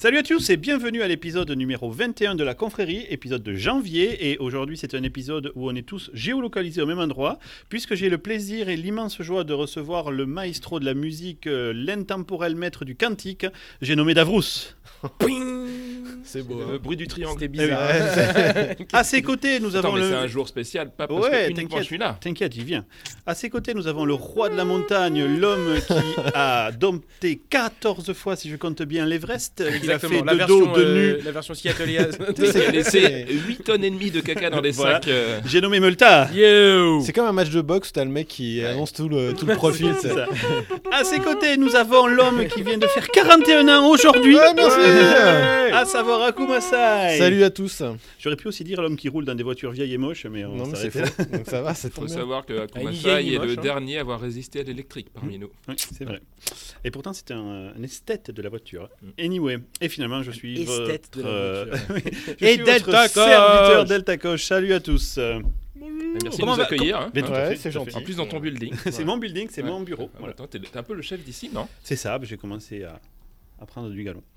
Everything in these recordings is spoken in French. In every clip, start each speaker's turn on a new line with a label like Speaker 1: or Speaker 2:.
Speaker 1: Salut à tous et bienvenue à l'épisode numéro 21 de la confrérie, épisode de janvier. Et aujourd'hui, c'est un épisode où on est tous géolocalisés au même endroit, puisque j'ai le plaisir et l'immense joie de recevoir le maestro de la musique, l'intemporel maître du cantique, j'ai nommé Davrous.
Speaker 2: C'est beau.
Speaker 3: Le bruit du triangle.
Speaker 2: C'était bizarre.
Speaker 1: À ses côtés, nous avons
Speaker 3: mais
Speaker 1: le...
Speaker 3: c'est un jour spécial, pas parce que uniquement je suis là.
Speaker 1: T'inquiète, il vient. À ses côtés, nous avons le roi de la montagne, l'homme qui a dompté 14 fois, si je compte bien, l'Everest. Il a fait de dos, de nu.
Speaker 2: La version Seattle-iase.
Speaker 3: Il a laissé 8 tonnes et demie de caca dans les
Speaker 1: Voilà.
Speaker 3: sacs.
Speaker 1: J'ai nommé Multa.
Speaker 2: Yo.
Speaker 4: C'est comme un match de boxe où t'as le mec qui annonce tout le profil.
Speaker 1: C'est ça. À ses côtés, nous avons l'homme qui vient de faire 41 ans aujourd'hui.
Speaker 4: Ouais, merci.
Speaker 1: À savoir Akumasai.
Speaker 4: Salut à tous.
Speaker 1: J'aurais pu aussi dire l'homme qui roule dans des voitures vieilles et moches, mais on
Speaker 4: Non, mais c'est
Speaker 1: s'arrêtait là.
Speaker 4: faux. Donc ça va, c'est
Speaker 3: Il faut
Speaker 4: trop bien.
Speaker 3: savoir que
Speaker 2: Ni
Speaker 3: Akumasai
Speaker 2: gay, ni
Speaker 3: est le
Speaker 2: moche, hein.
Speaker 3: dernier à avoir résisté à l'électrique parmi nous.
Speaker 1: Oui, c'est vrai. Et pourtant, c'était un esthète de la voiture. Anyway. Et finalement, je suis
Speaker 2: Esthète de la voiture.
Speaker 1: je
Speaker 2: Et
Speaker 1: suis votre
Speaker 2: Delta Coche.
Speaker 1: serviteur Delta Coche. Salut à tous.
Speaker 3: Merci
Speaker 1: Comment
Speaker 3: de nous
Speaker 1: va-
Speaker 3: accueillir. hein.
Speaker 1: Mais tout à
Speaker 4: Ouais,
Speaker 1: fait,
Speaker 4: c'est
Speaker 1: tout à fait.
Speaker 4: gentil.
Speaker 3: En plus dans ton building.
Speaker 1: C'est mon building, c'est
Speaker 3: Ouais.
Speaker 1: mon bureau.
Speaker 3: Ah,
Speaker 1: Voilà.
Speaker 3: attends, t'es un peu le chef d'ici, non?
Speaker 1: C'est ça, j'ai commencé à prendre du galon.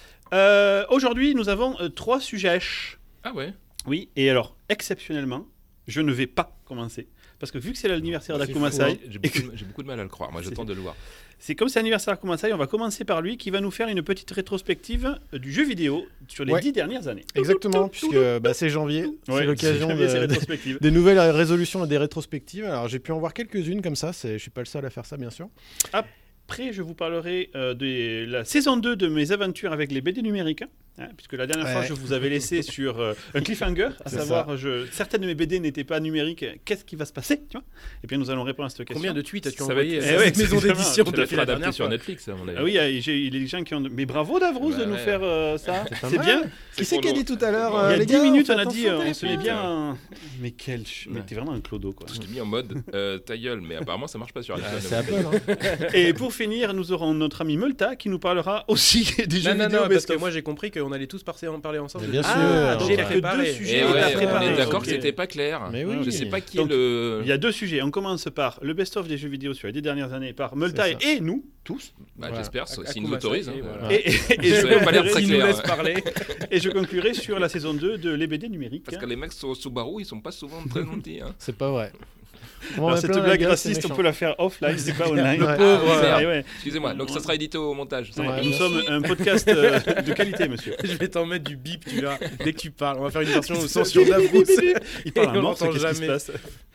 Speaker 1: Aujourd'hui, nous avons 3 sujets.
Speaker 3: Ah ouais.
Speaker 1: Oui, et alors, exceptionnellement, je ne vais pas commencer. Parce que vu que c'est l'anniversaire d'Akumasai,
Speaker 3: J'ai beaucoup de mal à le croire. Moi, j'attends de le voir.
Speaker 1: c'est comme c'est l'anniversaire d'Akumasai, on va commencer par lui qui va nous faire une petite rétrospective du jeu vidéo sur les
Speaker 4: Ouais.
Speaker 1: 10 dernières années.
Speaker 4: Exactement, puisque c'est janvier.
Speaker 1: Ouais,
Speaker 4: C'est l'occasion
Speaker 1: c'est
Speaker 4: de,
Speaker 1: rétrospective.
Speaker 4: des nouvelles résolutions et des rétrospectives. Alors j'ai pu en voir quelques-unes comme ça. Je suis pas le seul à faire ça, bien sûr.
Speaker 1: Après, je vous parlerai de la saison 2 de mes aventures avec les BD numériques. Puisque la dernière fois,
Speaker 4: Ouais.
Speaker 1: je vous avais laissé sur un cliffhanger, à
Speaker 4: C'est
Speaker 1: savoir, certaines de mes BD n'étaient pas numériques. Qu'est-ce qui va se passer, tu vois? Et bien, nous allons répondre à cette question.
Speaker 2: Combien de tweets as-tu
Speaker 3: Ça va
Speaker 2: envoyé
Speaker 3: être-
Speaker 2: à
Speaker 1: Eh ouais,
Speaker 2: cette maison
Speaker 1: exactement.
Speaker 2: d'édition
Speaker 1: Tout
Speaker 3: Ça
Speaker 1: à
Speaker 3: doit
Speaker 1: fait,
Speaker 3: être
Speaker 1: la
Speaker 3: adapté
Speaker 1: dernière
Speaker 3: sur
Speaker 1: fois.
Speaker 3: Netflix, à mon avis.
Speaker 1: Ah oui, il y a des gens qui ont... Mais bravo Davrous de nous
Speaker 3: Ouais.
Speaker 1: faire ça.
Speaker 4: pas
Speaker 1: C'est
Speaker 4: mal.
Speaker 1: bien.
Speaker 4: Qui c'est qui a dit tout à l'heure
Speaker 1: Il y a
Speaker 4: les
Speaker 1: 10
Speaker 4: gars,
Speaker 1: minutes,
Speaker 4: faites
Speaker 1: on a dit,
Speaker 4: attention,
Speaker 1: on se met
Speaker 4: téléphone.
Speaker 1: bien. Mais mais
Speaker 3: Ouais.
Speaker 1: t'es vraiment un clodo, quoi.
Speaker 3: Je t'ai mis en mode ta gueule, mais apparemment ça marche pas sur iPhone.
Speaker 4: C'est Apple. Hein.
Speaker 1: Et pour finir, nous aurons notre ami Multa qui nous parlera aussi des jeux
Speaker 2: Non,
Speaker 1: vidéo
Speaker 2: parce
Speaker 1: best
Speaker 2: que
Speaker 1: of.
Speaker 2: moi j'ai compris qu'on allait tous en parler ensemble.
Speaker 4: Mais bien sûr.
Speaker 1: Ah, donc il
Speaker 2: J'ai
Speaker 1: n'y a que
Speaker 2: préparé.
Speaker 1: 2
Speaker 3: Et
Speaker 1: sujets
Speaker 3: ouais,
Speaker 1: à
Speaker 3: on
Speaker 1: préparer.
Speaker 3: est d'accord
Speaker 1: Ok.
Speaker 3: que c'était pas clair.
Speaker 4: Mais oui.
Speaker 3: Je sais pas qui
Speaker 1: Donc,
Speaker 3: est le.
Speaker 1: Il y a 2 sujets. On commence par le best-of des jeux vidéo sur les 10 dernières années par Multa
Speaker 4: C'est ça.
Speaker 1: et nous, tous.
Speaker 3: Bah,
Speaker 4: Voilà.
Speaker 3: j'espère, s'ils
Speaker 2: Akumasai,
Speaker 3: nous autorisent.
Speaker 2: et
Speaker 3: hein.
Speaker 2: voilà.
Speaker 1: Et
Speaker 3: Ça
Speaker 1: je
Speaker 3: avait pas l'air très
Speaker 2: S'il nous
Speaker 3: clair.
Speaker 2: laisse parler.
Speaker 1: et je conclurai sur la saison 2 de les BD numériques.
Speaker 3: Parce que les mecs sur Subaru, ils sont pas souvent très gentils. Hein.
Speaker 4: C'est pas vrai. Comment on
Speaker 1: Alors,
Speaker 4: met
Speaker 1: cette
Speaker 4: plein la
Speaker 1: blague
Speaker 4: gueule,
Speaker 1: raciste,
Speaker 4: c'est
Speaker 1: on
Speaker 4: méchant.
Speaker 1: peut la faire offline, c'est pas online.
Speaker 4: Ouais.
Speaker 3: pauvre,
Speaker 1: Ah,
Speaker 3: merde.
Speaker 1: ouais.
Speaker 3: Excusez-moi, donc ça sera édité au montage. ça
Speaker 4: Ouais.
Speaker 3: va.
Speaker 1: Nous
Speaker 4: bien
Speaker 1: sommes un podcast de qualité, monsieur.
Speaker 2: Je vais t'en mettre du bip, tu verras, dès que tu parles. On va faire une version au censure Davrous.
Speaker 1: Il parle
Speaker 2: Et
Speaker 1: à
Speaker 2: on
Speaker 1: mort,
Speaker 2: l'entend
Speaker 1: qu'est-ce qui se
Speaker 2: jamais.
Speaker 1: passe?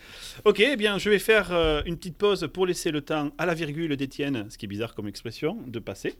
Speaker 1: Ok, eh bien, je vais faire une petite pause pour laisser le temps à la virgule d'Étienne, ce qui est bizarre comme expression, de passer.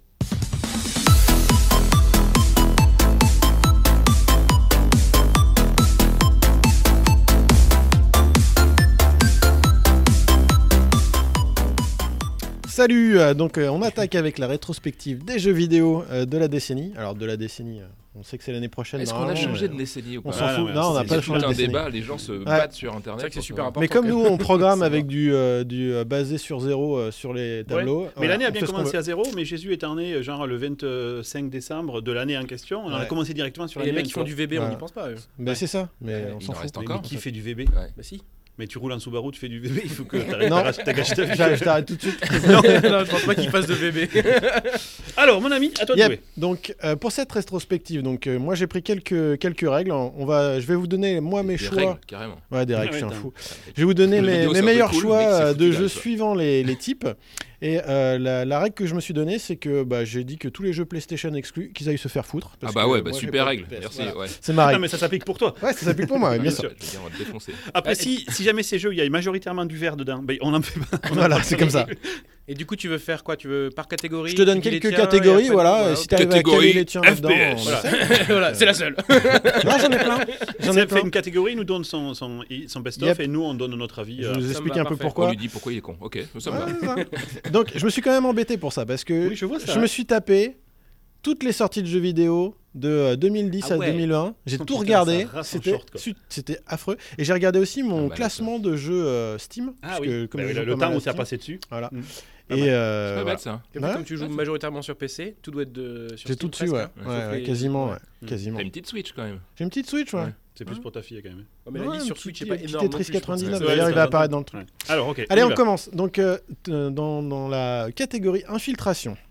Speaker 4: Salut, donc on attaque avec la rétrospective des jeux vidéo de la décennie. Alors de la décennie, on sait que c'est l'année prochaine.
Speaker 3: Est-ce qu'on a
Speaker 4: normalement,
Speaker 3: changé
Speaker 4: mais
Speaker 3: de décennie ou
Speaker 4: On
Speaker 3: pas
Speaker 4: s'en
Speaker 1: Ah, non,
Speaker 4: fout.
Speaker 1: mais
Speaker 4: Non, on n'a
Speaker 1: c'est
Speaker 4: pas
Speaker 3: Il y a
Speaker 4: changé
Speaker 3: tout
Speaker 4: de
Speaker 3: un
Speaker 4: décennie.
Speaker 3: débat, les gens se battent sur internet.
Speaker 2: C'est vrai que c'est
Speaker 3: pour
Speaker 2: super
Speaker 3: savoir.
Speaker 2: important.
Speaker 4: Mais comme nous, on programme
Speaker 2: Savoir.
Speaker 4: avec du basé sur zéro sur les tableaux.
Speaker 1: Mais
Speaker 4: voilà,
Speaker 1: l'année a
Speaker 4: on
Speaker 1: bien
Speaker 4: fait ce qu'on
Speaker 1: commencé
Speaker 4: veut.
Speaker 1: à zéro, mais Jésus étant né genre le 25 décembre de l'année en question. On a
Speaker 4: Ouais.
Speaker 1: commencé directement sur
Speaker 2: Et
Speaker 1: l'année.
Speaker 2: les mecs qui font du VB, on
Speaker 4: Ouais.
Speaker 2: n'y pense pas. Eux.
Speaker 4: Ben, c'est ça, mais
Speaker 3: Ouais,
Speaker 4: on
Speaker 3: il
Speaker 4: s'en
Speaker 3: en
Speaker 4: fout.
Speaker 3: reste
Speaker 1: Mais
Speaker 3: encore.
Speaker 1: qui fait du VB?
Speaker 3: Ouais.
Speaker 2: Bah si.
Speaker 1: Mais tu roules en Subaru, tu fais du VB, il faut que t'arrêtes
Speaker 4: Non.
Speaker 1: t'as gâché ta vie.
Speaker 4: Je t'arrête tout de suite.
Speaker 2: non, je pense pas qu'il fasse de VB.
Speaker 1: Alors, mon ami, à toi de
Speaker 4: Yep.
Speaker 1: jouer.
Speaker 4: Donc pour cette rétrospective, moi j'ai pris quelques règles. Je vais vous donner moi mes
Speaker 3: Des
Speaker 4: choix.
Speaker 3: règles, carrément.
Speaker 4: Ouais, des règles,
Speaker 1: Ouais,
Speaker 4: je suis un
Speaker 1: putain.
Speaker 4: fou. Je vais vous donner
Speaker 3: Le
Speaker 4: mes
Speaker 3: vidéo, c'est un peu
Speaker 4: meilleurs
Speaker 3: cool,
Speaker 4: choix
Speaker 3: mais c'est
Speaker 4: de
Speaker 3: foutu
Speaker 4: jeux
Speaker 3: là, quoi.
Speaker 4: suivant les types. Et la règle que je me suis donnée, c'est que j'ai dit que tous les jeux PlayStation exclus, qu'ils aillent se faire foutre.
Speaker 3: Ah
Speaker 4: parce
Speaker 3: bah
Speaker 4: que
Speaker 3: ouais,
Speaker 4: moi, j'ai
Speaker 3: super
Speaker 4: pas de
Speaker 3: règle.
Speaker 4: PS.
Speaker 3: Merci.
Speaker 4: Voilà.
Speaker 3: Ouais.
Speaker 4: C'est ma
Speaker 1: Non,
Speaker 4: règle.
Speaker 1: mais ça s'applique pour toi.
Speaker 4: Ouais, ça s'applique pour moi, bien sûr.
Speaker 3: Je veux dire, on va te défoncer.
Speaker 1: Après, si jamais ces jeux, il y a majoritairement du verre dedans, ben, on en fait pas.
Speaker 4: Voilà, c'est comme ça.
Speaker 2: Et du coup, tu veux faire quoi? Tu veux par catégorie?
Speaker 4: Je te donne
Speaker 2: tu dis les
Speaker 4: quelques
Speaker 2: tiens,
Speaker 4: catégories,
Speaker 2: et après,
Speaker 4: voilà.
Speaker 2: ok.
Speaker 4: Si t'arrives à
Speaker 3: Catégorie
Speaker 4: caler les tiens là-dedans,
Speaker 3: FPS.
Speaker 4: on essaie.
Speaker 2: Voilà, c'est la seule.
Speaker 4: Non, j'en ai plein. J'en ai
Speaker 1: Ça fait
Speaker 4: plein.
Speaker 1: une catégorie, il nous donne son best-of
Speaker 4: Yep.
Speaker 1: et nous, on donne notre avis.
Speaker 4: Je vous
Speaker 2: Ça me
Speaker 4: explique
Speaker 2: va,
Speaker 4: un peu
Speaker 2: parfait.
Speaker 3: On
Speaker 4: pourquoi.
Speaker 3: lui dit pourquoi il est con. Ok, ça me
Speaker 4: Ouais,
Speaker 3: va.
Speaker 4: c'est ça. Donc, je me suis quand même embêté pour ça parce que
Speaker 1: Oui, je vois ça.
Speaker 4: je me suis tapé toutes les sorties de jeux vidéo de 2010
Speaker 2: Ah
Speaker 4: à
Speaker 2: ouais.
Speaker 4: 2020. J'ai
Speaker 1: Oh,
Speaker 4: tout
Speaker 1: putain,
Speaker 4: regardé.
Speaker 1: ça race en
Speaker 4: C'était
Speaker 1: short, quoi.
Speaker 4: c'était affreux. Et j'ai regardé aussi mon
Speaker 3: Ah bah,
Speaker 4: classement de jeux Steam.
Speaker 1: Ah
Speaker 4: parce
Speaker 1: oui,
Speaker 4: que comme
Speaker 1: Bah
Speaker 4: je
Speaker 1: oui,
Speaker 4: joue
Speaker 1: le
Speaker 4: pas mal
Speaker 1: temps
Speaker 4: à
Speaker 1: où ça a
Speaker 4: Steam,
Speaker 1: passé dessus.
Speaker 4: Voilà.
Speaker 1: Mm.
Speaker 4: Et
Speaker 3: C'est
Speaker 4: voilà.
Speaker 3: pas bête ça.
Speaker 2: Et
Speaker 4: Ouais.
Speaker 2: comme tu joues majoritairement sur PC, tout doit être sur
Speaker 4: J'ai
Speaker 2: Steam
Speaker 4: tout dessus,
Speaker 2: presque,
Speaker 4: ouais.
Speaker 2: hein.
Speaker 4: Ouais,
Speaker 2: Sauf
Speaker 4: ouais,
Speaker 2: les-
Speaker 4: quasiment,
Speaker 2: ouais.
Speaker 4: ouais. Quasiment.
Speaker 3: T'as une petite Switch quand même.
Speaker 4: J'ai une petite Switch, ouais.
Speaker 3: Ouais.
Speaker 1: C'est plus pour ta fille, quand même.
Speaker 2: Ouais, mais la
Speaker 4: Ouais,
Speaker 2: liste
Speaker 4: un
Speaker 2: sur
Speaker 4: petit-
Speaker 2: Switch est pas
Speaker 4: petit
Speaker 2: énorme.
Speaker 4: Tetris
Speaker 2: non plus, je pense.
Speaker 4: 99,
Speaker 1: Ouais,
Speaker 4: d'ailleurs,
Speaker 1: c'est
Speaker 4: il va
Speaker 1: ça.
Speaker 4: apparaître dans le truc.
Speaker 1: Ouais. Alors, ok.
Speaker 4: Allez,
Speaker 1: y
Speaker 4: on
Speaker 1: va.
Speaker 4: commence. Donc, dans la catégorie infiltration.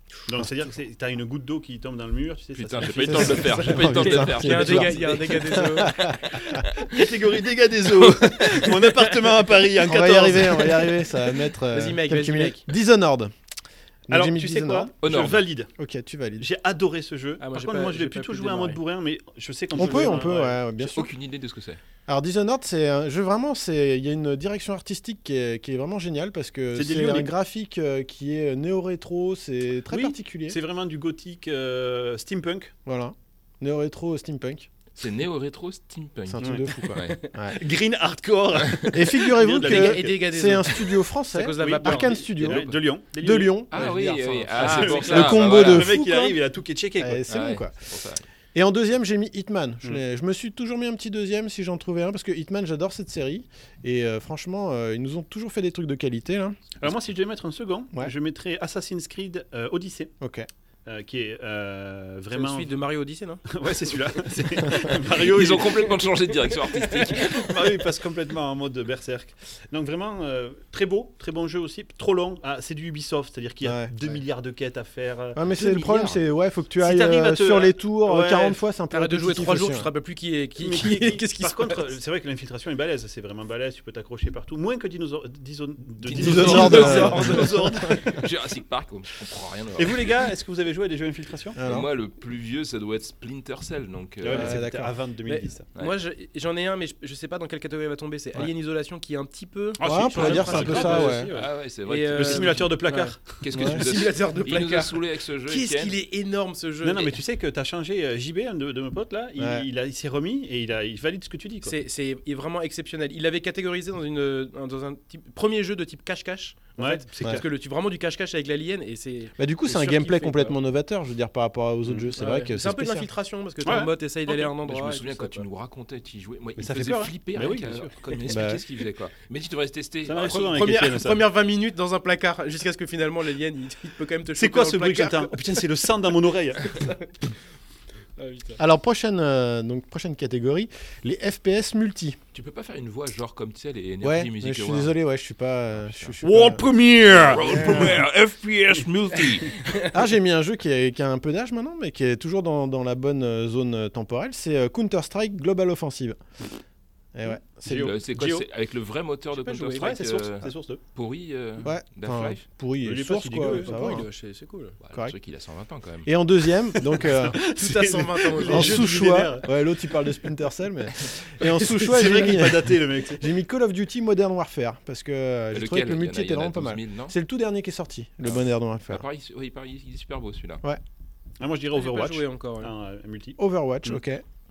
Speaker 1: Donc c'est-à-dire que t'as une goutte d'eau qui tombe dans le mur, tu sais.
Speaker 3: Putain,
Speaker 1: ça
Speaker 3: j'ai pas eu le temps de le faire. J'ai pas eu le temps de le faire.
Speaker 2: Il y a un dégât des eaux.
Speaker 1: Catégorie dégâts des eaux. Mon appartement à Paris en
Speaker 4: On
Speaker 1: 14.
Speaker 4: va y arriver, ça va mettre
Speaker 2: Vas-y, mec,
Speaker 4: quelques
Speaker 2: vas-y,
Speaker 4: minutes.
Speaker 2: mec.
Speaker 4: Dishonored. Donc,
Speaker 1: Alors
Speaker 4: j'ai mis
Speaker 1: tu sais
Speaker 4: Dishonored.
Speaker 1: quoi Je
Speaker 3: Honored.
Speaker 1: valide.
Speaker 4: Ok, tu valides.
Speaker 1: J'ai adoré ce jeu.
Speaker 2: Ah, moi,
Speaker 1: Par
Speaker 2: j'ai
Speaker 1: contre,
Speaker 2: pas-
Speaker 1: moi je
Speaker 2: j'ai
Speaker 1: l'ai
Speaker 2: pas
Speaker 1: plutôt
Speaker 2: pu
Speaker 1: joué en mode
Speaker 2: démarrer.
Speaker 1: bourrin, mais je sais qu'on
Speaker 4: On peut,
Speaker 1: jouer,
Speaker 4: ouais, bien
Speaker 3: J'ai
Speaker 4: sûr.
Speaker 3: aucune idée de ce que c'est.
Speaker 4: Alors Dishonored, c'est un jeu vraiment, il y a une direction artistique qui est vraiment géniale parce que
Speaker 1: C'est des
Speaker 4: c'est
Speaker 1: lieux
Speaker 4: un
Speaker 1: uniques.
Speaker 4: graphique qui est néo-rétro, c'est très
Speaker 1: Oui,
Speaker 4: particulier.
Speaker 1: C'est vraiment du gothique steampunk.
Speaker 4: Voilà, néo-rétro steampunk,
Speaker 3: C'est néo-rétro steampunk.
Speaker 4: c'est un truc de fou quoi.
Speaker 3: Ouais.
Speaker 4: Ouais.
Speaker 1: Green hardcore.
Speaker 4: Et figurez-vous
Speaker 1: Bien de la
Speaker 2: Et dégâts
Speaker 4: que
Speaker 2: des
Speaker 4: c'est
Speaker 2: eaux.
Speaker 4: un studio
Speaker 2: C'est
Speaker 4: français,
Speaker 2: à cause de la
Speaker 1: Oui,
Speaker 2: vapeur.
Speaker 4: Arkane Studio,
Speaker 1: de Lyon.
Speaker 4: de Lyon.
Speaker 3: Ah
Speaker 4: Ouais,
Speaker 3: oui,
Speaker 4: je veux dire,
Speaker 3: oui.
Speaker 4: enfin,
Speaker 3: Ah,
Speaker 1: c'est
Speaker 3: c'est
Speaker 1: pour
Speaker 3: pour
Speaker 1: ça.
Speaker 3: ça.
Speaker 4: Le combo
Speaker 3: Voilà.
Speaker 4: de
Speaker 1: Le mec
Speaker 4: fou,
Speaker 1: il
Speaker 4: quoi.
Speaker 1: arrive, il a tout qui est checké quoi.
Speaker 4: C'est
Speaker 3: Ah
Speaker 4: bon
Speaker 3: ouais,
Speaker 4: quoi.
Speaker 3: c'est pour ça.
Speaker 4: Et en deuxième, j'ai mis Hitman.
Speaker 1: Mm.
Speaker 4: Je me suis toujours mis un petit deuxième si j'en trouvais un parce que Hitman, j'adore cette série et franchement, ils nous ont toujours fait des trucs de qualité là.
Speaker 1: Alors moi si je devais mettre un second,
Speaker 4: Ouais.
Speaker 1: je mettrais Assassin's Creed Odyssey.
Speaker 4: Ok.
Speaker 1: Qui est
Speaker 2: C'est une
Speaker 1: vraiment.
Speaker 2: suite de Mario Odyssey, non?
Speaker 1: Ouais, c'est celui-là. C'est- Mario,
Speaker 3: Ils ont complètement changé de direction artistique.
Speaker 1: Mario, il passe complètement en mode berserk. Donc vraiment très beau, très bon jeu aussi. Trop long. Ah, c'est du Ubisoft, c'est-à-dire qu'il y a
Speaker 4: Ouais,
Speaker 1: 2
Speaker 4: ouais.
Speaker 1: milliards de quêtes à faire.
Speaker 4: Ouais, mais
Speaker 3: 2
Speaker 4: c'est le problème,
Speaker 3: milliards.
Speaker 4: c'est faut que tu
Speaker 1: Si
Speaker 4: ailles
Speaker 1: t'arrives à te-
Speaker 4: sur les tours
Speaker 1: Ouais.
Speaker 4: 40 fois, c'est un peu
Speaker 2: T'arrêtes de jouer
Speaker 4: répétitif
Speaker 2: 3 jours,
Speaker 4: aussi,
Speaker 2: tu te
Speaker 4: hein.
Speaker 2: rappelles plus qu'est-ce qui
Speaker 1: Par
Speaker 2: se
Speaker 1: contre,
Speaker 2: passe.
Speaker 1: c'est vrai que l'infiltration est balèze, c'est vraiment balèze, tu peux t'accrocher partout. Moins que
Speaker 4: Dishonored,
Speaker 1: Dinosaures.
Speaker 3: Jurassic Park, je comprends rien.
Speaker 1: Et vous les gars, est-ce que vous avez joué à des jeux infiltration
Speaker 4: Alors,
Speaker 3: Moi, le plus vieux, ça doit être Splinter Cell. Donc,
Speaker 1: Ouais, mais c'était
Speaker 4: d'accord.
Speaker 1: avant 2010. ça.
Speaker 3: Ouais.
Speaker 2: Moi, j'en ai un, mais je sais pas dans quelle catégorie il va tomber. C'est
Speaker 1: Ouais.
Speaker 2: Alien Isolation qui est un petit peu.
Speaker 1: Ah,
Speaker 4: ouais,
Speaker 1: si,
Speaker 4: on
Speaker 1: sur
Speaker 4: pourrait
Speaker 1: le
Speaker 4: dire c'est un peu
Speaker 1: principe,
Speaker 4: ça,
Speaker 1: aussi,
Speaker 4: ouais.
Speaker 3: Ah ouais, c'est vrai.
Speaker 2: Et,
Speaker 3: que-
Speaker 1: Le simulateur de placard.
Speaker 3: Qu'est-ce que
Speaker 4: Ouais.
Speaker 3: tu nous as-
Speaker 2: Simulateur de
Speaker 3: Il nous a
Speaker 2: placard.
Speaker 3: saoulé avec ce jeu.
Speaker 2: Qu'est-ce
Speaker 3: Étienne.
Speaker 2: qu'il est énorme ce jeu.
Speaker 1: Non, non, mais tu sais que tu as changé JB, un de mes potes là,
Speaker 4: Ouais.
Speaker 1: il s'est remis et il valide ce que tu dis. Quoi.
Speaker 2: Il est vraiment exceptionnel. Il l'avait catégorisé dans un premier jeu de type cache-cache. En
Speaker 1: Ouais,
Speaker 2: fait,
Speaker 1: c'est
Speaker 4: Ouais.
Speaker 2: parce que tu vraiment du cache-cache avec l'alien et c'est.
Speaker 4: Bah, du coup,
Speaker 2: C'est
Speaker 4: c'est un
Speaker 2: sûr
Speaker 4: gameplay
Speaker 2: qu'il fait,
Speaker 4: complètement novateur, je veux dire, par rapport aux autres jeux. C'est
Speaker 2: Ouais.
Speaker 4: vrai que
Speaker 2: c'est un peu de
Speaker 4: spécial.
Speaker 2: l'infiltration parce que
Speaker 1: Ouais.
Speaker 2: ton bot essaye d'aller à un
Speaker 3: Mais
Speaker 2: endroit.
Speaker 3: je me
Speaker 2: et
Speaker 3: souviens
Speaker 2: tout
Speaker 3: quand
Speaker 2: ça,
Speaker 3: tu
Speaker 2: quoi.
Speaker 3: nous racontais, tu y jouais. Moi,
Speaker 1: Mais
Speaker 3: il
Speaker 1: ça fait
Speaker 3: faisait
Speaker 1: peur, hein.
Speaker 3: flipper
Speaker 1: Mais
Speaker 3: rien
Speaker 1: oui,
Speaker 3: qu'à-
Speaker 1: bien sûr.
Speaker 3: quand il
Speaker 4: Bah,
Speaker 3: m'expliquait ce qu'il faisait. Quoi. Il m'a dit, tu devrais tester.
Speaker 1: Ça m'a
Speaker 3: Ah,
Speaker 1: trop
Speaker 3: si.
Speaker 1: dans Étienne, ça.
Speaker 2: Première 20 minutes dans un placard jusqu'à ce que finalement l'alien il peut quand même te
Speaker 1: C'est
Speaker 2: choper
Speaker 1: quoi
Speaker 2: dans
Speaker 1: ce
Speaker 2: le
Speaker 1: bruit que
Speaker 2: placard.
Speaker 1: j'entends? Oh putain, c'est le sang dans mon oreille.
Speaker 2: Ah, putain.
Speaker 4: Alors, prochaine catégorie, les FPS multi.
Speaker 3: Tu peux pas faire une voix genre comme tu sais, les
Speaker 4: Ouais,
Speaker 3: Energy
Speaker 4: mais
Speaker 3: Music
Speaker 4: je suis
Speaker 3: Awards.
Speaker 4: désolé, ouais, je suis pas. je suis
Speaker 1: World
Speaker 4: pas-
Speaker 1: Premiere.
Speaker 3: World Premiere, FPS Multi.
Speaker 4: Ah, j'ai mis un jeu qui a un peu d'âge maintenant, mais qui est toujours dans la bonne zone temporelle. C'est Counter-Strike Global Offensive. Et ouais, c'est
Speaker 3: C'est quoi
Speaker 1: Geo.
Speaker 3: C'est avec le vrai moteur de
Speaker 2: J'ai pas joué.
Speaker 1: Ouais,
Speaker 3: Counter-Strike
Speaker 1: c'est source. C'est source 2.
Speaker 3: pourri
Speaker 4: ouais, enfin,
Speaker 3: d'Half-Life.
Speaker 4: pourri
Speaker 1: Il
Speaker 4: et
Speaker 1: est pas
Speaker 4: source
Speaker 1: si
Speaker 4: quoi,
Speaker 1: dégueu,
Speaker 4: ça
Speaker 1: ça
Speaker 4: va,
Speaker 2: Ouais,
Speaker 4: hein.
Speaker 2: c'est cool.
Speaker 3: Bah, le
Speaker 4: Correct.
Speaker 3: truc, il a 120 ans quand même.
Speaker 4: Et en deuxième, donc
Speaker 2: Tout à 120 ans.
Speaker 4: en
Speaker 1: Les jeux du
Speaker 4: sous-choix,
Speaker 1: millénaire.
Speaker 4: ouais, l'autre il parle de Splinter Cell, mais et en sous-choix
Speaker 1: C'est
Speaker 4: j'ai
Speaker 1: vrai qu'il
Speaker 4: mis,
Speaker 1: est pas daté le mec.
Speaker 4: j'ai mis Call of Duty Modern Warfare parce que j'ai trouvé que le
Speaker 3: Il y en a-
Speaker 4: multi était
Speaker 3: il y en a
Speaker 4: vraiment pas
Speaker 3: 12
Speaker 4: mal.
Speaker 3: 000, non
Speaker 4: C'est le tout dernier qui est sorti, le
Speaker 3: Ah.
Speaker 4: Modern
Speaker 3: Ah,
Speaker 4: Warfare.
Speaker 3: pareil, il est super beau celui-là.
Speaker 1: Ah, moi je dirais
Speaker 2: J'ai pas
Speaker 1: Overwatch.
Speaker 2: joué encore. Ouais.
Speaker 1: Un multi.
Speaker 4: Overwatch,
Speaker 1: Mm.
Speaker 4: ok.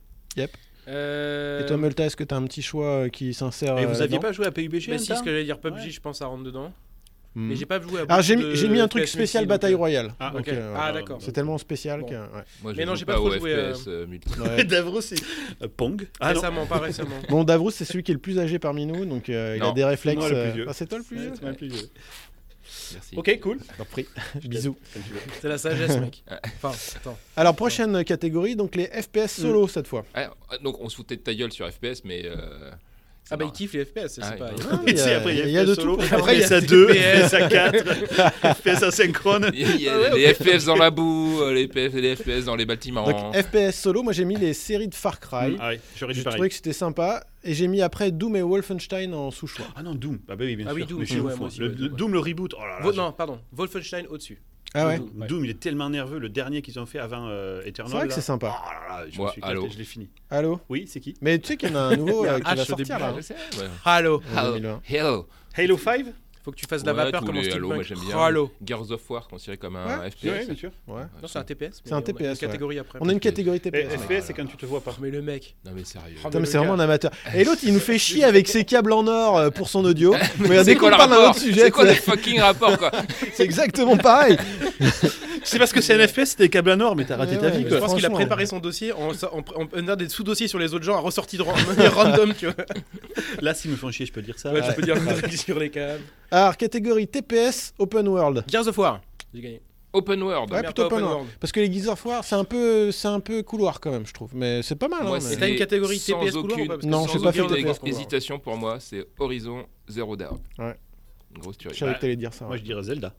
Speaker 2: Euh,
Speaker 4: Et toi Multa, est-ce que t'as un petit choix qui s'insère
Speaker 1: Et vous aviez
Speaker 4: dedans
Speaker 1: pas joué à PUBG
Speaker 2: Mais
Speaker 1: un
Speaker 2: si,
Speaker 1: temps
Speaker 2: ce que j'allais dire PUBG,
Speaker 1: Ouais.
Speaker 2: je pense, ça rentre dedans.
Speaker 4: Hmm.
Speaker 2: Mais j'ai pas joué à
Speaker 4: Ah,
Speaker 2: beaucoup de
Speaker 4: j'ai mis un truc
Speaker 2: FPS
Speaker 4: spécial
Speaker 2: multi,
Speaker 4: Bataille
Speaker 2: donc,
Speaker 4: Royale.
Speaker 1: Ah,
Speaker 4: Donc,
Speaker 1: ok.
Speaker 2: Ah, d'accord.
Speaker 4: C'est tellement spécial
Speaker 2: Bon.
Speaker 4: que. Ouais.
Speaker 3: Moi,
Speaker 2: Mais non,
Speaker 3: joue
Speaker 2: j'ai pas
Speaker 3: au
Speaker 2: trop joué,
Speaker 3: FPS multi.
Speaker 4: Ouais.
Speaker 1: Davros, c'est Pong. Ah non.
Speaker 2: Récemment, pas récemment.
Speaker 4: Bon, Davrous, c'est celui qui est le plus âgé parmi nous, donc il a
Speaker 3: Non,
Speaker 4: des réflexes.
Speaker 1: moi le plus vieux.
Speaker 4: Ah, c'est toi le plus vieux
Speaker 1: Ouais, c'est moi le plus vieux.
Speaker 3: Merci.
Speaker 1: Ok, cool.
Speaker 4: T'en prie. Bisous.
Speaker 1: Comme tu veux.
Speaker 2: C'est la sagesse, mec.
Speaker 3: Ouais.
Speaker 2: Enfin, attends.
Speaker 4: Alors, prochaine catégorie, donc les FPS solo cette fois.
Speaker 3: Ah, donc on se foutait de ta gueule sur FPS, mais. c'est
Speaker 2: Ah bah, il
Speaker 3: marrant.
Speaker 2: kiffe les FPS, c'est
Speaker 3: Ah,
Speaker 2: pas.
Speaker 3: ouais.
Speaker 4: Ah,
Speaker 1: Et tu sais, après,
Speaker 4: il y a de tout.
Speaker 1: solo,
Speaker 4: pour faire.
Speaker 1: Après, il y a
Speaker 2: des
Speaker 1: ça 2,
Speaker 2: FPS.
Speaker 1: FPS à 4, FPS asynchrone.
Speaker 3: Il y a
Speaker 2: Ah ouais,
Speaker 3: les
Speaker 2: ok.
Speaker 3: FPS dans la boue, les FPS dans les bâtiments.
Speaker 4: Donc, FPS solo, moi j'ai mis les séries de Far Cry.
Speaker 1: Ah ouais, j'aurais dit
Speaker 4: J'ai
Speaker 1: pareil.
Speaker 4: trouvé que c'était sympa. Et j'ai mis après Doom et Wolfenstein en sous-choix.
Speaker 1: Ah non, Doom. Ah bah oui, bien
Speaker 2: Ah
Speaker 1: sûr.
Speaker 2: oui, Doom,
Speaker 1: Mais je
Speaker 2: ouais,
Speaker 1: suis
Speaker 2: moi
Speaker 1: ouf,
Speaker 2: aussi,
Speaker 1: le
Speaker 2: ouais, Doom,
Speaker 1: Doom, le reboot. Oh là là.
Speaker 2: Non, pardon. Wolfenstein au-dessus.
Speaker 4: Ah ouais.
Speaker 2: Ouais.
Speaker 1: Doom, il est tellement nerveux. Le dernier qu'ils ont fait avant Eternal.
Speaker 4: C'est vrai que
Speaker 1: là.
Speaker 4: c'est sympa.
Speaker 1: Oh là là, je me
Speaker 3: Moi,
Speaker 1: suis éclaté,
Speaker 3: Halo.
Speaker 1: je l'ai fini.
Speaker 4: Allô.
Speaker 1: Oui, c'est qui
Speaker 4: Mais tu sais qu'il y en a un nouveau
Speaker 2: Il y a un
Speaker 4: qui va
Speaker 2: H au
Speaker 4: sortir
Speaker 2: début,
Speaker 4: là.
Speaker 3: Je sais, ouais.
Speaker 2: Halo.
Speaker 4: En 2020.
Speaker 3: Hello.
Speaker 1: Halo 5
Speaker 2: Faut que tu fasses de la
Speaker 3: Ouais,
Speaker 2: vapeur
Speaker 3: tous
Speaker 2: comme en
Speaker 3: les Halo, moi
Speaker 2: steampunk.
Speaker 3: j'aime bien.
Speaker 2: Halo.
Speaker 3: Gears of War considéré comme un
Speaker 4: Ouais.
Speaker 3: FPS.
Speaker 1: Oui, bien sûr.
Speaker 4: Ouais.
Speaker 2: Non, c'est un TPS.
Speaker 4: C'est un
Speaker 2: mais on a
Speaker 4: TPS,
Speaker 2: une
Speaker 4: ouais.
Speaker 2: catégorie après.
Speaker 4: On a une catégorie
Speaker 1: Et
Speaker 4: TPS. ouais.
Speaker 1: FPS, c'est quand tu te vois pas.
Speaker 2: Oh, mais le mec.
Speaker 3: Non mais sérieux.
Speaker 2: Oh,
Speaker 4: Putain, mais
Speaker 2: le
Speaker 4: c'est vraiment un
Speaker 2: gars.
Speaker 4: amateur. Et l'autre, il nous fait chier avec ses câbles en or pour son audio. Mais
Speaker 3: C'est
Speaker 4: dès
Speaker 3: quoi
Speaker 4: qu'on
Speaker 3: le
Speaker 4: parle d'un
Speaker 3: rapport
Speaker 4: autre sujet,
Speaker 3: C'est quoi le
Speaker 4: c'est
Speaker 3: fucking rapport quoi
Speaker 4: c'est exactement pareil.
Speaker 1: C'est parce que c'est un FPS, c'était câble à nord, mais t'as raté
Speaker 4: Ouais,
Speaker 1: ta
Speaker 4: ouais,
Speaker 1: vie
Speaker 2: Je
Speaker 1: quoi.
Speaker 2: pense qu'il a
Speaker 4: Franchement,
Speaker 2: préparé son dossier en faisant des sous-dossiers sur les autres gens, a ressorti de manière random, tu vois.
Speaker 1: Là, s'ils me font chier, je peux dire ça.
Speaker 2: Ouais, tu peux dire un truc sur les câbles.
Speaker 4: Alors, catégorie TPS Open World.
Speaker 2: Gears of War. J'ai gagné.
Speaker 3: Open World.
Speaker 4: Ouais,
Speaker 2: Merde,
Speaker 4: plutôt
Speaker 2: pas
Speaker 4: Open
Speaker 2: Open
Speaker 4: World. Parce que les Gears of War, c'est un peu couloir quand même, je trouve. Mais c'est pas mal.
Speaker 3: Moi,
Speaker 4: hein, mais-
Speaker 2: Et t'as une catégorie
Speaker 3: sans
Speaker 2: TPS couloir ou
Speaker 3: aucune-
Speaker 2: pas Parce que
Speaker 4: Non,
Speaker 2: sans
Speaker 4: je sais pas
Speaker 2: aucune
Speaker 4: fait TPS
Speaker 2: couloir.
Speaker 3: hésitation pour moi, c'est Horizon Zero Dawn.
Speaker 4: Ouais.
Speaker 3: Une grosse tuerie.
Speaker 4: Je savais que t'allais dire ça.
Speaker 1: Moi,
Speaker 4: ouais.
Speaker 1: je dirais Zelda.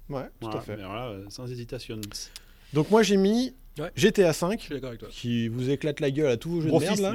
Speaker 4: Ouais, tout
Speaker 1: Voilà,
Speaker 4: à fait.
Speaker 1: mais alors là, sans hésitation.
Speaker 4: Donc moi j'ai mis
Speaker 2: Ouais.
Speaker 4: GTA
Speaker 2: Je
Speaker 4: 5
Speaker 2: suis d'accord avec toi.
Speaker 4: qui vous éclate la gueule à tous vos jeux de merde là.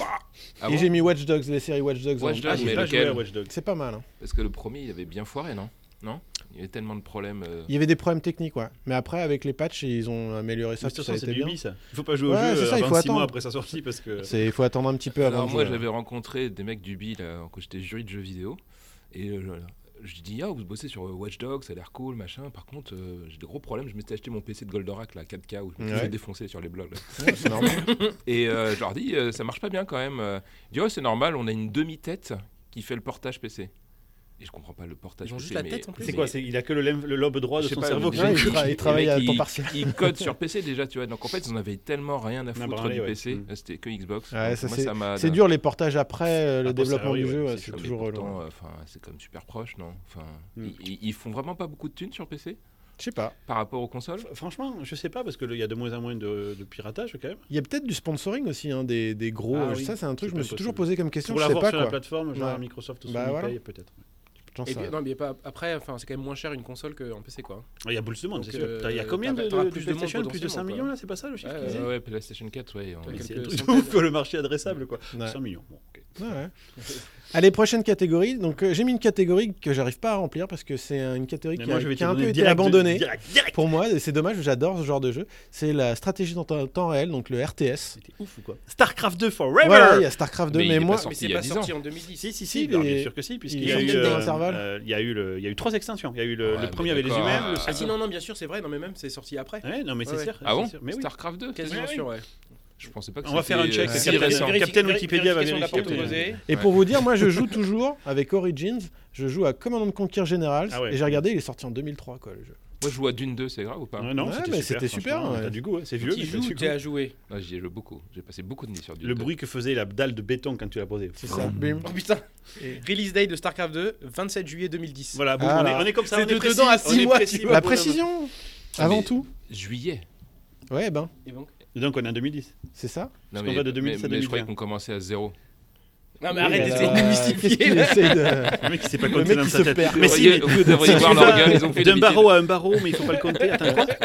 Speaker 3: Ah
Speaker 4: Et
Speaker 3: bon
Speaker 4: j'ai mis Watch Dogs, les séries Watch Dogs.
Speaker 3: Watch
Speaker 4: en-
Speaker 3: Dogs,
Speaker 1: Ah, j'ai
Speaker 3: mais
Speaker 1: pas joué
Speaker 3: lequel
Speaker 1: à Watch Dogs.
Speaker 4: C'est pas mal. Hein.
Speaker 3: Parce que le premier, il avait bien foiré, non? Non? Il y avait tellement de problèmes.
Speaker 4: Il y avait des problèmes techniques, ouais. Mais après, avec les patchs, ils ont amélioré ça.
Speaker 1: De toute
Speaker 4: ça
Speaker 1: façon,
Speaker 4: a
Speaker 1: c'est
Speaker 4: été
Speaker 1: du
Speaker 4: bien.
Speaker 1: Ubi, ça. Il faut pas jouer au
Speaker 4: Ouais,
Speaker 1: jeu
Speaker 4: c'est ça, il
Speaker 1: avant
Speaker 4: faut
Speaker 1: 6 mois
Speaker 4: attendre.
Speaker 1: après sa sortie parce que.
Speaker 4: Il faut attendre un petit peu avant.
Speaker 3: Alors
Speaker 4: de
Speaker 3: moi,
Speaker 4: jouer.
Speaker 3: j'avais rencontré des mecs d'Ubi là, quand j'étais jury de jeux vidéo. Et je dis, ah, vous bossez sur Watch Dogs, ça a l'air cool, machin. Par contre, j'ai des gros problèmes. Je m'étais acheté mon PC de Goldorak, là, 4K, où je me suis
Speaker 4: Ouais.
Speaker 3: fait défoncer sur les blogs. Là.
Speaker 4: Ouais, c'est normal.
Speaker 3: Et je leur dis, ça marche pas bien quand même. Ils disent, ouais, c'est normal, on a une demi-tête qui fait le portage PC. Et je comprends pas le portage
Speaker 2: Ils ont
Speaker 3: PC.
Speaker 2: juste la
Speaker 3: mais-
Speaker 2: tête, en plus.
Speaker 1: C'est quoi Il a que le lobe droit de
Speaker 3: Je sais
Speaker 1: son
Speaker 3: pas,
Speaker 1: cerveau
Speaker 3: mais
Speaker 1: qui
Speaker 4: Ouais,
Speaker 3: j'ai-
Speaker 4: il travaille
Speaker 3: les
Speaker 4: à
Speaker 3: mecs,
Speaker 4: temps partiel.
Speaker 3: Ils codent sur PC déjà, tu vois. Donc en fait, ils en avaient tellement rien à foutre
Speaker 1: branlé,
Speaker 3: du
Speaker 1: ouais.
Speaker 3: PC.
Speaker 1: Mm.
Speaker 3: C'était que Xbox.
Speaker 4: Ouais,
Speaker 3: Donc,
Speaker 4: ça,
Speaker 3: moi, ça m'a.
Speaker 4: C'est dur les portages après le
Speaker 1: Après,
Speaker 4: développement
Speaker 1: ça, oui,
Speaker 4: du
Speaker 1: ouais,
Speaker 4: jeu,
Speaker 1: c'est
Speaker 4: c'est
Speaker 1: sûr,
Speaker 4: toujours relou.
Speaker 3: Pourtant, c'est quand même super proche, non? Enfin,
Speaker 1: Mm.
Speaker 3: ils font vraiment pas beaucoup de thunes sur PC
Speaker 4: Je sais pas.
Speaker 3: par rapport aux consoles.
Speaker 1: Franchement, je sais pas parce que il y a de moins en moins de piratage quand même.
Speaker 4: Il y a peut-être du sponsoring aussi, hein, des gros.
Speaker 1: Ah oui,
Speaker 4: ça, c'est un truc
Speaker 1: c'est
Speaker 4: que je me
Speaker 1: pas
Speaker 4: suis toujours
Speaker 1: possible.
Speaker 4: posé comme question.
Speaker 1: Pour
Speaker 4: Je sais
Speaker 1: l'avoir
Speaker 4: pas
Speaker 1: sur la
Speaker 4: quoi.
Speaker 1: plateforme, genre
Speaker 4: Ouais.
Speaker 1: Microsoft ou
Speaker 4: Bah,
Speaker 1: Sony
Speaker 4: voilà.
Speaker 1: paye peut-être.
Speaker 4: J'en
Speaker 2: Et
Speaker 4: sais
Speaker 2: puis,
Speaker 4: rien.
Speaker 2: non, mais pas, après, enfin, c'est quand même moins cher une console qu'un PC, quoi.
Speaker 1: Il y a plus de monde,
Speaker 2: Donc,
Speaker 1: c'est sûr. Il y a combien
Speaker 2: t'auras
Speaker 1: de
Speaker 2: plus de monde
Speaker 1: PlayStation Plus de 100
Speaker 2: potentiellement,
Speaker 1: millions
Speaker 2: quoi.
Speaker 1: là, c'est pas ça le chiffre
Speaker 2: Ouais,
Speaker 1: qu'ils disaient
Speaker 3: Ouais, PlayStation 4, ouais.
Speaker 2: Ouais,
Speaker 1: C'est
Speaker 2: quelques
Speaker 1: un truc de
Speaker 2: centaines.
Speaker 1: ouf, le marché adressable quoi.
Speaker 4: Ouais.
Speaker 1: 100 millions. Bon, ok.
Speaker 4: Ouais, ouais. Allez, prochaine catégorie. Donc, j'ai mis une catégorie que j'arrive pas à remplir parce que c'est une catégorie
Speaker 1: Mais
Speaker 4: qui
Speaker 1: moi
Speaker 4: a,
Speaker 1: je vais
Speaker 4: qui
Speaker 1: te
Speaker 4: a un peu
Speaker 1: donner
Speaker 4: été
Speaker 1: direct,
Speaker 4: abandonnée.
Speaker 1: direct.
Speaker 4: Pour moi, et c'est dommage, j'adore ce genre de jeu. C'est la stratégie dans temps réel, donc le RTS.
Speaker 1: C'était ouf ou quoi Starcraft 2 Forever.
Speaker 4: Voilà, il y a StarCraft 2,
Speaker 3: Mais il
Speaker 4: mais
Speaker 3: est
Speaker 4: moi,
Speaker 3: pas
Speaker 2: Mais
Speaker 3: sorti
Speaker 2: c'est
Speaker 3: il y a
Speaker 2: pas
Speaker 3: 10
Speaker 2: sorti
Speaker 3: ans.
Speaker 2: en 2010.
Speaker 1: Si,
Speaker 4: il est-
Speaker 1: bien sûr que si, puisqu'il
Speaker 4: il
Speaker 1: y a
Speaker 4: est
Speaker 1: eu
Speaker 4: sorti dans l'intervalle.
Speaker 1: il y a eu 3 extensions. Il y a eu le
Speaker 3: Ouais,
Speaker 1: premier
Speaker 3: mais
Speaker 1: avec les
Speaker 3: d'accord.
Speaker 1: humains, le
Speaker 2: Ah si,
Speaker 1: second.
Speaker 2: non, bien sûr, c'est vrai. Non, mais même, c'est sorti après.
Speaker 1: Ouais, non mais c'est
Speaker 2: Ouais,
Speaker 1: sûr.
Speaker 3: Ah bon
Speaker 1: c'est sûr. Mais oui.
Speaker 3: StarCraft 2
Speaker 2: Quasiment
Speaker 1: Ouais,
Speaker 2: sûr, ouais.
Speaker 3: Je pensais pas que
Speaker 1: On va faire un check.
Speaker 3: si
Speaker 1: Captain-
Speaker 3: récent.
Speaker 1: Captain Wikipédia va
Speaker 2: Vérification de la
Speaker 1: vérifier.
Speaker 2: porte opposée.
Speaker 4: Et pour vous dire, moi je joue toujours avec Origins, je joue à Command & Conquer Generals,
Speaker 1: Ah ouais.
Speaker 4: et j'ai regardé, il est sorti en 2003 quoi le jeu.
Speaker 3: Moi, je joue à Dune 2, c'est grave ou pas?
Speaker 1: Non,
Speaker 4: Ouais, mais c'était super,
Speaker 1: franchement,
Speaker 4: ouais.
Speaker 1: T'as du goût, hein, c'est vieux.
Speaker 2: Qui
Speaker 1: mais t'as
Speaker 2: joue,
Speaker 1: du
Speaker 2: t'es
Speaker 1: goût.
Speaker 2: à jouer.
Speaker 3: Ah, j'y ai joué beaucoup. J'ai passé beaucoup de nuits sur Dune
Speaker 1: Le
Speaker 3: 2.
Speaker 1: bruit que faisait la dalle de béton quand tu l'as posée.
Speaker 4: C'est ça. Bim.
Speaker 2: Oh putain.
Speaker 4: Et-
Speaker 2: Release date de StarCraft 2, 27 juillet 2010.
Speaker 1: Voilà, bon,
Speaker 4: Ah
Speaker 1: on, est,
Speaker 4: là.
Speaker 1: on est comme ça,
Speaker 2: C'est
Speaker 1: on est
Speaker 2: de
Speaker 1: précis.
Speaker 2: dedans à
Speaker 1: on
Speaker 2: 6
Speaker 1: est
Speaker 2: mois,
Speaker 1: précis,
Speaker 2: tu
Speaker 1: mon
Speaker 2: vois.
Speaker 4: La
Speaker 1: bonhomme.
Speaker 4: précision
Speaker 3: Ah,
Speaker 4: avant
Speaker 3: mais-
Speaker 4: tout.
Speaker 3: Juillet.
Speaker 4: Ouais, ben,
Speaker 2: Et donc
Speaker 1: Et donc on est en 2010.
Speaker 4: c'est ça.
Speaker 3: Non,
Speaker 1: qu'on va de 2010 à
Speaker 3: mais je croyais
Speaker 1: 2020.
Speaker 3: qu'on commençait à 0.
Speaker 2: Non, mais
Speaker 4: Oui,
Speaker 2: arrête
Speaker 4: mais
Speaker 2: d'essayer de
Speaker 4: alors,
Speaker 2: nous
Speaker 4: qu'est-ce
Speaker 2: mystifier.
Speaker 4: qu'il
Speaker 2: là.
Speaker 4: essaye de...
Speaker 1: Le mec il sait pas
Speaker 4: Le
Speaker 1: compter
Speaker 4: mec
Speaker 1: dans
Speaker 4: qui
Speaker 1: sa
Speaker 4: se
Speaker 1: tête.
Speaker 4: perd.
Speaker 1: Mais si,
Speaker 3: Vous devriez
Speaker 1: si
Speaker 3: voir
Speaker 1: tu
Speaker 3: leur
Speaker 1: vas
Speaker 3: gueule, ils ont fait
Speaker 1: d'un
Speaker 3: des
Speaker 1: barreau à un barreau, mais il faut pas le compter. Attends, quoi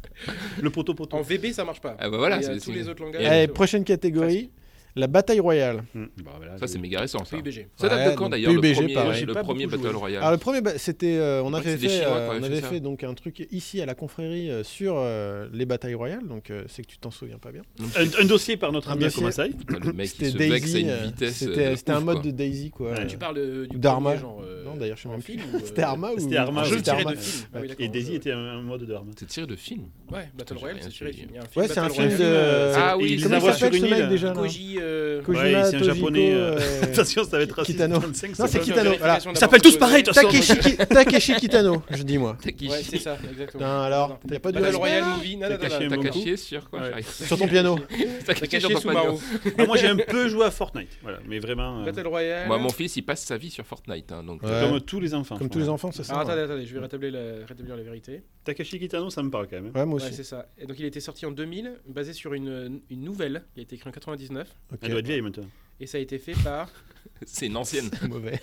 Speaker 1: Le poteau.
Speaker 2: En VB, ça marche pas.
Speaker 3: Ah bah voilà,
Speaker 2: Il y a
Speaker 3: c'est-
Speaker 2: tous
Speaker 3: c'est-
Speaker 2: les autres langages.
Speaker 4: Allez, prochaine catégorie, la bataille royale.
Speaker 3: Ça, c'est méga récent, ça.
Speaker 2: PUBG.
Speaker 3: Ça date
Speaker 4: Ouais,
Speaker 3: de quand
Speaker 4: donc
Speaker 3: d'ailleurs, le
Speaker 4: PUBG,
Speaker 3: premier,
Speaker 4: pareil.
Speaker 1: J'ai
Speaker 3: le
Speaker 1: pas
Speaker 3: premier
Speaker 1: beaucoup
Speaker 3: Battle
Speaker 1: joué.
Speaker 3: Royale?
Speaker 4: Alors le premier, c'était, on
Speaker 3: Ouais,
Speaker 4: avait
Speaker 3: c'est des
Speaker 4: fait,
Speaker 3: Chinois qui avaient
Speaker 4: on
Speaker 3: fait
Speaker 4: avait
Speaker 3: ça.
Speaker 4: fait donc un truc ici à la confrérie sur les batailles royales, donc c'est que tu t'en souviens pas bien.
Speaker 1: Un dossier par notre
Speaker 4: Un
Speaker 1: ami
Speaker 4: dossier.
Speaker 1: Komasai.
Speaker 3: Putain, le mec, il
Speaker 4: C'était
Speaker 3: se vexe à
Speaker 4: Daisy,
Speaker 3: une vitesse.
Speaker 4: c'était un
Speaker 3: ouf,
Speaker 4: mode
Speaker 3: quoi.
Speaker 4: de Daisy quoi.
Speaker 1: Ouais.
Speaker 2: Tu parles du
Speaker 4: Ou d'Arma.
Speaker 2: premier, genre,
Speaker 4: Non d'ailleurs je sais
Speaker 2: en
Speaker 4: même plus.
Speaker 2: film
Speaker 4: C'était Arma ou
Speaker 1: C'était Arma,
Speaker 2: Un
Speaker 1: oui,
Speaker 2: jeu
Speaker 1: c'était
Speaker 2: tiré
Speaker 1: Arma.
Speaker 2: de film. Ah oui, d'accord,
Speaker 1: Et Daisy
Speaker 2: ouais.
Speaker 1: était un mode de Arma.
Speaker 3: C'est tiré de film.
Speaker 2: Ouais, Battle
Speaker 3: J'ai
Speaker 2: Royale,
Speaker 3: rien
Speaker 2: c'est tiré de
Speaker 3: suivi.
Speaker 2: film. Il y a un film
Speaker 4: Ouais, c'est un
Speaker 2: Battle
Speaker 4: film
Speaker 2: Royale.
Speaker 4: de.
Speaker 3: Ah oui,
Speaker 1: il les
Speaker 4: comment il
Speaker 1: envoie
Speaker 4: s'appelle
Speaker 1: sur une
Speaker 4: ce mec
Speaker 1: île.
Speaker 4: déjà là
Speaker 2: Koji.
Speaker 4: Kojima,
Speaker 1: Ouais, c'est un
Speaker 4: Tojiko,
Speaker 1: japonais. Attention, ça va être raciste.
Speaker 4: Kitano.
Speaker 1: 25
Speaker 4: Non, c'est
Speaker 1: secondes.
Speaker 4: Kitano, voilà.
Speaker 2: Ils
Speaker 1: Ils s'appellent tous pareil, de toute façon.
Speaker 4: Takeshi Kitano, je dis moi.
Speaker 3: Takeshi.
Speaker 2: Ouais, c'est ça, exactement.
Speaker 4: Non, alors, y a pas de
Speaker 2: Battle
Speaker 4: respect,
Speaker 2: Royale
Speaker 4: là
Speaker 2: movie, non, non,
Speaker 1: Takashi
Speaker 2: non,
Speaker 1: Moku.
Speaker 3: Takashi, sur quoi
Speaker 1: Ouais.
Speaker 3: j'arrive.
Speaker 4: Sur ton piano.
Speaker 3: Takashi,
Speaker 2: Takashi
Speaker 3: j'entends pas
Speaker 2: Sumaru.
Speaker 3: dire.
Speaker 1: Ah, moi j'ai un peu joué à Fortnite. Voilà, mais vraiment.
Speaker 2: Battle Royale.
Speaker 3: Moi, mon fils, il passe sa vie sur Fortnite. Hein, donc,
Speaker 4: Ouais.
Speaker 1: Comme tous les enfants.
Speaker 4: Comme tous les enfants, c'est ça.
Speaker 2: Alors attendez, je vais rétablir la vérité.
Speaker 1: Takashi Kitano, ça me parle quand même.
Speaker 4: Ouais, moi
Speaker 2: Ouais,
Speaker 4: aussi.
Speaker 2: c'est ça. Et donc il a été sorti en 2000, basé sur une nouvelle qui a été écrite en 99.
Speaker 4: Ok.
Speaker 1: Elle doit être vieille maintenant.
Speaker 2: Et ça a été fait par
Speaker 3: c'est une ancienne.
Speaker 4: Mauvais.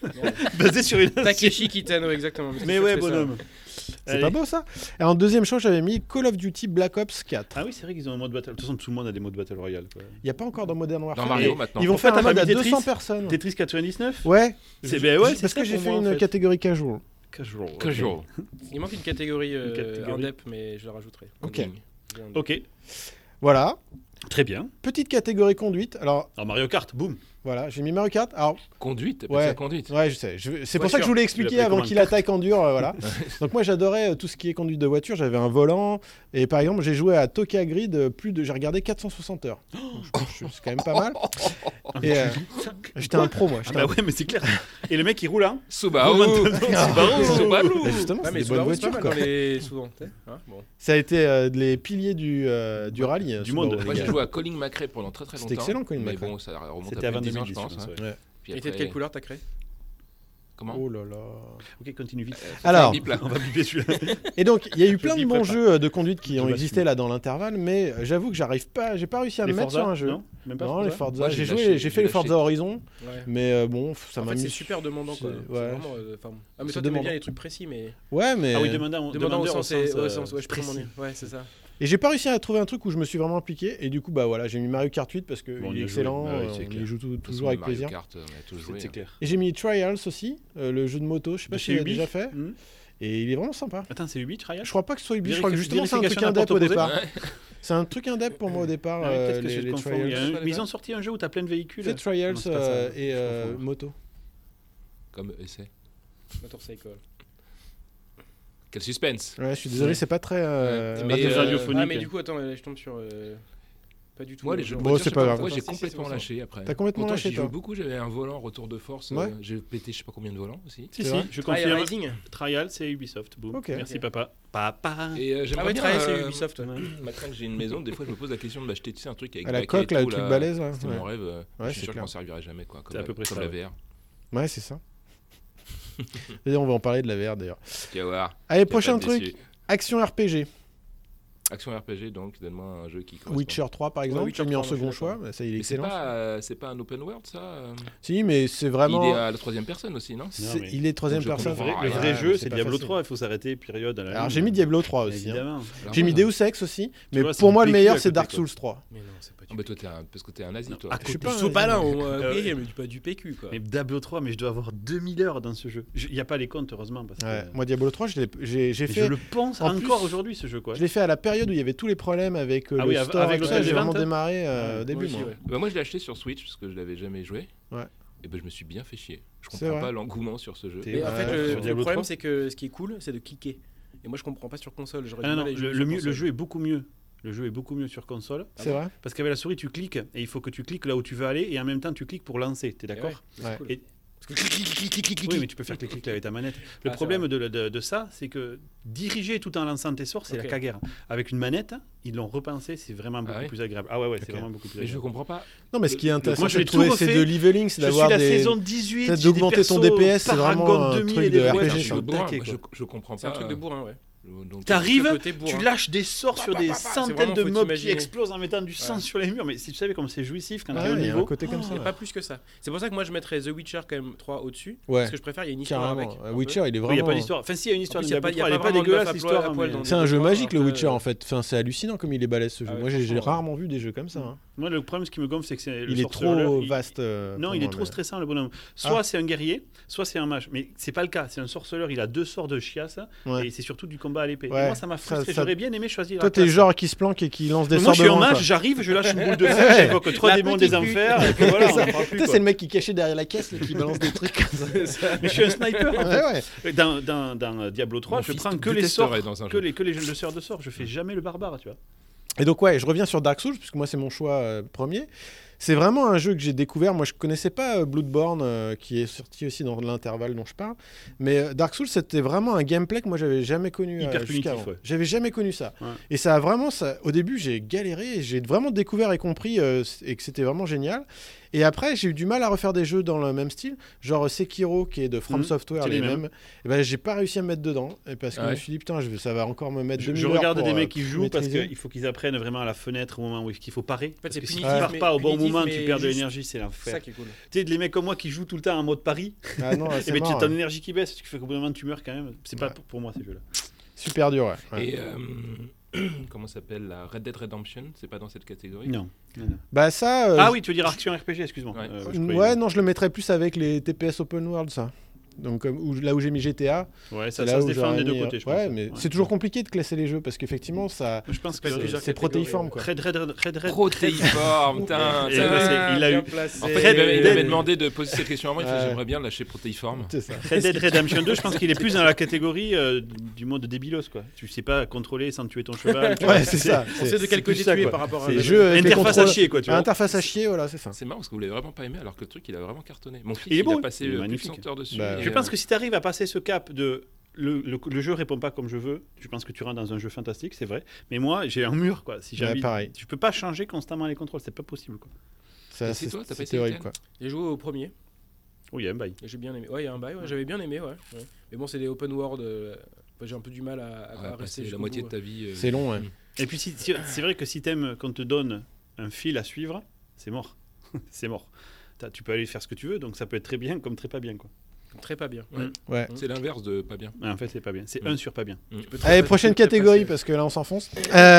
Speaker 1: Basé sur une.
Speaker 2: Takeshi Kitano, exactement.
Speaker 1: Mais
Speaker 2: c'est
Speaker 1: ouais,
Speaker 2: ça.
Speaker 1: bonhomme.
Speaker 4: C'est
Speaker 1: Allez.
Speaker 4: pas beau ça. Et en deuxième choix, j'avais mis Call of Duty Black Ops 4.
Speaker 1: Ah oui, c'est vrai qu'ils ont un mode battle. De toute façon, tout le monde a des modes battle royale. Quoi.
Speaker 4: Il n'y a pas encore dans Modern Warfare.
Speaker 3: Dans Mario,
Speaker 1: Et
Speaker 3: maintenant.
Speaker 4: Ils vont
Speaker 1: En
Speaker 4: faire
Speaker 1: fait,
Speaker 4: un
Speaker 1: t'as
Speaker 4: mode
Speaker 1: pas
Speaker 4: à
Speaker 1: mis
Speaker 4: 200
Speaker 1: Tetris
Speaker 4: personnes.
Speaker 1: Tetris 99
Speaker 4: Ouais.
Speaker 1: C'est ben ouais, c'est
Speaker 4: parce
Speaker 1: ça
Speaker 4: que j'ai
Speaker 1: pour
Speaker 4: fait
Speaker 1: moi, en
Speaker 4: une
Speaker 1: fait.
Speaker 4: catégorie casual.
Speaker 1: Casual. ok.
Speaker 3: Casual.
Speaker 2: Il manque une catégorie
Speaker 1: catégorie.
Speaker 2: indep, mais je la rajouterai.
Speaker 4: Ok.
Speaker 1: Ok,
Speaker 4: Voilà.
Speaker 1: très bien.
Speaker 4: Petite catégorie conduite. Alors
Speaker 1: Alors Mario Kart, boum.
Speaker 4: voilà, j'ai mis Mario Kart. Alors
Speaker 3: Conduite,
Speaker 4: Ouais.
Speaker 3: c'est la conduite.
Speaker 4: ouais, je sais. C'est pour
Speaker 2: Ouais,
Speaker 4: ça que je
Speaker 2: sûr.
Speaker 4: voulais
Speaker 1: Tu
Speaker 4: expliquer
Speaker 1: l'appelles
Speaker 4: avant
Speaker 1: comment,
Speaker 4: qu'il
Speaker 1: une carte
Speaker 4: attaque en dur. Voilà. Donc moi j'adorais tout ce qui est conduite de voiture. J'avais un volant et par exemple j'ai joué à Tokyo Grid j'ai regardé 460 heures. Donc, je pense que c'est quand même pas mal. Et j'étais un pro moi.
Speaker 1: Ah
Speaker 4: j'étais
Speaker 1: bah
Speaker 4: un-
Speaker 1: ouais, mais c'est clair. Et le mec il roule hein
Speaker 3: Subaru.
Speaker 1: Subaru.
Speaker 3: Subaru.
Speaker 4: Bah, justement,
Speaker 2: Ouais,
Speaker 4: c'est
Speaker 2: mais
Speaker 4: des bonnes
Speaker 2: Subaru, c'est pas
Speaker 4: voitures
Speaker 2: mal
Speaker 4: quoi.
Speaker 2: dans les souvent. tu sais, hein, bon.
Speaker 4: Ça a été les piliers du rallye.
Speaker 1: Du
Speaker 4: Subaru,
Speaker 1: monde.
Speaker 4: les
Speaker 3: Moi,
Speaker 4: gars.
Speaker 3: j'ai joué à Colin McRae pendant très très longtemps.
Speaker 4: C'était excellent, Colin
Speaker 3: Mais
Speaker 4: McRae.
Speaker 3: bon, ça remonte
Speaker 1: C'était
Speaker 3: à
Speaker 1: avant
Speaker 3: plus de 10 ans,
Speaker 1: 2010,
Speaker 3: je pense.
Speaker 1: je pense,
Speaker 3: hein.
Speaker 1: ouais.
Speaker 3: Puis
Speaker 2: Et t'es de
Speaker 3: après-
Speaker 2: quelle couleur t'as créé
Speaker 3: Comment
Speaker 4: Oh là là.
Speaker 1: Ok, continue vite.
Speaker 4: Alors,
Speaker 3: Bip, là.
Speaker 1: On va biper celui-là.
Speaker 4: et donc, il y a eu
Speaker 1: Je
Speaker 4: plein de
Speaker 1: biperai
Speaker 4: bons
Speaker 1: pas.
Speaker 4: jeux de conduite qui
Speaker 1: Je
Speaker 4: ont
Speaker 1: bascule.
Speaker 4: existé là dans l'intervalle, mais j'avoue que j'ai pas réussi à me
Speaker 1: Les
Speaker 4: mettre
Speaker 1: Forza,
Speaker 4: sur un jeu.
Speaker 1: Non, même pas
Speaker 4: Non, les
Speaker 1: Forza.
Speaker 4: Forza.
Speaker 3: Moi,
Speaker 4: J'ai
Speaker 3: j'ai
Speaker 4: fait les
Speaker 3: lâché.
Speaker 4: Forza Horizon,
Speaker 2: Ouais.
Speaker 4: mais bon, ça
Speaker 2: En
Speaker 4: m'a
Speaker 2: fait,
Speaker 4: mis.
Speaker 2: c'est super demandant quoi.
Speaker 4: c'est-
Speaker 2: C'est
Speaker 4: ouais.
Speaker 2: vraiment, ah, mais
Speaker 4: C'est
Speaker 2: toi, t'aimais
Speaker 4: demandant.
Speaker 2: bien les trucs précis, mais.
Speaker 4: Ouais, mais.
Speaker 1: Ah oui, demandant
Speaker 2: Demandant au sens, ouais, je
Speaker 1: précis.
Speaker 2: comprends mieux. Ouais, c'est ça.
Speaker 4: Et j'ai pas réussi à trouver un truc où je me suis vraiment impliqué. Et du coup, bah voilà, j'ai mis Mario Kart 8 parce que
Speaker 1: Bon, on
Speaker 4: il
Speaker 1: y
Speaker 4: est
Speaker 1: a
Speaker 4: excellent.
Speaker 1: joué. Bah oui, c'est
Speaker 4: On
Speaker 1: clair.
Speaker 4: y joue
Speaker 3: De toute façon,
Speaker 4: toujours avec
Speaker 3: Mario
Speaker 4: plaisir.
Speaker 3: Kart, on a tous joué.
Speaker 1: C'est
Speaker 3: hein.
Speaker 1: clair.
Speaker 4: Et j'ai mis Trials aussi, le jeu de moto. Je sais pas
Speaker 1: De
Speaker 4: si
Speaker 1: chez
Speaker 4: tu l'as
Speaker 1: Ubi.
Speaker 4: déjà fait. Et il est vraiment sympa.
Speaker 1: Attends, c'est Ubi, Trial
Speaker 4: Je crois pas que ce soit Ubi. Je crois que
Speaker 1: Vérification
Speaker 4: justement c'est un truc
Speaker 1: à
Speaker 4: indep
Speaker 1: porte
Speaker 4: au
Speaker 1: opposée.
Speaker 4: départ.
Speaker 3: Ouais.
Speaker 4: C'est un truc indep pour moi au départ.
Speaker 1: Ah, peut-être que
Speaker 4: les
Speaker 1: je confonds. Il y a
Speaker 4: Trials.
Speaker 1: mais ils ont sorti un jeu où t'as plein de véhicules.
Speaker 4: C'est Trials
Speaker 1: Non, c'est pas ça.
Speaker 4: et
Speaker 1: Je confonds.
Speaker 4: moto.
Speaker 3: Comme essai.
Speaker 2: Motorcycle.
Speaker 3: Quel suspense.
Speaker 4: Ouais, je suis désolé,
Speaker 1: Ouais.
Speaker 4: c'est pas très.
Speaker 3: Mais,
Speaker 1: radiophonique.
Speaker 2: Ah, mais du coup, attends, là, je tombe sur. Pas du tout.
Speaker 3: Moi, les jeux de
Speaker 4: Bon,
Speaker 3: voiture,
Speaker 4: c'est
Speaker 3: je sais
Speaker 4: pas grave.
Speaker 3: pourquoi, j'ai
Speaker 2: Si, si,
Speaker 3: complètement
Speaker 2: c'est
Speaker 3: lâché après.
Speaker 4: T'as complètement
Speaker 3: Pourtant,
Speaker 4: lâché,
Speaker 3: j'y
Speaker 4: toi.
Speaker 3: joue beaucoup, j'avais un volant retour de force.
Speaker 4: Ouais.
Speaker 3: J'ai pété je sais pas combien de volants aussi.
Speaker 1: Si,
Speaker 4: C'est
Speaker 1: si,
Speaker 4: vrai
Speaker 1: je
Speaker 2: Trial
Speaker 1: confirme.
Speaker 2: Rising.
Speaker 1: Trial, c'est Ubisoft. Boum.
Speaker 4: Ok.
Speaker 1: Merci,
Speaker 2: Ok.
Speaker 1: papa. Papa.
Speaker 3: Et
Speaker 2: Ah
Speaker 3: j'aimerais
Speaker 2: ouais,
Speaker 3: bien.
Speaker 2: Trial, c'est Ubisoft.
Speaker 3: Maintenant que j'ai une maison, des fois je me pose la question de m'acheter un truc avec
Speaker 4: À la
Speaker 3: baquet
Speaker 4: coque,
Speaker 3: et
Speaker 4: là,
Speaker 3: tout,
Speaker 4: le truc balèze. Là.
Speaker 3: C'était
Speaker 4: Ouais.
Speaker 3: mon rêve.
Speaker 4: Ouais,
Speaker 3: Je
Speaker 4: c'est
Speaker 3: suis sûr que je
Speaker 4: clair.
Speaker 3: m'en servirai jamais quoi.
Speaker 1: C'est à peu près
Speaker 3: comme
Speaker 1: ça,
Speaker 3: la
Speaker 1: ouais.
Speaker 3: VR.
Speaker 4: Ouais, c'est ça. D'ailleurs, on va en parler de la VR d'ailleurs.
Speaker 3: Tu vas voir.
Speaker 4: Allez,
Speaker 3: tu vas pas
Speaker 4: prochain
Speaker 3: être
Speaker 4: truc,
Speaker 3: déçu.
Speaker 4: action RPG.
Speaker 3: Action RPG, donc donne-moi un jeu qui correspond.
Speaker 4: Witcher 3 par exemple,
Speaker 2: Witcher
Speaker 4: j'ai mis en
Speaker 2: 3,
Speaker 4: second
Speaker 2: je suis
Speaker 4: choix.
Speaker 2: d'accord.
Speaker 4: Bah, ça, il est
Speaker 3: Mais c'est
Speaker 4: excellent.
Speaker 3: pas un open world ça
Speaker 4: Si, mais c'est
Speaker 3: Il est
Speaker 4: vraiment.
Speaker 3: à la troisième personne aussi, non
Speaker 1: mais-
Speaker 4: Il est troisième
Speaker 3: Donc, je
Speaker 4: personne.
Speaker 3: comprends
Speaker 1: Le
Speaker 3: rien,
Speaker 1: vrai jeu, c'est
Speaker 4: pas
Speaker 1: Diablo
Speaker 4: facile.
Speaker 1: 3. Il faut s'arrêter, période. à la
Speaker 4: Alors
Speaker 1: ligne.
Speaker 4: j'ai mis Diablo 3 aussi. hein.
Speaker 1: Évidemment.
Speaker 4: J'ai mis Deus Ex aussi, mais
Speaker 1: vois, c'est
Speaker 4: pour
Speaker 1: du
Speaker 4: moi le
Speaker 1: PQ
Speaker 4: meilleur
Speaker 1: à
Speaker 4: c'est
Speaker 1: côté,
Speaker 4: Dark
Speaker 1: quoi.
Speaker 4: Souls 3.
Speaker 2: Mais non, c'est pas du
Speaker 3: Ah bah toi parce que t'es un nazi toi.
Speaker 1: à
Speaker 4: Je suis
Speaker 1: côté.
Speaker 4: pas un
Speaker 2: Sopalin,
Speaker 4: nazi.
Speaker 2: oui, mais pas du PQ quoi.
Speaker 1: Mais Diablo 3, mais je dois avoir 2000 heures dans ce jeu. Il n'y a pas les comptes, heureusement. Parce que...
Speaker 4: Ouais. Moi Diablo 3, j'ai
Speaker 1: Mais je
Speaker 4: fait.
Speaker 1: le pense
Speaker 4: en
Speaker 1: encore
Speaker 4: plus,
Speaker 1: aujourd'hui, ce jeu. Quoi.
Speaker 4: Je l'ai fait à la période où il y avait tous les problèmes avec
Speaker 1: Ah
Speaker 4: le
Speaker 1: oui,
Speaker 4: store.
Speaker 1: avec
Speaker 4: et tout
Speaker 1: le
Speaker 4: ça, j'ai
Speaker 1: Devant.
Speaker 4: vraiment démarré
Speaker 1: Ouais,
Speaker 4: au début.
Speaker 2: aussi,
Speaker 4: moi.
Speaker 2: ouais.
Speaker 3: Bah, moi je l'ai acheté sur Switch parce que je l'avais jamais joué.
Speaker 4: Ouais.
Speaker 3: Et ben je me suis bien fait chier. Je
Speaker 4: C'est
Speaker 3: comprends
Speaker 4: vrai.
Speaker 3: pas l'engouement sur ce jeu.
Speaker 1: T'es-
Speaker 2: Mais en
Speaker 1: Ouais,
Speaker 2: fait,
Speaker 1: sur
Speaker 2: le
Speaker 1: Diablo
Speaker 2: problème
Speaker 1: 3.
Speaker 2: c'est que ce qui est cool, c'est de cliquer. Et moi je comprends pas sur console. J'aurais
Speaker 1: Ah
Speaker 2: du
Speaker 1: non,
Speaker 2: mal à
Speaker 1: non,
Speaker 2: y jouer
Speaker 1: le,
Speaker 2: sur
Speaker 1: le
Speaker 2: console.
Speaker 1: jeu est beaucoup mieux. Le jeu est beaucoup mieux sur console.
Speaker 4: C'est vrai.
Speaker 1: Parce qu'avec la souris, tu cliques et il faut que tu cliques là où tu veux aller et en même temps, tu cliques pour lancer. T'es d'accord?
Speaker 2: Ouais,
Speaker 4: Ouais.
Speaker 2: c'est cool.
Speaker 1: Et-
Speaker 2: Parce que clic.
Speaker 1: Oui, mais tu peux faire clic avec ta manette. Le
Speaker 2: Ah,
Speaker 1: problème de ça, c'est que diriger tout en lançant tes sorts, c'est
Speaker 2: Ok.
Speaker 1: la cagère. Avec une manette, ils l'ont repensé, c'est vraiment beaucoup
Speaker 3: ouais
Speaker 1: plus agréable. Ah ouais, c'est
Speaker 4: Ok.
Speaker 1: vraiment beaucoup plus
Speaker 3: Mais je
Speaker 1: agréable.
Speaker 3: comprends pas.
Speaker 4: Non, mais ce qui est intéressant,
Speaker 1: moi, je
Speaker 4: c'est
Speaker 1: l'ai
Speaker 4: de trouver,
Speaker 1: tout
Speaker 4: c'est
Speaker 1: refait.
Speaker 4: de leveling, c'est
Speaker 1: Je suis
Speaker 4: d'avoir
Speaker 1: la
Speaker 4: des.
Speaker 1: saison 18.
Speaker 4: peut-être
Speaker 1: j'ai
Speaker 4: d'augmenter
Speaker 1: des
Speaker 4: ton
Speaker 1: persos
Speaker 4: DPS, c'est vraiment
Speaker 1: Paragon
Speaker 4: un
Speaker 1: 2000
Speaker 4: truc
Speaker 1: et des
Speaker 4: de
Speaker 1: ouais,
Speaker 4: RPG,
Speaker 1: je
Speaker 4: ça.
Speaker 1: suis au taquet, quoi.
Speaker 3: Je comprends
Speaker 2: C'est
Speaker 3: pas.
Speaker 2: un truc de bourrin, ouais.
Speaker 3: Donc,
Speaker 1: T'arrives,
Speaker 2: Le côté bourrin.
Speaker 1: tu lâches des sorts sur des centaines
Speaker 2: vraiment,
Speaker 1: de
Speaker 2: faut
Speaker 1: mobs qui
Speaker 2: t'imaginer.
Speaker 1: explosent en mettant du sang
Speaker 2: Ouais.
Speaker 1: sur les murs. Mais si tu savais comme c'est jouissif quand
Speaker 4: Ouais,
Speaker 1: tu es au
Speaker 4: il y a un
Speaker 1: niveau.
Speaker 4: côté comme ça.
Speaker 2: Mais
Speaker 4: ouais.
Speaker 2: pas plus que ça. C'est pour ça que moi je mettrais The Witcher quand même 3 au-dessus.
Speaker 4: Ouais.
Speaker 2: Parce que je préfère, il y a une histoire
Speaker 4: Carrément.
Speaker 2: avec. un peu.
Speaker 4: Witcher, il est
Speaker 1: Il n'y a
Speaker 4: vraiment.
Speaker 1: pas d'histoire. Enfin, si, il y a une histoire
Speaker 2: En
Speaker 1: de
Speaker 2: plus, y a
Speaker 1: Diablo
Speaker 2: pas- y a
Speaker 1: 3. Elle
Speaker 2: pas
Speaker 1: n'est pas
Speaker 2: vraiment de
Speaker 1: dégueulasse
Speaker 2: meuf à
Speaker 1: l'histoire.
Speaker 2: poil
Speaker 1: mais-
Speaker 2: dans
Speaker 4: C'est un jeu
Speaker 2: Diablo 3,
Speaker 4: magique le
Speaker 2: un peu,
Speaker 4: Witcher en fait. Enfin, c'est hallucinant comme il est balèze ce jeu.
Speaker 2: Ah ouais,
Speaker 4: Moi j'ai
Speaker 2: franchement,
Speaker 4: rarement vu des jeux comme ça. hein.
Speaker 1: Moi, le problème, ce qui me gonfle, c'est que c'est le
Speaker 4: Il est
Speaker 1: sorceleur,
Speaker 4: trop
Speaker 1: il-
Speaker 4: vaste.
Speaker 1: Non,
Speaker 4: pour
Speaker 1: il est
Speaker 4: moi,
Speaker 1: trop
Speaker 4: mais-
Speaker 1: stressant le bonhomme. Soit c'est un guerrier, soit c'est un mage. Mais c'est pas le cas. C'est un sorceleur, il a 2 sorts de chiasse
Speaker 4: Ouais.
Speaker 1: et c'est surtout du combat à l'épée. Et
Speaker 4: Ouais.
Speaker 1: Moi, ça m'a frustré.
Speaker 4: Ça-
Speaker 1: J'aurais bien aimé choisir.
Speaker 4: Toi
Speaker 1: la
Speaker 4: t'es
Speaker 1: classe.
Speaker 4: le genre qui se planque et qui lance des
Speaker 1: Moi,
Speaker 4: sorts
Speaker 1: je
Speaker 4: de
Speaker 1: suis un
Speaker 4: loin,
Speaker 1: mage,
Speaker 4: quoi.
Speaker 1: j'arrive, je lâche une boule de feu,
Speaker 4: Ouais.
Speaker 1: j'évoque 3
Speaker 2: La
Speaker 1: démons
Speaker 2: petite
Speaker 1: des enfers, et puis voilà, on en parle plus.
Speaker 4: Ça
Speaker 1: quoi.
Speaker 4: c'est le mec qui est caché derrière la caisse et qui balance des trucs comme ça.
Speaker 1: Mais je suis un sniper. en
Speaker 4: Ouais,
Speaker 1: fait.
Speaker 4: ouais.
Speaker 1: Dans Diablo 3,
Speaker 3: Mon
Speaker 1: je
Speaker 3: fils
Speaker 1: prends
Speaker 3: te
Speaker 1: que les sorts,
Speaker 3: détesterait dans un
Speaker 1: que
Speaker 3: jeu.
Speaker 1: les le sort de sort. Je fais jamais le barbare, tu vois.
Speaker 4: Et donc ouais, je reviens sur Dark Souls puisque moi c'est mon choix premier. C'est vraiment un jeu que j'ai découvert. Moi je connaissais pas Bloodborne qui est sorti aussi dans l'intervalle dont je parle. Mais Dark Souls c'était vraiment un gameplay que moi j'avais jamais connu
Speaker 1: Hyper
Speaker 4: jusqu'avant.
Speaker 1: punitif, ouais.
Speaker 4: J'avais jamais connu ça.
Speaker 1: Ouais.
Speaker 4: Et ça a vraiment au début j'ai galéré, et j'ai vraiment découvert et compris et que c'était vraiment génial. Et après j'ai eu du mal à refaire des jeux dans le même style, genre Sekiro qui est de From
Speaker 1: Mhm.
Speaker 4: Software
Speaker 1: C'est
Speaker 4: les
Speaker 1: les mêmes.
Speaker 4: mêmes. Et ben j'ai pas réussi à me mettre dedans et parce que
Speaker 3: Ah
Speaker 4: je me
Speaker 3: ouais.
Speaker 4: suis dit putain ça va encore me mettre 2000
Speaker 1: Je
Speaker 4: heures
Speaker 1: regarde
Speaker 4: pour,
Speaker 1: des mecs qui jouent parce
Speaker 4: maîtriser.
Speaker 1: qu'il faut qu'ils apprennent vraiment à la fenêtre au moment où il faut parer.
Speaker 2: En fait,
Speaker 1: Parce
Speaker 2: c'est
Speaker 1: que si tu
Speaker 2: punitif,
Speaker 1: pares
Speaker 2: mais-
Speaker 1: pas au bon
Speaker 2: punitif,
Speaker 1: moment, tu
Speaker 2: mais
Speaker 1: perds de
Speaker 2: juste.
Speaker 1: l'énergie, c'est
Speaker 2: C'est
Speaker 1: l'enfer.
Speaker 2: ça qui est cool.
Speaker 1: Tu sais, les mecs comme moi qui jouent tout le temps en mode pari,
Speaker 4: Ah non,
Speaker 1: et
Speaker 4: c'est
Speaker 1: ben tu as
Speaker 4: mort,
Speaker 1: ton
Speaker 4: ouais.
Speaker 1: énergie qui baisse, tu fais qu'au bout d'un moment tu meurs quand même. C'est pas
Speaker 4: Ouais.
Speaker 1: pour moi ces jeux-là.
Speaker 4: Super dur ouais.
Speaker 3: Et comment s'appelle la Red Dead Redemption? C'est pas dans cette catégorie?
Speaker 1: Non.
Speaker 4: Bah ça.
Speaker 1: Ah oui, tu veux dire action RPG, excuse-moi.
Speaker 3: Ouais.
Speaker 1: Je croyais-
Speaker 4: Ouais, non, je le mettrais plus avec les TPS open world, ça. Donc là où j'ai mis GTA,
Speaker 1: Ouais,
Speaker 4: c'est
Speaker 1: ça
Speaker 4: là
Speaker 1: se
Speaker 4: où
Speaker 1: défend des
Speaker 4: j'aurais
Speaker 1: deux
Speaker 4: mis,
Speaker 1: côtés, je pense.
Speaker 4: Ouais, mais
Speaker 1: Ouais.
Speaker 4: c'est toujours compliqué de classer les jeux parce qu'effectivement, ça,
Speaker 1: Je pense que
Speaker 2: C'est plusieurs
Speaker 4: c'est protéiforme quoi.
Speaker 1: Red Red.
Speaker 3: Protéiforme, putain.
Speaker 1: Et
Speaker 3: ça-
Speaker 1: ouais, il l'a eu.
Speaker 2: Placé.
Speaker 3: En fait,
Speaker 1: Red
Speaker 3: il
Speaker 1: Dead.
Speaker 3: m'avait demandé de poser cette question à moi. Il fait,
Speaker 4: Ouais.
Speaker 3: j'aimerais bien lâcher protéiforme.
Speaker 4: C'est ça.
Speaker 1: Red Dead Redemption 2, je pense qu'il est plus dans la catégorie du mode débilos quoi. Tu sais pas contrôler sans tuer ton cheval. tu vois.
Speaker 4: Ouais, c'est ça.
Speaker 2: On sait de quel
Speaker 1: plus
Speaker 2: côté
Speaker 1: ça,
Speaker 2: tu es
Speaker 1: quoi.
Speaker 2: par rapport à
Speaker 4: C'est
Speaker 2: Red
Speaker 4: jeu
Speaker 2: Dead.
Speaker 4: avec les
Speaker 1: Interface à
Speaker 4: contrôles-
Speaker 1: chier quoi, tu vois.
Speaker 4: Interface à chier, voilà, c'est ça.
Speaker 3: C'est marrant parce que vous l'avez vraiment pas aimé alors que le truc il a vraiment cartonné. Mon fils
Speaker 1: Il est
Speaker 3: il
Speaker 1: beau,
Speaker 3: a passé
Speaker 1: il est
Speaker 3: plus de
Speaker 1: magnifique.
Speaker 3: 100 heures dessus.
Speaker 4: Bah,
Speaker 3: et,
Speaker 1: Je pense que si tu arrives à passer ce cap de le jeu répond pas comme je veux, je pense que tu rentres dans un jeu fantastique, c'est vrai. Mais moi, j'ai un mur quoi. Si j'ai
Speaker 4: Ouais,
Speaker 1: envie,
Speaker 4: pareil.
Speaker 1: je peux pas changer constamment les contrôles, c'est pas possible quoi.
Speaker 4: Ça,
Speaker 3: Et c'est toi, t'as pas
Speaker 4: c'est
Speaker 3: essayé,
Speaker 4: horrible
Speaker 3: Étienne
Speaker 4: quoi.
Speaker 2: J'ai joué au premier.
Speaker 1: Oui, il y a un bail.
Speaker 2: Et j'ai bien aimé. Ouais, il y a un bail, j'avais bien aimé, ouais. Mais bon, c'est des open world. J'ai un peu du mal à rester
Speaker 3: passer la
Speaker 2: jusqu'au
Speaker 3: moitié
Speaker 2: bout,
Speaker 3: de ta vie.
Speaker 4: C'est long, ouais.
Speaker 1: Et puis c'est vrai que si t'aimes qu'on te donne un fil à suivre, c'est mort. C'est mort. Tu peux aller faire ce que tu veux, donc ça peut être très bien comme très pas bien, quoi.
Speaker 2: Très pas bien.
Speaker 4: Ouais.
Speaker 3: C'est l'inverse de pas bien.
Speaker 1: En fait, c'est pas bien. C'est un sur pas bien.
Speaker 4: Allez, prochaine catégorie, parce que là, on s'enfonce.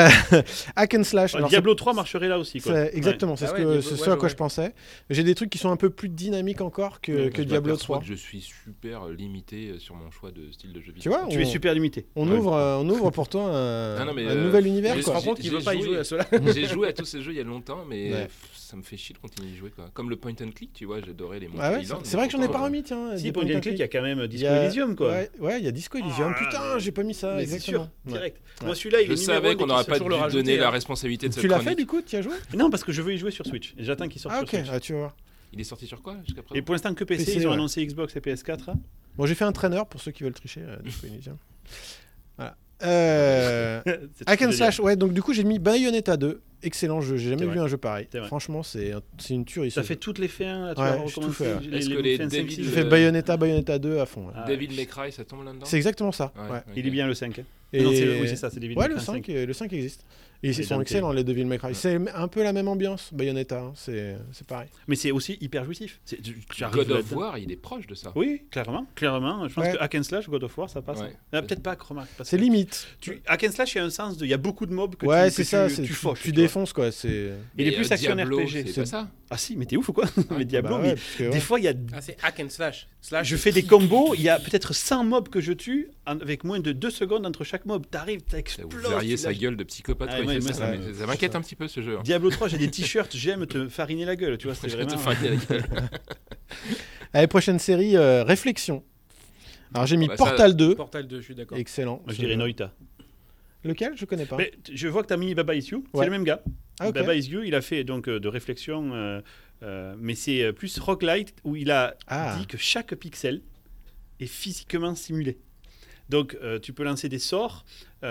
Speaker 4: Hack and slash. Alors,
Speaker 1: Diablo 3 marcherait là aussi, quoi.
Speaker 4: exactement, c'est
Speaker 2: Ah
Speaker 4: ce,
Speaker 2: ouais,
Speaker 4: que,
Speaker 2: Diablo,
Speaker 4: c'est ce
Speaker 2: ouais,
Speaker 4: à quoi
Speaker 2: ouais.
Speaker 4: je pensais. J'ai des trucs qui sont un peu plus dynamiques encore que
Speaker 3: Je
Speaker 4: Diablo
Speaker 3: m'aperçois
Speaker 4: 3.
Speaker 3: que je suis super limité sur mon choix de style de jeu vidéo.
Speaker 4: Tu vois,
Speaker 1: Tu es super limité.
Speaker 4: on ouvre pour toi un,
Speaker 3: Non, mais,
Speaker 4: un nouvel univers.
Speaker 2: Il se
Speaker 3: j'ai-
Speaker 2: rend compte qu'il veut pas y
Speaker 3: joué-
Speaker 2: jouer à cela.
Speaker 3: J'ai joué à tous ces jeux il y a longtemps, mais
Speaker 4: Ouais.
Speaker 3: ça me fait chier de continuer à y jouer. Quoi. Comme le point and click, tu vois, j'adorais les Monkey
Speaker 4: Ah ouais,
Speaker 3: Island,
Speaker 4: c'est
Speaker 3: mais
Speaker 4: vrai que j'en ai
Speaker 3: pourtant,
Speaker 4: pas remis, tiens.
Speaker 1: Si,
Speaker 4: des
Speaker 1: pour
Speaker 4: point
Speaker 1: une
Speaker 4: and
Speaker 1: click, il
Speaker 4: click.
Speaker 1: y a quand même
Speaker 4: Il
Speaker 1: Disco
Speaker 4: y a-
Speaker 1: Elysium, quoi.
Speaker 4: Ouais, il y a Disco Elysium.
Speaker 1: Ah,
Speaker 4: Putain, j'ai pas mis ça.
Speaker 1: Mais c'est
Speaker 4: Exactement.
Speaker 1: sûr,
Speaker 4: Ouais.
Speaker 1: direct.
Speaker 4: Ouais.
Speaker 1: Moi, celui-là, il
Speaker 3: Je
Speaker 1: est numéro
Speaker 3: savais
Speaker 1: un
Speaker 3: qu'on
Speaker 1: dès
Speaker 3: n'aurait
Speaker 1: qu'il
Speaker 3: pas
Speaker 1: sort.
Speaker 3: dû
Speaker 2: le rajouter,
Speaker 3: donner la
Speaker 2: hein.
Speaker 3: responsabilité de cette
Speaker 4: Tu l'as fait
Speaker 3: chronique.
Speaker 4: du coup, tu y as joué?
Speaker 1: Non, parce que je veux y jouer sur Switch. Et j'attends qu'il sorte
Speaker 4: Ah
Speaker 1: sur
Speaker 4: ok,
Speaker 1: Switch.
Speaker 4: ah, tu vas voir.
Speaker 3: Il est sorti sur quoi jusqu'à
Speaker 1: Et
Speaker 3: présent
Speaker 1: pour l'instant que PC,
Speaker 4: PC,
Speaker 1: ils ont
Speaker 4: ouais.
Speaker 1: annoncé Xbox et PS4.
Speaker 4: Bon, j'ai fait un traîneur pour ceux qui veulent tricher. Disco Elysium. Voilà.
Speaker 1: C'est
Speaker 4: Hack and
Speaker 1: génial.
Speaker 4: slash, ouais, donc du coup j'ai mis Bayonetta 2. Excellent jeu, j'ai jamais
Speaker 1: C'est
Speaker 4: vu
Speaker 1: vrai.
Speaker 4: un jeu pareil.
Speaker 1: C'est vrai.
Speaker 4: Franchement, c'est une tuerie.
Speaker 1: Ça
Speaker 4: ce
Speaker 1: fait
Speaker 4: jeu.
Speaker 1: toutes les fins, là, tu
Speaker 4: Ouais,
Speaker 1: vas
Speaker 4: j'ai tout
Speaker 1: recommencer
Speaker 4: fait, ouais.
Speaker 3: Est-ce que les
Speaker 1: fins
Speaker 3: David-
Speaker 1: 5, 6,
Speaker 4: J'ai fait Bayonetta 2 à fond. Ouais.
Speaker 1: Ah,
Speaker 3: Devil May Cry, ça tombe là-dedans
Speaker 4: C'est exactement ça.
Speaker 3: Ouais,
Speaker 4: Ouais.
Speaker 3: ok.
Speaker 1: Il est bien le 5.
Speaker 4: Et...
Speaker 1: Non, oui, c'est ça, c'est David
Speaker 4: Ouais,
Speaker 1: May
Speaker 4: le
Speaker 1: Cry
Speaker 4: 5, le 5 existe. Et ils
Speaker 1: Et
Speaker 4: sont
Speaker 1: Dante.
Speaker 4: excellents, les Devil May Cry.
Speaker 1: Ouais.
Speaker 4: C'est un peu la même ambiance, Bayonetta. Hein. C'est pareil.
Speaker 1: Mais c'est aussi hyper jouissif. Tu arrives
Speaker 3: God of
Speaker 1: là-dedans.
Speaker 3: War, il est proche de ça.
Speaker 1: Oui, clairement. Je pense
Speaker 4: Ouais.
Speaker 1: que Hack and Slash, God of War, ça passe.
Speaker 3: Ouais.
Speaker 1: Ah, peut-être pas, remarque. parce
Speaker 4: C'est
Speaker 1: que
Speaker 4: limite.
Speaker 1: Hack and Slash, il y a un sens de. Il y a beaucoup de mobs que
Speaker 4: Ouais,
Speaker 1: tu,
Speaker 4: c'est
Speaker 1: que
Speaker 4: ça.
Speaker 1: tu,
Speaker 4: c'est-
Speaker 1: tu fauches.
Speaker 4: tu
Speaker 1: tu vois.
Speaker 4: défonces, quoi. C'est.
Speaker 1: Il est
Speaker 3: Mais,
Speaker 1: plus action
Speaker 3: Diablo,
Speaker 1: RPG.
Speaker 3: C'est pas ça
Speaker 1: Ah si, mais t'es ouf ou quoi Mais Diablo,
Speaker 4: Bah
Speaker 1: mais
Speaker 4: ouais, parce que, ouais.
Speaker 1: des fois, il y a.
Speaker 2: Ah, c'est hack and slash.
Speaker 1: Je fais des combos, il y a peut-être 100 mobs que je tue avec moins de 2 secondes entre chaque mob. T'arrives,
Speaker 3: Vous
Speaker 1: t'exploses.
Speaker 3: verriez
Speaker 1: tu
Speaker 3: sa
Speaker 1: lâches.
Speaker 3: gueule de psychopathe
Speaker 1: Ah,
Speaker 3: quand il
Speaker 1: ouais,
Speaker 3: fait
Speaker 1: moi,
Speaker 3: ça.
Speaker 1: ça
Speaker 3: mais ça m'inquiète un petit peu ce jeu. hein.
Speaker 1: Diablo 3, j'ai des t-shirts, j'aime te fariner la gueule, tu vois, c'est
Speaker 3: Je vais te
Speaker 1: vraiment.
Speaker 3: fariner la gueule.
Speaker 4: Allez, prochaine série, Réflexion. Alors j'ai mis
Speaker 3: bah, ça-
Speaker 4: Portal 2.
Speaker 2: Portal 2, je suis d'accord.
Speaker 4: Excellent.
Speaker 1: Moi, je dirais Noita.
Speaker 4: Lequel? Je connais pas.
Speaker 1: Mais je vois que tu as mis Baba Is You, c'est
Speaker 4: Ouais.
Speaker 1: le même gars.
Speaker 4: Ah, ok.
Speaker 1: Baba Is You, il a fait donc de réflexion, mais c'est plus roguelite où il a
Speaker 4: Ah.
Speaker 1: dit que chaque pixel est physiquement simulé. Donc tu peux lancer des sorts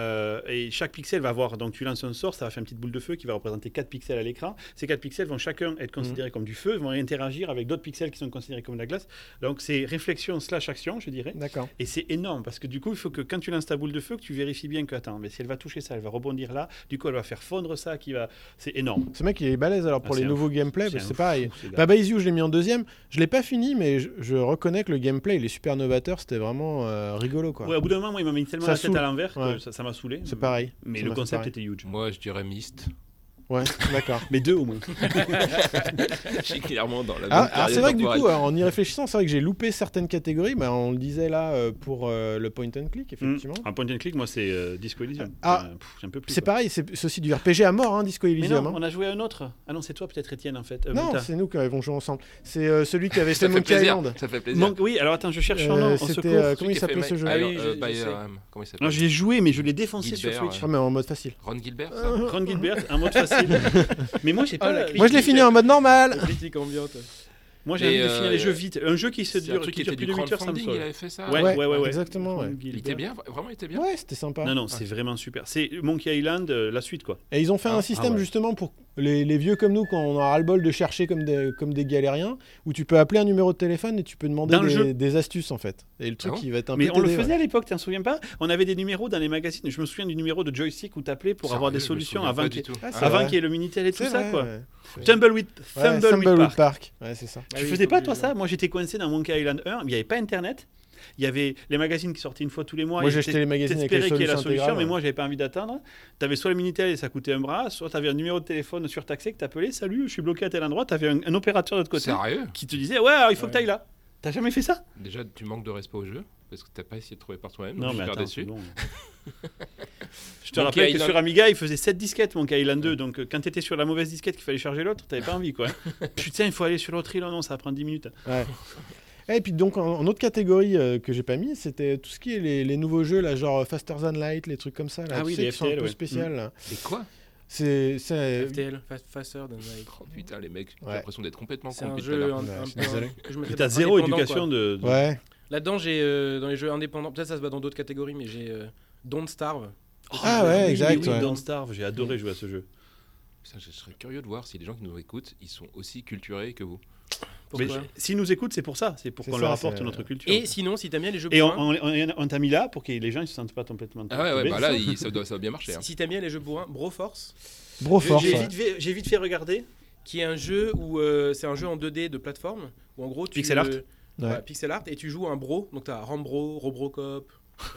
Speaker 1: et chaque pixel va avoir, donc tu lances un sort, ça va faire une petite boule de feu qui va représenter 4 pixels à l'écran. Ces 4 pixels vont chacun être considérés comme du feu, vont interagir avec d'autres pixels qui sont considérés comme de la glace. Donc c'est réflexion slash action, je dirais.
Speaker 4: D'accord.
Speaker 1: Et c'est énorme parce que du coup, il faut que quand tu lances ta boule de feu, que tu vérifies bien que, attends, mais si elle va toucher ça, elle va rebondir là, du coup, elle va faire fondre ça, c'est énorme.
Speaker 4: Ce mec, il est balèze alors pour
Speaker 1: Ah,
Speaker 4: les
Speaker 1: c'est un
Speaker 4: nouveaux
Speaker 1: fou.
Speaker 4: gameplays,
Speaker 1: C'est
Speaker 4: parce que
Speaker 1: un
Speaker 4: c'est pareil.
Speaker 1: fou, ce gars.
Speaker 4: Baba Is You, je l'ai mis en deuxième. Je l'ai pas fini, mais je reconnais que le gameplay, il est super novateur. C'était vraiment rigolo, quoi.
Speaker 1: Ouais, au bout d'un moment, moi, il m'a mis tellement
Speaker 4: Ça
Speaker 1: la tête
Speaker 4: saoule.
Speaker 1: à l'envers que
Speaker 4: Ouais.
Speaker 1: ça m'a saoulé.
Speaker 4: C'est pareil.
Speaker 1: Mais
Speaker 4: Ça
Speaker 1: le
Speaker 4: m'a fait
Speaker 1: concept
Speaker 4: pareil.
Speaker 1: était huge.
Speaker 3: Moi, je dirais Myst.
Speaker 4: Ouais, d'accord.
Speaker 1: Mais 2 au moins.
Speaker 3: Je suis clairement dans la
Speaker 4: Ah,
Speaker 3: même
Speaker 4: alors c'est vrai que du
Speaker 3: temporelle.
Speaker 4: coup, en y réfléchissant, c'est vrai que j'ai loupé certaines catégories. Mais on le disait là pour le point and click, effectivement.
Speaker 1: Un point and click, moi, c'est Disco Elysium.
Speaker 4: Ah.
Speaker 1: J'ai un peu plus.
Speaker 4: C'est
Speaker 1: quoi.
Speaker 4: pareil, c'est aussi du RPG à mort, hein, Disco
Speaker 1: Mais
Speaker 4: Elysium.
Speaker 1: non,
Speaker 4: hein.
Speaker 1: on a joué à un autre. Ah non, c'est toi peut-être, Étienne, en fait.
Speaker 4: Non,
Speaker 1: Meta.
Speaker 4: c'est nous qui avons joué ensemble. C'est celui qui avait fait
Speaker 3: Ça fait
Speaker 4: Monkey
Speaker 3: plaisir.
Speaker 4: Island.
Speaker 3: Ça fait plaisir.
Speaker 1: Oui, alors attends, je cherche son nom. Au
Speaker 4: C'était
Speaker 1: secours.
Speaker 4: comment il
Speaker 3: Celui qui a
Speaker 4: s'appelait
Speaker 3: fait
Speaker 4: ce jeu
Speaker 3: Ah,
Speaker 2: oui,
Speaker 3: alors,
Speaker 2: je
Speaker 3: By,
Speaker 2: sais.
Speaker 3: comment il s'appelle
Speaker 1: Non, j'y ai joué, mais je l'ai défoncé sur
Speaker 3: Gilbert,
Speaker 1: Switch.
Speaker 4: Ah, mais en mode facile.
Speaker 3: Ron Gilbert, ça
Speaker 1: Ron Gilbert, un mode facile. Mais moi, j'ai pas.
Speaker 2: la
Speaker 1: la-
Speaker 2: critique.
Speaker 4: Moi, je l'ai fini en mode normal.
Speaker 2: Critique ambiante.
Speaker 1: Moi, j'ai envie de
Speaker 3: Et,
Speaker 1: finir les jeux vite. Un jeu qui
Speaker 3: c'est un
Speaker 1: dure
Speaker 3: truc
Speaker 1: qui
Speaker 3: qui
Speaker 1: dure
Speaker 3: était
Speaker 1: plus
Speaker 3: du
Speaker 1: de 8 heures, ça me
Speaker 3: crowdfunding,
Speaker 1: saoule.
Speaker 3: il avait fait ça.
Speaker 1: Ouais.
Speaker 4: Exactement. Ouais.
Speaker 3: Il était bien, vraiment, il était bien.
Speaker 4: Ouais, c'était sympa.
Speaker 1: Non, c'est vraiment super. C'est Monkey Island, la suite, quoi.
Speaker 4: Et ils ont fait un
Speaker 1: Ah,
Speaker 4: système
Speaker 1: ouais.
Speaker 4: justement pour les vieux comme nous, quand on a ras-le-bol de chercher comme des galériens, où tu peux appeler un numéro de téléphone et tu peux demander
Speaker 1: Dans le jeu.
Speaker 4: des astuces en fait. Et le truc
Speaker 3: Ah bon
Speaker 4: qui va être un
Speaker 1: Mais
Speaker 4: peu
Speaker 1: on le
Speaker 4: t'aider,
Speaker 1: faisait
Speaker 4: ouais.
Speaker 1: à l'époque, t'en souviens pas? On avait des numéros dans les magazines. Je me souviens du numéro de joystick où t'appelais pour avoir des
Speaker 3: Sérieux, je me
Speaker 1: solutions
Speaker 3: souviens
Speaker 1: avant
Speaker 3: pas
Speaker 1: qu'il
Speaker 3: du tout.
Speaker 4: Ah, c'est
Speaker 1: avant
Speaker 4: vrai.
Speaker 1: qu'il y ait le Minitel et tout
Speaker 4: C'est
Speaker 1: ça,
Speaker 4: vrai,
Speaker 1: quoi.
Speaker 4: ouais.
Speaker 1: Tumbleweed
Speaker 4: Tumbleweed
Speaker 1: Park.
Speaker 4: Ouais, c'est ça.
Speaker 1: Tu faisais pas toi ça? Moi j'étais coincé dans Monkey Island 1, il n'y avait pas internet. Il y avait les magazines qui sortaient une fois tous les mois.
Speaker 4: Moi,
Speaker 1: et
Speaker 4: j'ai acheté les magazines avec les
Speaker 1: t'espérais qu'il y ait la
Speaker 4: solutions
Speaker 1: solution,
Speaker 4: intégrales,
Speaker 1: mais
Speaker 4: ouais.
Speaker 1: moi j'avais pas envie d'attendre. Tu avais soit le Minitel et ça coûtait un bras, soit tu avais un numéro de téléphone surtaxé que t'appelais. Salut, je suis bloqué à tel endroit. Tu avais un opérateur de l'autre côté
Speaker 3: Sérieux?
Speaker 1: qui te disait ouais, alors, il faut
Speaker 2: Ouais.
Speaker 1: que tu ailles là. T'as jamais fait ça?
Speaker 3: Déjà, tu manques de respect au jeu parce que t'as pas essayé de trouver par toi-même.
Speaker 1: Non,
Speaker 3: donc je
Speaker 1: mais
Speaker 3: suis
Speaker 1: attends,
Speaker 3: super
Speaker 1: c'est
Speaker 3: déçu.
Speaker 1: bon. Je te
Speaker 3: Monkey
Speaker 1: rappelle que
Speaker 3: Island.
Speaker 1: sur Amiga, il faisait 7 disquettes, Monkey Island 2. Donc quand t'étais sur la mauvaise disquette qu'il fallait charger l'autre, t'avais pas envie, quoi. Putain, il faut aller sur l'autre île. Non, ça va prendre 10 minutes.
Speaker 4: Ouais. Et puis donc en autre catégorie que j'ai pas mis, c'était tout ce qui est les nouveaux jeux là, genre Faster Than Light, les trucs comme ça là,
Speaker 1: Ah
Speaker 4: tu
Speaker 1: oui,
Speaker 4: sais,
Speaker 1: les
Speaker 4: qui sont un
Speaker 1: FTL,
Speaker 4: peu
Speaker 1: ouais.
Speaker 4: spécial. là.
Speaker 3: Et quoi?
Speaker 4: C'est
Speaker 2: FTL, Faster Than Light.
Speaker 3: Oh putain, les mecs, j'ai
Speaker 4: Ouais.
Speaker 3: l'impression d'être complètement
Speaker 2: C'est
Speaker 3: con
Speaker 2: un
Speaker 3: depuis tout à
Speaker 2: jeu
Speaker 3: l'heure.
Speaker 2: un
Speaker 4: Ouais, je suis
Speaker 2: peu.
Speaker 4: désolé.
Speaker 2: que je mettrais
Speaker 1: Et t'as
Speaker 2: dans
Speaker 1: zéro
Speaker 2: indépendant,
Speaker 1: éducation
Speaker 2: quoi.
Speaker 1: de.
Speaker 4: Ouais.
Speaker 2: Là-dedans, j'ai dans les jeux indépendants, peut-être ça se va dans d'autres catégories, mais j'ai Don't Starve.
Speaker 4: Ah ouais,
Speaker 1: oui,
Speaker 4: exact,
Speaker 1: oui,
Speaker 4: ouais.
Speaker 1: Don't Starve, j'ai adoré jouer à ce jeu.
Speaker 3: Putain, je serais curieux de voir si les gens qui nous écoutent, ils sont aussi culturés que vous.
Speaker 2: Pourquoi
Speaker 1: S'ils nous écoutent, c'est pour ça. C'est pour
Speaker 4: C'est
Speaker 1: qu'on
Speaker 4: ça,
Speaker 1: leur apporte
Speaker 4: c'est-
Speaker 1: notre culture.
Speaker 2: Et sinon, si t'aimes bien les jeux
Speaker 1: Et
Speaker 2: bourrins,
Speaker 1: on t'a mis là pour que les gens ne se sentent pas complètement.
Speaker 3: Ah ouais,
Speaker 1: tombés.
Speaker 3: bah là, ça doit bien marcher. Hein.
Speaker 2: si t'aimes bien les jeux bourrins, Broforce,
Speaker 4: Broforce.
Speaker 1: J'ai
Speaker 4: ouais.
Speaker 1: vite fait regarder.
Speaker 2: qui est un jeu où c'est un jeu en 2D de plateforme où en gros tu
Speaker 1: Pixel art.
Speaker 2: Ouais, pixel art et tu joues un bro, donc t'as Rambro, Robocop,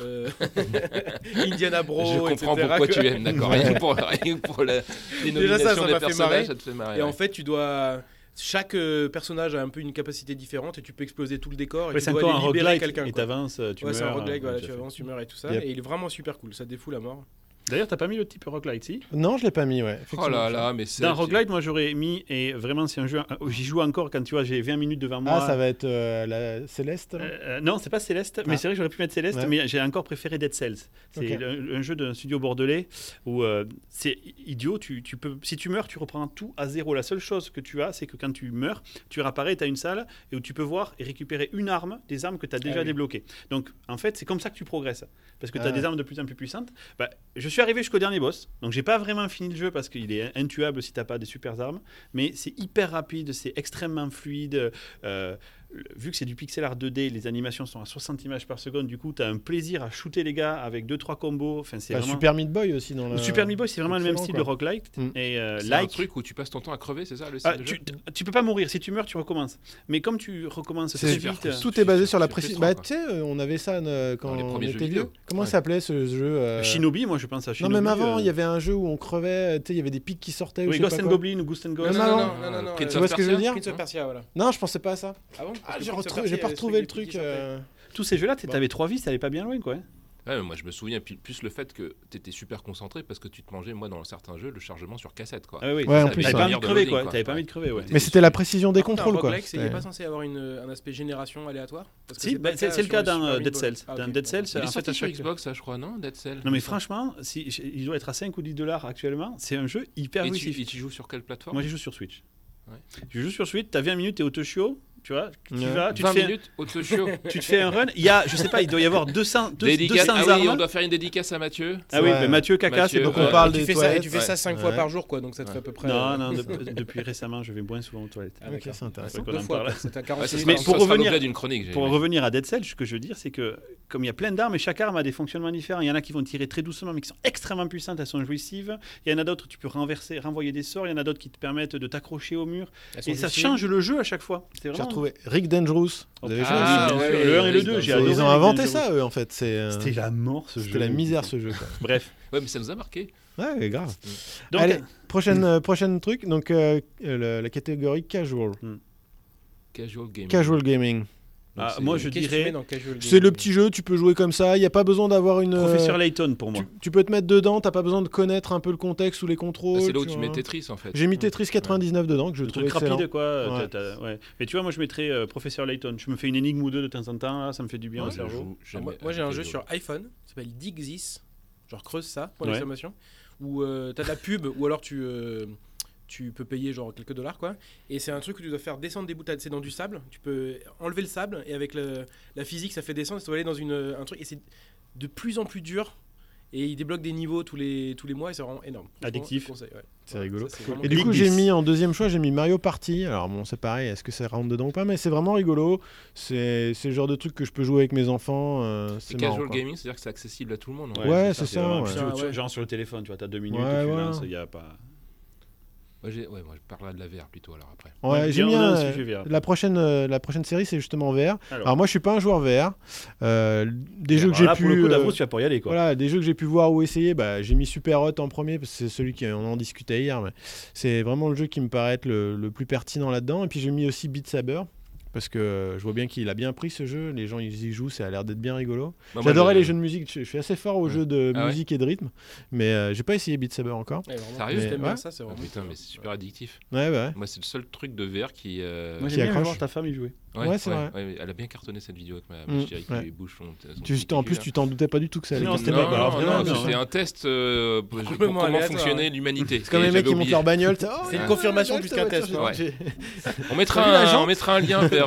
Speaker 2: Indiana Bro,
Speaker 3: Je comprends
Speaker 2: etc.,
Speaker 3: pourquoi
Speaker 2: quoi.
Speaker 3: tu aimes, d'accord. Rien que pour les
Speaker 2: Déjà, ça
Speaker 3: nominations des
Speaker 2: m'a fait marrer.
Speaker 3: personnages, ça te fait marrer.
Speaker 2: Et en
Speaker 3: ouais.
Speaker 2: fait, tu dois chaque personnage a un peu une capacité différente et tu peux exploser tout le décor et
Speaker 1: Ouais,
Speaker 2: tu
Speaker 1: c'est
Speaker 2: dois
Speaker 1: encore un
Speaker 2: aller libérer
Speaker 1: roguelike.
Speaker 2: quelqu'un.
Speaker 1: Et
Speaker 2: quoi.
Speaker 1: t'avances, tu
Speaker 2: Ouais,
Speaker 1: meurs.
Speaker 2: c'est un roguelike, voilà,
Speaker 1: déjà
Speaker 2: tu
Speaker 1: fait.
Speaker 2: avances, tu meurs et tout ça.
Speaker 4: Yep.
Speaker 2: Et il est vraiment super cool, ça défoule la mort.
Speaker 1: D'ailleurs, t'as pas mis le type roguelike, si
Speaker 4: Non, je l'ai pas mis, ouais.
Speaker 3: Oh
Speaker 4: effectivement.
Speaker 3: là là, mais c'est.
Speaker 1: Dans roguelike, moi j'aurais mis, et vraiment c'est un jeu, j'y joue encore quand tu vois, j'ai 20 minutes devant moi.
Speaker 4: Ah, ça va être la Céleste là
Speaker 1: Non, c'est pas Céleste, mais c'est vrai que j'aurais pu mettre Céleste,
Speaker 4: Ouais.
Speaker 1: mais j'ai encore préféré Dead Cells. C'est
Speaker 4: Ok.
Speaker 1: un jeu d'un studio bordelais où c'est idiot, tu peux, si tu meurs, tu reprends tout à zéro. La seule chose que tu as, c'est que quand tu meurs, tu réapparais, tu as une salle et où tu peux voir et récupérer une arme, des armes que tu as déjà
Speaker 2: oui.
Speaker 1: débloquées. Donc en fait, c'est comme ça que tu progresses, parce que tu as
Speaker 4: Ah.
Speaker 1: des armes de plus en plus puissantes. Bah, je suis arrivé jusqu'au dernier boss, donc j'ai pas vraiment fini le jeu parce qu'il est intuable si t'as pas des super armes, mais c'est hyper rapide, c'est extrêmement fluide. Vu que c'est du pixel art 2D, les animations sont à 60 images par seconde, du coup tu as un plaisir à shooter les gars avec 2-3 combos. Enfin, c'est vraiment...
Speaker 4: Super Meat Boy aussi dans le.
Speaker 1: Super Meat Boy, c'est vraiment le même
Speaker 4: Excellent,
Speaker 1: style
Speaker 4: quoi.
Speaker 1: de roguelike.
Speaker 4: Mm.
Speaker 1: Et
Speaker 3: C'est un
Speaker 1: like.
Speaker 3: truc où tu passes ton temps à crever, c'est ça le
Speaker 1: Ah,
Speaker 3: style de jeu
Speaker 1: tu peux pas mourir, si tu meurs tu recommences. Mais comme tu recommences
Speaker 4: C'est
Speaker 1: très
Speaker 3: super
Speaker 1: vite,
Speaker 3: cool.
Speaker 4: Tout est basé sur la
Speaker 3: Sur
Speaker 4: précision.
Speaker 3: PS3,
Speaker 4: Bah,
Speaker 3: quoi.
Speaker 4: tu sais, on avait ça quand
Speaker 3: Dans les
Speaker 4: on
Speaker 3: premiers jeux
Speaker 4: était vieux.
Speaker 3: vidéo.
Speaker 4: Comment
Speaker 3: Ouais.
Speaker 4: ça s'appelait ce jeu
Speaker 1: Shinobi, moi je pense à
Speaker 4: Non,
Speaker 1: Shinobi.
Speaker 4: même avant, il y avait un jeu où on crevait, tu sais, il y avait des pics qui sortaient. ou
Speaker 1: Oui,
Speaker 4: je sais
Speaker 1: Ghost
Speaker 4: pas
Speaker 1: and
Speaker 4: quoi.
Speaker 1: Goblin ou Ghost and Ghost.
Speaker 4: Même avant.
Speaker 3: Prince
Speaker 4: Tu
Speaker 3: of
Speaker 4: vois ce que je veux
Speaker 3: Persia
Speaker 4: dire
Speaker 2: Prince of Persia, voilà.
Speaker 4: Non, je pensais pas à ça.
Speaker 2: Ah bon
Speaker 4: Ah,
Speaker 2: Parce que
Speaker 4: j'ai
Speaker 2: Prince of
Speaker 4: retrouvé-
Speaker 2: Persia,
Speaker 4: j'ai pas
Speaker 2: il y a
Speaker 4: retrouvé le
Speaker 2: des
Speaker 4: truc.
Speaker 2: qui sortaient.
Speaker 1: Tous ces jeux-là,
Speaker 4: Bon.
Speaker 1: t'avais 3 vies, t'allais pas bien loin quoi.
Speaker 3: Ouais, mais moi je me souviens plus le fait que t'étais super concentré parce que tu te mangeais, moi dans certains jeux, le chargement sur cassette quoi.
Speaker 1: Ah oui,
Speaker 4: Ouais,
Speaker 1: c'est
Speaker 4: en
Speaker 1: ça.
Speaker 4: plus,
Speaker 1: T'avais
Speaker 4: ça.
Speaker 1: pas envie de crever quoi.
Speaker 3: Quoi.
Speaker 1: T'avais pas envie de crever, ouais.
Speaker 4: Mais c'était la précision des
Speaker 2: Par contre,
Speaker 4: contrôles,
Speaker 2: un
Speaker 4: quoi.
Speaker 2: roguelike, il n'est pas censé avoir un aspect génération aléatoire Parce que
Speaker 1: Si,
Speaker 2: pas
Speaker 1: c'est le
Speaker 2: sur
Speaker 1: cas
Speaker 2: le
Speaker 1: dans
Speaker 2: Super
Speaker 1: Dead
Speaker 2: Meat Boy.
Speaker 1: Cells.
Speaker 2: Ah,
Speaker 1: Dans
Speaker 2: ok.
Speaker 1: Dead Cells,
Speaker 3: Il est
Speaker 1: en fait,
Speaker 3: sorti
Speaker 1: à
Speaker 3: sur
Speaker 1: chaque...
Speaker 3: Xbox, ça je crois, non Dead Cell.
Speaker 1: Non mais franchement, il doit être à 5 ou 10 $ actuellement. C'est un jeu hyper
Speaker 3: Et
Speaker 1: jouissif.
Speaker 3: tu joues sur quelle plateforme?
Speaker 1: Moi, j'y joue sur Switch.
Speaker 3: Ouais.
Speaker 1: Je joue sur Switch, t'as 20 minutes, t'es au Toshio, tu vois, tu
Speaker 4: Ouais.
Speaker 1: vas, tu
Speaker 3: 20
Speaker 1: te, fais,
Speaker 3: minutes au show.
Speaker 1: tu te fais un run. Il y a, je sais pas, il doit y avoir 200
Speaker 3: Dédicace. Ah oui,
Speaker 1: armes.
Speaker 3: on doit faire une dédicace à Mathieu.
Speaker 1: Ah oui,
Speaker 4: Ouais.
Speaker 1: mais Mathieu Caca,
Speaker 3: Mathieu,
Speaker 1: c'est
Speaker 4: Donc
Speaker 1: beaucoup.
Speaker 4: on parle
Speaker 2: Et tu
Speaker 4: des
Speaker 2: fais ça,
Speaker 4: toilettes.
Speaker 2: et tu fais ça 5 fois
Speaker 4: Ouais.
Speaker 2: par jour, quoi, donc ça te fait à peu près.
Speaker 1: Non, non, depuis récemment, je vais moins souvent aux toilettes.
Speaker 2: Ah,
Speaker 4: Ok,
Speaker 2: d'accord.
Speaker 4: c'est intéressant.
Speaker 1: Ouais, qu'on
Speaker 2: Deux
Speaker 1: en
Speaker 2: fois,
Speaker 1: parle.
Speaker 2: quoi. C'est à 40
Speaker 3: Ouais, ça
Speaker 2: minutes.
Speaker 1: Mais
Speaker 3: sera-
Speaker 1: pour
Speaker 3: ça sera
Speaker 1: revenir-
Speaker 3: l'objet d'une chronique.
Speaker 1: Pour
Speaker 3: j'imagine.
Speaker 1: revenir à Dead Cells, ce que je veux dire, c'est que comme il y a plein d'armes et chaque arme a des fonctionnements différents, il y en a qui vont tirer très doucement mais qui sont extrêmement puissantes, elles sont jouissives. Il y en a d'autres, tu peux renvoyer des sorts. Il y en a d'autres qui te permettent de t'accrocher au mur.
Speaker 2: Elles sont
Speaker 1: Et ça
Speaker 2: jouissives.
Speaker 1: change le jeu à chaque fois. C'est
Speaker 4: J'ai
Speaker 1: vraiment...
Speaker 4: retrouvé Rick Dangerous. Vous avez joué
Speaker 3: Ah,
Speaker 1: bien
Speaker 3: ouais,
Speaker 1: sûr.
Speaker 3: ouais,
Speaker 1: Le 1 et le
Speaker 3: Rick
Speaker 1: 2, j'ai
Speaker 3: Dangerous.
Speaker 1: adoré.
Speaker 4: Ils ont
Speaker 1: Rick
Speaker 4: inventé
Speaker 1: Dangerous.
Speaker 4: ça, eux, en fait.
Speaker 1: C'était la mort ce jeu.
Speaker 4: C'était la misère, ce jeu. quoi.
Speaker 1: Bref.
Speaker 3: Ouais, mais ça nous a marqué.
Speaker 4: Ouais, grave.
Speaker 1: Donc,
Speaker 4: Allez, prochaine truc. Donc, la catégorie casual.
Speaker 3: Casual gaming.
Speaker 4: Casual gaming.
Speaker 3: Donc,
Speaker 1: Ah,
Speaker 3: c'est-
Speaker 1: moi, je
Speaker 2: Qu'est-ce que tu mets
Speaker 1: dirais
Speaker 2: dans Casual
Speaker 4: C'est
Speaker 2: Gaming
Speaker 4: le petit jeu, tu peux jouer comme ça. Il n'y a pas besoin d'avoir une.
Speaker 1: Professeur Layton pour moi.
Speaker 4: Tu peux te mettre dedans, t'as pas besoin de connaître un peu le contexte ou les contrôles.
Speaker 3: C'est là où
Speaker 4: tu
Speaker 3: tu
Speaker 4: vois.
Speaker 3: mets Tetris en fait.
Speaker 4: J'ai mis Tetris 99 dedans, que je
Speaker 1: Le
Speaker 4: trouve
Speaker 1: truc
Speaker 4: excellent.
Speaker 1: rapide, quoi.
Speaker 4: Ouais.
Speaker 1: Ouais. Mais tu vois, moi, je mettrais Professeur Layton. Je me fais une énigme ou deux de temps en temps, là, ça me fait du bien
Speaker 3: Moi,
Speaker 1: au
Speaker 3: je
Speaker 1: cerveau.
Speaker 3: joue jamais
Speaker 2: Moi, j'ai un
Speaker 3: avec
Speaker 2: jeu
Speaker 3: les
Speaker 2: sur iPhone qui s'appelle Digzis. Genre creuse ça, pour
Speaker 1: Ouais.
Speaker 2: l'exclamation. Où t'as de la pub, ou alors tu peux payer genre quelques dollars, quoi. Et c'est un truc où tu dois faire descendre des bouts, c'est dans du sable. Tu peux enlever le sable et avec la physique, ça fait descendre. Tu dois aller dans un truc et c'est de plus en plus dur. Et il débloque des niveaux tous les mois et c'est vraiment énorme. Franchement,
Speaker 1: Addictif.
Speaker 2: je conseille, ouais.
Speaker 4: C'est rigolo.
Speaker 2: Ça, c'est vraiment
Speaker 4: Et
Speaker 2: cool.
Speaker 4: du coup,
Speaker 1: Big
Speaker 4: j'ai
Speaker 1: Bis.
Speaker 4: mis en deuxième choix, j'ai mis Mario Party. Alors bon, c'est pareil, est-ce que ça rentre dedans ou pas? Mais c'est vraiment rigolo. C'est le genre de truc que je peux jouer avec mes enfants.
Speaker 3: C'est
Speaker 4: C'est marrant.
Speaker 3: casual
Speaker 4: quoi.
Speaker 3: gaming, c'est-à-dire que c'est accessible à tout le monde.
Speaker 4: Ouais, c'est ça,
Speaker 1: vraiment-
Speaker 4: ouais.
Speaker 1: Genre sur le téléphone, tu vois, t'as 2 minutes,
Speaker 4: Ouais,
Speaker 1: tu
Speaker 4: ouais.
Speaker 1: lances, il y a pas...
Speaker 3: Moi, moi, je parlerai de la VR plutôt alors après.
Speaker 4: Ouais,
Speaker 1: Ouais,
Speaker 4: j'ai
Speaker 1: bien,
Speaker 4: mis
Speaker 1: on a un
Speaker 4: un-
Speaker 1: sujet VR.
Speaker 4: la prochaine série, c'est justement VR.
Speaker 1: Alors.
Speaker 4: Alors moi, je suis pas un joueur VR. Des jeux que
Speaker 1: Alors
Speaker 4: j'ai
Speaker 1: là,
Speaker 4: pu
Speaker 1: pour le coup, Davos, tu vas pour y aller, quoi.
Speaker 4: Voilà, des jeux que j'ai pu voir ou essayer, bah, j'ai mis Super Hot en premier parce que c'est celui qu'on en discutait hier. Mais c'est vraiment le jeu qui me paraît être le plus pertinent là-dedans. Et puis j'ai mis aussi Beat Saber parce que je vois bien qu'il a bien pris ce jeu. Les gens ils y jouent, ça a l'air d'être bien rigolo.
Speaker 3: Bah, moi,
Speaker 4: J'adorais
Speaker 3: je-
Speaker 4: les jeux de musique. Je suis assez fort aux
Speaker 3: Ouais.
Speaker 4: jeux de
Speaker 3: Ah ouais
Speaker 4: musique et de rythme, mais j'ai pas essayé Beat Saber encore.
Speaker 2: Ouais, vraiment.
Speaker 3: Sérieux
Speaker 2: Si t'aimes bien
Speaker 4: Ouais.
Speaker 2: ça, c'est
Speaker 3: Ah,
Speaker 2: vraiment.
Speaker 3: putain, mais c'est super addictif.
Speaker 4: Ouais, ouais.
Speaker 3: Moi, c'est le seul truc de VR qui.
Speaker 1: Moi,
Speaker 4: Qui
Speaker 1: j'aime bien
Speaker 4: accroche.
Speaker 1: voir ta femme y jouer.
Speaker 4: Ouais, c'est vrai.
Speaker 3: Ouais, elle a bien cartonné cette vidéo avec ma chérie qui
Speaker 4: ouais.
Speaker 3: bouge son
Speaker 4: En
Speaker 3: testicule,
Speaker 4: plus,
Speaker 3: là.
Speaker 4: tu t'en doutais pas du tout que ça allait.
Speaker 1: Non,
Speaker 4: Non,
Speaker 1: c'était
Speaker 3: Non,
Speaker 1: pas- alors, vraiment, non.
Speaker 3: c'était un test pour
Speaker 2: Complètement
Speaker 3: comment
Speaker 2: aléatoire,
Speaker 3: fonctionnait
Speaker 2: hein.
Speaker 3: l'humanité.
Speaker 4: c'est comme les
Speaker 3: Et
Speaker 4: mecs qui
Speaker 3: j'avais
Speaker 4: montent
Speaker 3: oublié.
Speaker 4: leur bagnole.
Speaker 2: C'est une confirmation plus qu'un test,
Speaker 3: ouais.
Speaker 4: J'ai-
Speaker 3: On
Speaker 4: T'as vu la jante
Speaker 3: mettra un lien vers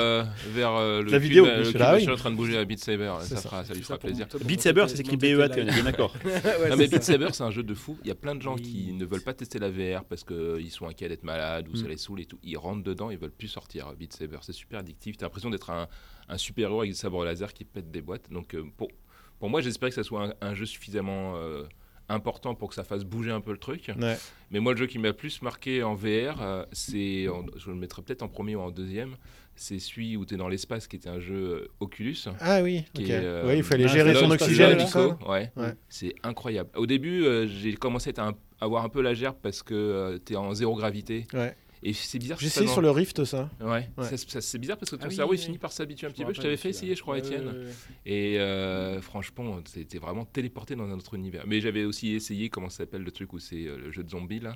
Speaker 3: le
Speaker 1: La vidéo.
Speaker 3: cul, le cul
Speaker 4: Là,
Speaker 3: de
Speaker 4: oui.
Speaker 3: je suis en train de bouger à Beat Saber.
Speaker 4: C'est
Speaker 3: Ça lui fera plaisir.
Speaker 1: Beat Saber, c'est écrit BEAT, on est bien d'accord.
Speaker 3: Non mais Beat Saber c'est un jeu de fou. Il y a plein de gens qui ne veulent pas tester la VR parce qu'ils sont inquiets d'être malades ou ça les saoule et tout. Ils rentrent dedans, ils veulent plus sortir. Beat Saber, c'est super addictif. T'as l'impression d'être un super héros avec des sabres laser qui pètent des boîtes. Donc pour moi, j'espérais que ça soit un jeu suffisamment important pour que ça fasse bouger un peu le truc.
Speaker 4: Ouais.
Speaker 3: Mais moi, le jeu qui m'a plus marqué en VR, je le mettrais peut-être en premier ou en deuxième. C'est celui où tu es dans l'espace, qui était un jeu Oculus.
Speaker 4: Ah oui,
Speaker 3: Qui
Speaker 4: ok.
Speaker 3: est,
Speaker 4: Oui, il fallait
Speaker 1: ah,
Speaker 4: gérer
Speaker 1: c'est
Speaker 4: son
Speaker 1: là,
Speaker 4: oxygène.
Speaker 3: Là,
Speaker 4: tout ça.
Speaker 3: ouais.
Speaker 4: Ouais.
Speaker 3: C'est incroyable. Au début, j'ai commencé à avoir un peu la gerbe parce que tu es en zéro gravité.
Speaker 4: Ouais.
Speaker 3: Et c'est bizarre.
Speaker 4: J'ai essayé sur le Rift ça.
Speaker 3: Ouais,
Speaker 4: Ouais.
Speaker 3: c'est bizarre parce que ton
Speaker 2: Ah oui,
Speaker 3: cerveau il
Speaker 2: oui.
Speaker 3: finit par s'habituer un petit
Speaker 2: me
Speaker 3: peu. Je
Speaker 2: rappelle
Speaker 3: t'avais fait
Speaker 2: de celui-là.
Speaker 3: essayer, je crois, Étienne. Et franchement, c'était vraiment téléporté dans un autre univers. Mais j'avais aussi essayé, comment ça s'appelle le truc où c'est le jeu de zombies là.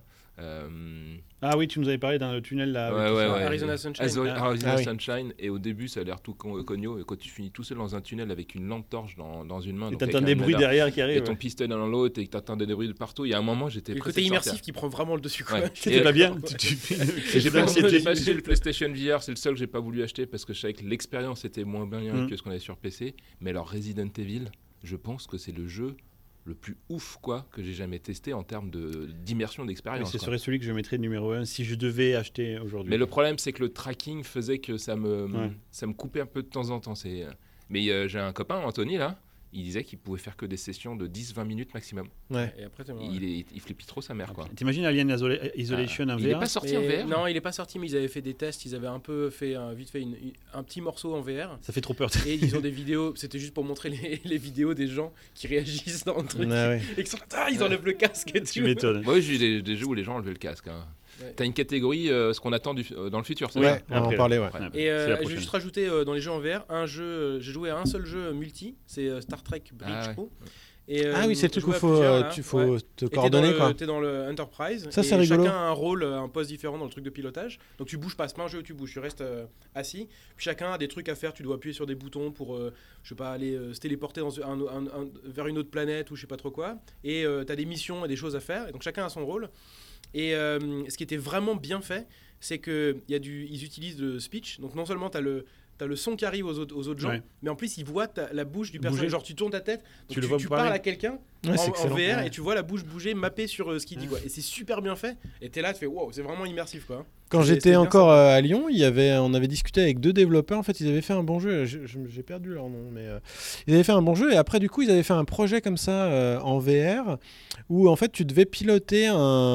Speaker 1: Ah oui, tu nous avais parlé dans le tunnel là.
Speaker 3: Ouais.
Speaker 2: Arizona Sunshine.
Speaker 3: Arizona
Speaker 4: Ah oui.
Speaker 3: Sunshine. Et au début, ça a l'air tout cogno. Et quand tu finis tout seul dans un tunnel avec une lampe torche dans une main,
Speaker 1: Et
Speaker 3: donc
Speaker 1: t'entends
Speaker 3: avec
Speaker 1: des
Speaker 3: un
Speaker 1: bruits
Speaker 3: radar,
Speaker 1: derrière qui
Speaker 3: et
Speaker 1: arrivent.
Speaker 3: ton pistolet dans l'autre et que t'entends des bruits de partout. Il y a un moment, j'étais
Speaker 2: Et le
Speaker 3: pressé
Speaker 2: côté
Speaker 3: de sortir.
Speaker 2: immersif qui prend vraiment le dessus, quoi.
Speaker 3: Ouais.
Speaker 1: C'était pas bien.
Speaker 3: Et j'ai pas
Speaker 1: l'anxiété.
Speaker 3: acheté le PlayStation VR, c'est le seul que j'ai pas voulu acheter parce que je savais que l'expérience était moins bien que ce qu'on avait sur PC. Mais alors Resident Evil, je pense que c'est le jeu le plus ouf que j'ai jamais testé en termes d'immersion d'expérience.
Speaker 1: Ce
Speaker 3: quoi.
Speaker 1: serait celui que je mettrais numéro 1 si je devais acheter aujourd'hui.
Speaker 3: Mais le problème, c'est que le tracking faisait que ça me
Speaker 1: Ouais.
Speaker 3: coupait un peu de temps en temps. Mais j'ai un copain, Anthony, là, il disait qu'il pouvait faire que des sessions de 10-20 minutes maximum.
Speaker 4: Ouais.
Speaker 2: Et après,
Speaker 3: Il flippit trop sa mère, quoi.
Speaker 1: T'imagines Alien Isolation en
Speaker 3: Il n'est
Speaker 1: VR
Speaker 3: pas sorti en VR.
Speaker 2: Non, il est pas sorti, mais ils avaient fait des tests. Ils avaient un peu fait vite fait un petit morceau en VR.
Speaker 1: Ça fait trop peur.
Speaker 2: Et ils ont des vidéos, c'était juste pour montrer les vidéos des gens qui réagissent dans le truc.
Speaker 4: Ah ouais.
Speaker 2: Et qui sont là, ils enlèvent le casque et
Speaker 1: Tu
Speaker 2: tout.
Speaker 1: m'étonnes.
Speaker 3: Moi, j'ai eu des jeux où les gens enlevaient le casque. Hein.
Speaker 2: Ouais.
Speaker 3: T'as une catégorie, ce qu'on attend dans le futur, c'est
Speaker 4: Ouais,
Speaker 3: ça
Speaker 4: on va en
Speaker 1: Après,
Speaker 4: parler, ouais.
Speaker 1: Ouais,
Speaker 2: Et
Speaker 1: c'est la
Speaker 2: je vais
Speaker 1: prochaine.
Speaker 2: juste rajouter dans les jeux en VR un jeu. J'ai joué à un seul jeu multi, c'est Star Trek Bridge
Speaker 3: Ah ouais.
Speaker 2: Crew. Et,
Speaker 4: Ah oui, c'est le truc où
Speaker 2: joué à plusieurs, là.
Speaker 4: tu faut
Speaker 2: Ouais.
Speaker 4: te
Speaker 2: Et t'es
Speaker 4: coordonner quoi.
Speaker 2: T'es dans le Enterprise.
Speaker 4: Ça,
Speaker 2: et
Speaker 4: c'est rigolo.
Speaker 2: Chacun a un rôle, un poste différent dans le truc de pilotage. Donc tu bouges pas, c'est pas un jeu où tu bouges, tu restes assis. Puis chacun a des trucs à faire, tu dois appuyer sur des boutons pour, je sais pas, aller se téléporter vers une autre planète ou je sais pas trop quoi. Et t'as des missions et des choses à faire. Et donc chacun a son rôle. Et ce qui était vraiment bien fait, c'est qu'ils utilisent le speech. Donc non seulement t'as le son qui arrive aux autres gens,
Speaker 1: Ouais.
Speaker 2: mais en plus ils voient la bouche du personnage.
Speaker 1: Bouger.
Speaker 2: Genre tu tournes ta tête, donc
Speaker 1: Tu le vois
Speaker 2: tu
Speaker 1: parler.
Speaker 2: parles à quelqu'un
Speaker 4: Ouais, c'est
Speaker 2: en
Speaker 4: excellent.
Speaker 2: VR
Speaker 1: Ouais.
Speaker 2: et tu vois la bouche bouger mappée sur ce qu'il dit quoi. Et c'est super bien fait. Et t'es là, tu fais wow, c'est vraiment immersif quoi.
Speaker 4: Quand
Speaker 2: C'était
Speaker 4: j'étais
Speaker 2: bien
Speaker 4: encore à Lyon, on avait discuté avec 2 développeurs. En fait, ils avaient fait un bon jeu. J'ai perdu leur nom, mais ils avaient fait un bon jeu. Et après, du coup, ils avaient fait un projet comme ça en VR où en fait, tu devais piloter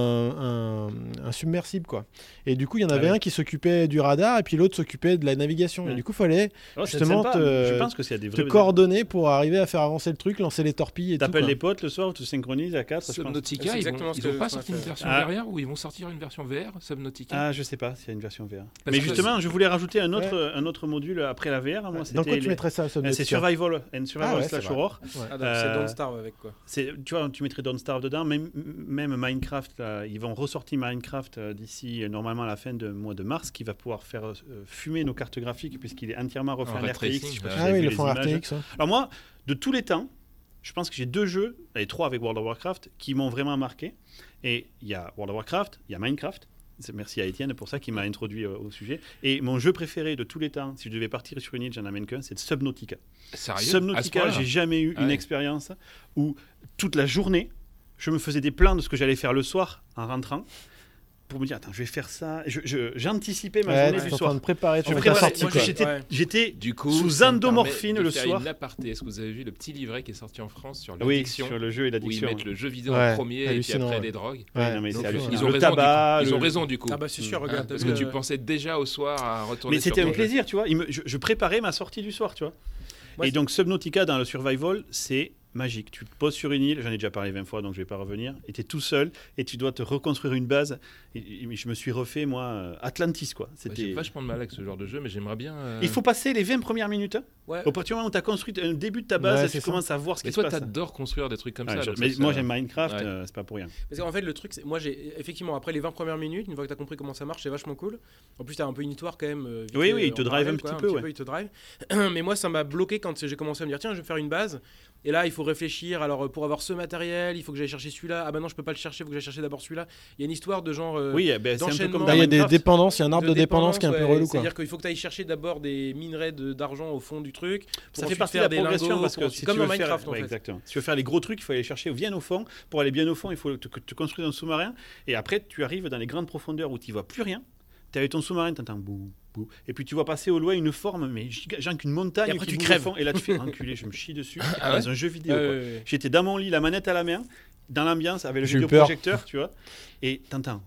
Speaker 4: un submersible, quoi. Et du coup, il y en avait
Speaker 1: Ah oui.
Speaker 4: un qui s'occupait du radar et puis l'autre s'occupait de la navigation.
Speaker 1: Ouais.
Speaker 4: Et du coup, il fallait
Speaker 1: Alors, c'est
Speaker 4: justement
Speaker 1: sympa.
Speaker 4: te-
Speaker 1: Je pense que s'il y a des
Speaker 4: te
Speaker 1: vrais.
Speaker 4: coordonner pour arriver à faire avancer le truc, lancer les torpilles et tout.
Speaker 1: T'appelles
Speaker 4: quoi.
Speaker 1: les potes le soir, tu te synchronises à 4. je pense.
Speaker 3: Subnautica,
Speaker 2: C'est
Speaker 3: ils
Speaker 2: exactement ce
Speaker 3: ont
Speaker 2: que-
Speaker 3: pas
Speaker 2: ce qu'on
Speaker 3: sorti
Speaker 2: a
Speaker 3: une
Speaker 2: fait.
Speaker 3: version
Speaker 1: Ah.
Speaker 3: derrière ou ils vont sortir une version VR, Subnautica.
Speaker 1: Ah, je sais pas s'il y a une version VR.
Speaker 3: Parce
Speaker 1: Mais
Speaker 3: que
Speaker 1: justement, je voulais rajouter un autre module après la VR. Moi,
Speaker 4: Dans
Speaker 1: c'était
Speaker 4: quoi tu mettrais ça, Subnautica
Speaker 1: c'est Survival and Survival
Speaker 4: Ah ouais,
Speaker 1: slash
Speaker 4: c'est vrai.
Speaker 1: Horror.
Speaker 2: Ah, donc c'est
Speaker 1: Euh,
Speaker 2: Don't Starve avec quoi.
Speaker 1: Tu vois, tu mettrais Don't Starve dedans. Même Minecraft, là, ils vont ressortir Minecraft d'ici normalement à la fin du mois de mars, qui va pouvoir faire fumer nos cartes graphiques puisqu'il est entièrement refait en
Speaker 3: ray
Speaker 1: RTX.
Speaker 3: tracing,
Speaker 1: Je sais pas
Speaker 3: ouais.
Speaker 1: si vous
Speaker 4: Ah
Speaker 1: avez
Speaker 4: oui,
Speaker 1: vu
Speaker 4: le
Speaker 1: les
Speaker 4: fond
Speaker 1: images.
Speaker 4: RTX. Ouais.
Speaker 1: Alors moi, de tous les temps, je pense que j'ai 2 jeux, et 3 avec World of Warcraft, qui m'ont vraiment marqué. Et il y a World of Warcraft, il y a Minecraft. Merci à Étienne pour ça qui m'a introduit au sujet. Et mon jeu préféré de tous les temps, si je devais partir sur une île, j'en amène qu'un, c'est Subnautica.
Speaker 3: Sérieux À ce
Speaker 1: Subnautica,
Speaker 3: point-là
Speaker 1: j'ai jamais eu
Speaker 3: Ah
Speaker 1: une
Speaker 3: ouais.
Speaker 1: expérience où toute la journée, je me faisais des plans de ce que j'allais faire le soir en rentrant pour me dire, attends, je vais faire ça. J'anticipais ma
Speaker 4: Ouais,
Speaker 1: journée
Speaker 4: tu
Speaker 1: du
Speaker 4: es en
Speaker 1: soir.
Speaker 4: train de préparer, tu
Speaker 1: En
Speaker 4: fais
Speaker 1: fait,
Speaker 4: ta
Speaker 1: voilà,
Speaker 4: sortie.
Speaker 1: moi,
Speaker 4: quoi.
Speaker 1: j'étais
Speaker 3: Du coup,
Speaker 1: sous
Speaker 3: ça me permet
Speaker 1: endomorphine
Speaker 3: de
Speaker 1: le
Speaker 3: faire
Speaker 1: soir.
Speaker 3: Une aparté. Est-ce que vous avez vu le petit livret qui est sorti en France sur
Speaker 1: Oui,
Speaker 3: l'addiction,
Speaker 1: sur le jeu et
Speaker 3: où ils
Speaker 1: l'addiction.
Speaker 3: mettent le jeu vidéo
Speaker 4: Ouais,
Speaker 3: en premier et puis
Speaker 4: hallucinant,
Speaker 3: après
Speaker 4: ouais.
Speaker 3: les drogues.
Speaker 4: Ouais.
Speaker 1: Non, mais
Speaker 4: Donc,
Speaker 1: c'est hallucinant.
Speaker 3: Ils ont
Speaker 1: Le
Speaker 3: raison,
Speaker 1: tabac,
Speaker 3: ils ont
Speaker 1: le-
Speaker 3: raison du coup.
Speaker 2: Ah bah c'est sûr,
Speaker 1: Ah,
Speaker 2: regarde.
Speaker 3: Parce
Speaker 2: t'as
Speaker 3: que
Speaker 2: vu,
Speaker 3: tu pensais déjà au soir à retourner
Speaker 1: Mais
Speaker 3: sur
Speaker 1: c'était un
Speaker 3: ton-
Speaker 1: plaisir, tu vois. Je préparais ma sortie du soir, tu vois.
Speaker 2: Ouais,
Speaker 1: Et donc Subnautica dans le survival, c'est magique. Tu te poses sur une île, j'en ai déjà parlé 20 fois, donc je vais pas revenir. Et tu es tout seul et tu dois te reconstruire une base. Et je me suis refait, moi, Atlantis, quoi.
Speaker 3: Ouais,
Speaker 1: C'était...
Speaker 3: J'ai vachement de mal avec ce genre de jeu, mais j'aimerais bien.
Speaker 1: Il faut passer les 20 premières minutes
Speaker 2: Ouais.
Speaker 1: Au partir du moment où tu as construit un début de ta base,
Speaker 4: Ouais,
Speaker 1: tu
Speaker 4: c'est ça.
Speaker 1: commences à voir ce
Speaker 3: Mais
Speaker 1: qui se
Speaker 3: toi,
Speaker 1: passe.
Speaker 3: t'adores construire des trucs comme
Speaker 1: Ouais,
Speaker 3: ça.
Speaker 1: je-
Speaker 3: donc
Speaker 1: mais
Speaker 3: ça,
Speaker 1: moi
Speaker 3: ça-
Speaker 1: j'aime Minecraft,
Speaker 3: Ouais.
Speaker 1: c'est pas pour rien.
Speaker 2: Parce qu'en fait, le truc, moi, j'ai effectivement, après les 20 premières minutes, une fois que tu as compris comment ça marche, c'est vachement cool. En plus, tu as un peu une histoire quand même. Vite
Speaker 1: Oui,
Speaker 2: fait,
Speaker 1: oui, il te
Speaker 2: en
Speaker 1: drive
Speaker 2: parallèle,
Speaker 1: un
Speaker 2: quoi,
Speaker 1: petit peu, ouais.
Speaker 2: il te drive. Mais moi, ça m'a bloqué quand j'ai commencé à me dire, tiens, je vais faire une base. Et là, il faut réfléchir. Alors, pour avoir ce matériel, il faut que j'aille chercher celui-là. Ah bah non, je peux pas le chercher, il faut que j'aille chercher d'abord celui-là. Il y a une histoire de genre.
Speaker 1: Oui, ben, c'est un peu
Speaker 2: d'enchaînement.
Speaker 1: comme
Speaker 4: Là,
Speaker 1: dans
Speaker 4: il y a des
Speaker 1: Minecraft.
Speaker 4: dépendances, il y a un arbre de dépendance qui est un peu
Speaker 2: ouais.
Speaker 4: relou, quoi.
Speaker 2: C'est-à-dire qu'il faut que tu ailles chercher d'abord des minerais d'argent au fond du truc. Pour
Speaker 1: Ça fait
Speaker 2: ensuite
Speaker 1: partie de
Speaker 2: faire
Speaker 1: la
Speaker 2: des
Speaker 1: progression
Speaker 2: lingots,
Speaker 1: parce
Speaker 2: pour
Speaker 1: que
Speaker 2: ensuite-
Speaker 1: si
Speaker 2: comme
Speaker 1: tu
Speaker 2: dans
Speaker 1: veux
Speaker 2: Minecraft
Speaker 1: faire,
Speaker 2: en
Speaker 1: ouais,
Speaker 2: fait.
Speaker 1: exactement. Si tu veux faire les gros trucs, il faut aller chercher bien au fond. Pour aller bien au fond, il faut que tu construises un sous-marin et après tu arrives dans les grandes profondeurs où tu vois plus rien. Tu es avec ton sous-marin, tu entends bou bou et puis tu vois passer au loin une forme mais genre qu'une montagne
Speaker 2: Et après,
Speaker 1: qui
Speaker 2: tu
Speaker 1: bouge
Speaker 2: crèves.
Speaker 1: au fond et là tu fais enculé, je me chie dessus
Speaker 3: Ah ouais
Speaker 1: dans un jeu vidéo. quoi.
Speaker 2: Ouais.
Speaker 1: J'étais dans mon lit, la manette à la main, dans l'ambiance avec le
Speaker 4: J'ai eu peur.
Speaker 1: vidéoprojecteur, tu vois, et t'entends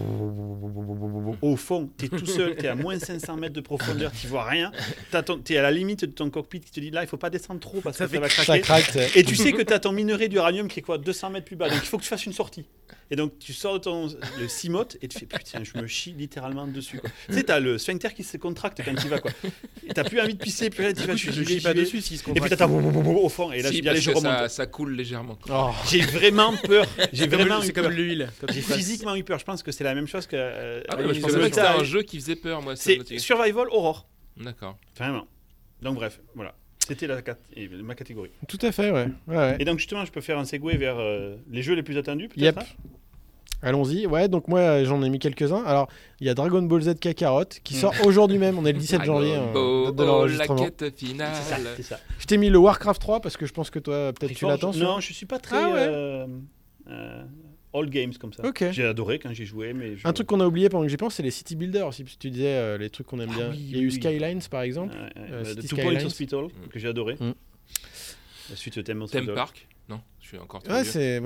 Speaker 1: au fond, t'es tout seul, t'es à moins 500 mètres de profondeur, tu vois rien, t'es à la limite de ton cockpit qui te dit là, il faut pas descendre trop parce que ça va
Speaker 4: Ça
Speaker 1: craquer.
Speaker 4: craque, c'est-
Speaker 1: Et tu sais que t'as ton minerai d'uranium qui est quoi 200 mètres plus bas, donc il faut que tu fasses une sortie. Et donc tu sors de le cimote et tu fais putain, je me chie littéralement dessus. Quoi. Tu sais, t'as le sphincter qui se contracte quand tu vas quoi. Et t'as plus envie de pisser, plus rien, tu vas,
Speaker 2: Tu te chies pas dessus s'il se
Speaker 1: Et puis
Speaker 2: contracte.
Speaker 1: t'attends au fond et là
Speaker 3: Si,
Speaker 1: je dis allez,
Speaker 3: parce
Speaker 1: je
Speaker 3: que
Speaker 1: remonte.
Speaker 3: ça coule légèrement.
Speaker 4: Oh.
Speaker 1: J'ai vraiment peur. J'ai vraiment eu
Speaker 2: C'est
Speaker 1: peur.
Speaker 2: comme l'huile. quand
Speaker 1: J'ai
Speaker 2: tu passes.
Speaker 1: physiquement eu peur. Je pense que c'est la même chose que.
Speaker 3: Ah ouais,
Speaker 2: oui,
Speaker 3: je
Speaker 2: c'est
Speaker 3: pensais
Speaker 2: vrai
Speaker 3: pas
Speaker 2: que
Speaker 3: que c'était
Speaker 1: ça-
Speaker 3: un jeu qui faisait peur, moi.
Speaker 1: C'est Survival Horror.
Speaker 3: D'accord.
Speaker 1: Vraiment. Donc bref, voilà. C'était ma catégorie.
Speaker 4: Tout à fait, ouais. Ouais, ouais.
Speaker 1: Et donc justement, je peux faire un segue vers les jeux les plus attendus, peut-être.
Speaker 4: Yep.
Speaker 1: hein
Speaker 4: Allons-y. Ouais, donc moi j'en ai mis quelques-uns. Alors, il y a Dragon Ball Z Kakarot qui sort aujourd'hui même. On est le 17 janvier, date de
Speaker 3: la
Speaker 4: l'enregistrement.
Speaker 3: quête finale.
Speaker 1: C'est ça. C'est ça.
Speaker 4: Je t'ai mis le Warcraft 3 parce que je pense que toi, peut-être tu l'attends. celui-là.
Speaker 1: Non, je suis pas très.
Speaker 4: Ah ouais.
Speaker 1: All games comme ça.
Speaker 4: Ok.
Speaker 1: J'ai adoré quand j'y jouais, mais.
Speaker 4: Un truc qu'on a oublié pendant que j'y pense, c'est les City Builders aussi. Parce que tu disais les trucs qu'on aime
Speaker 1: Ah
Speaker 4: bien.
Speaker 1: oui,
Speaker 4: Il y a eu
Speaker 1: oui.
Speaker 4: Skylines par exemple.
Speaker 1: The
Speaker 4: City
Speaker 1: 2 Point
Speaker 4: Skylines.
Speaker 1: Hospital que j'ai adoré.
Speaker 4: Mm.
Speaker 1: La suite Theme
Speaker 3: Theme
Speaker 1: Hospital.
Speaker 3: Park. Non, je suis encore trop
Speaker 4: Ouais,
Speaker 3: vieux.
Speaker 4: c'est.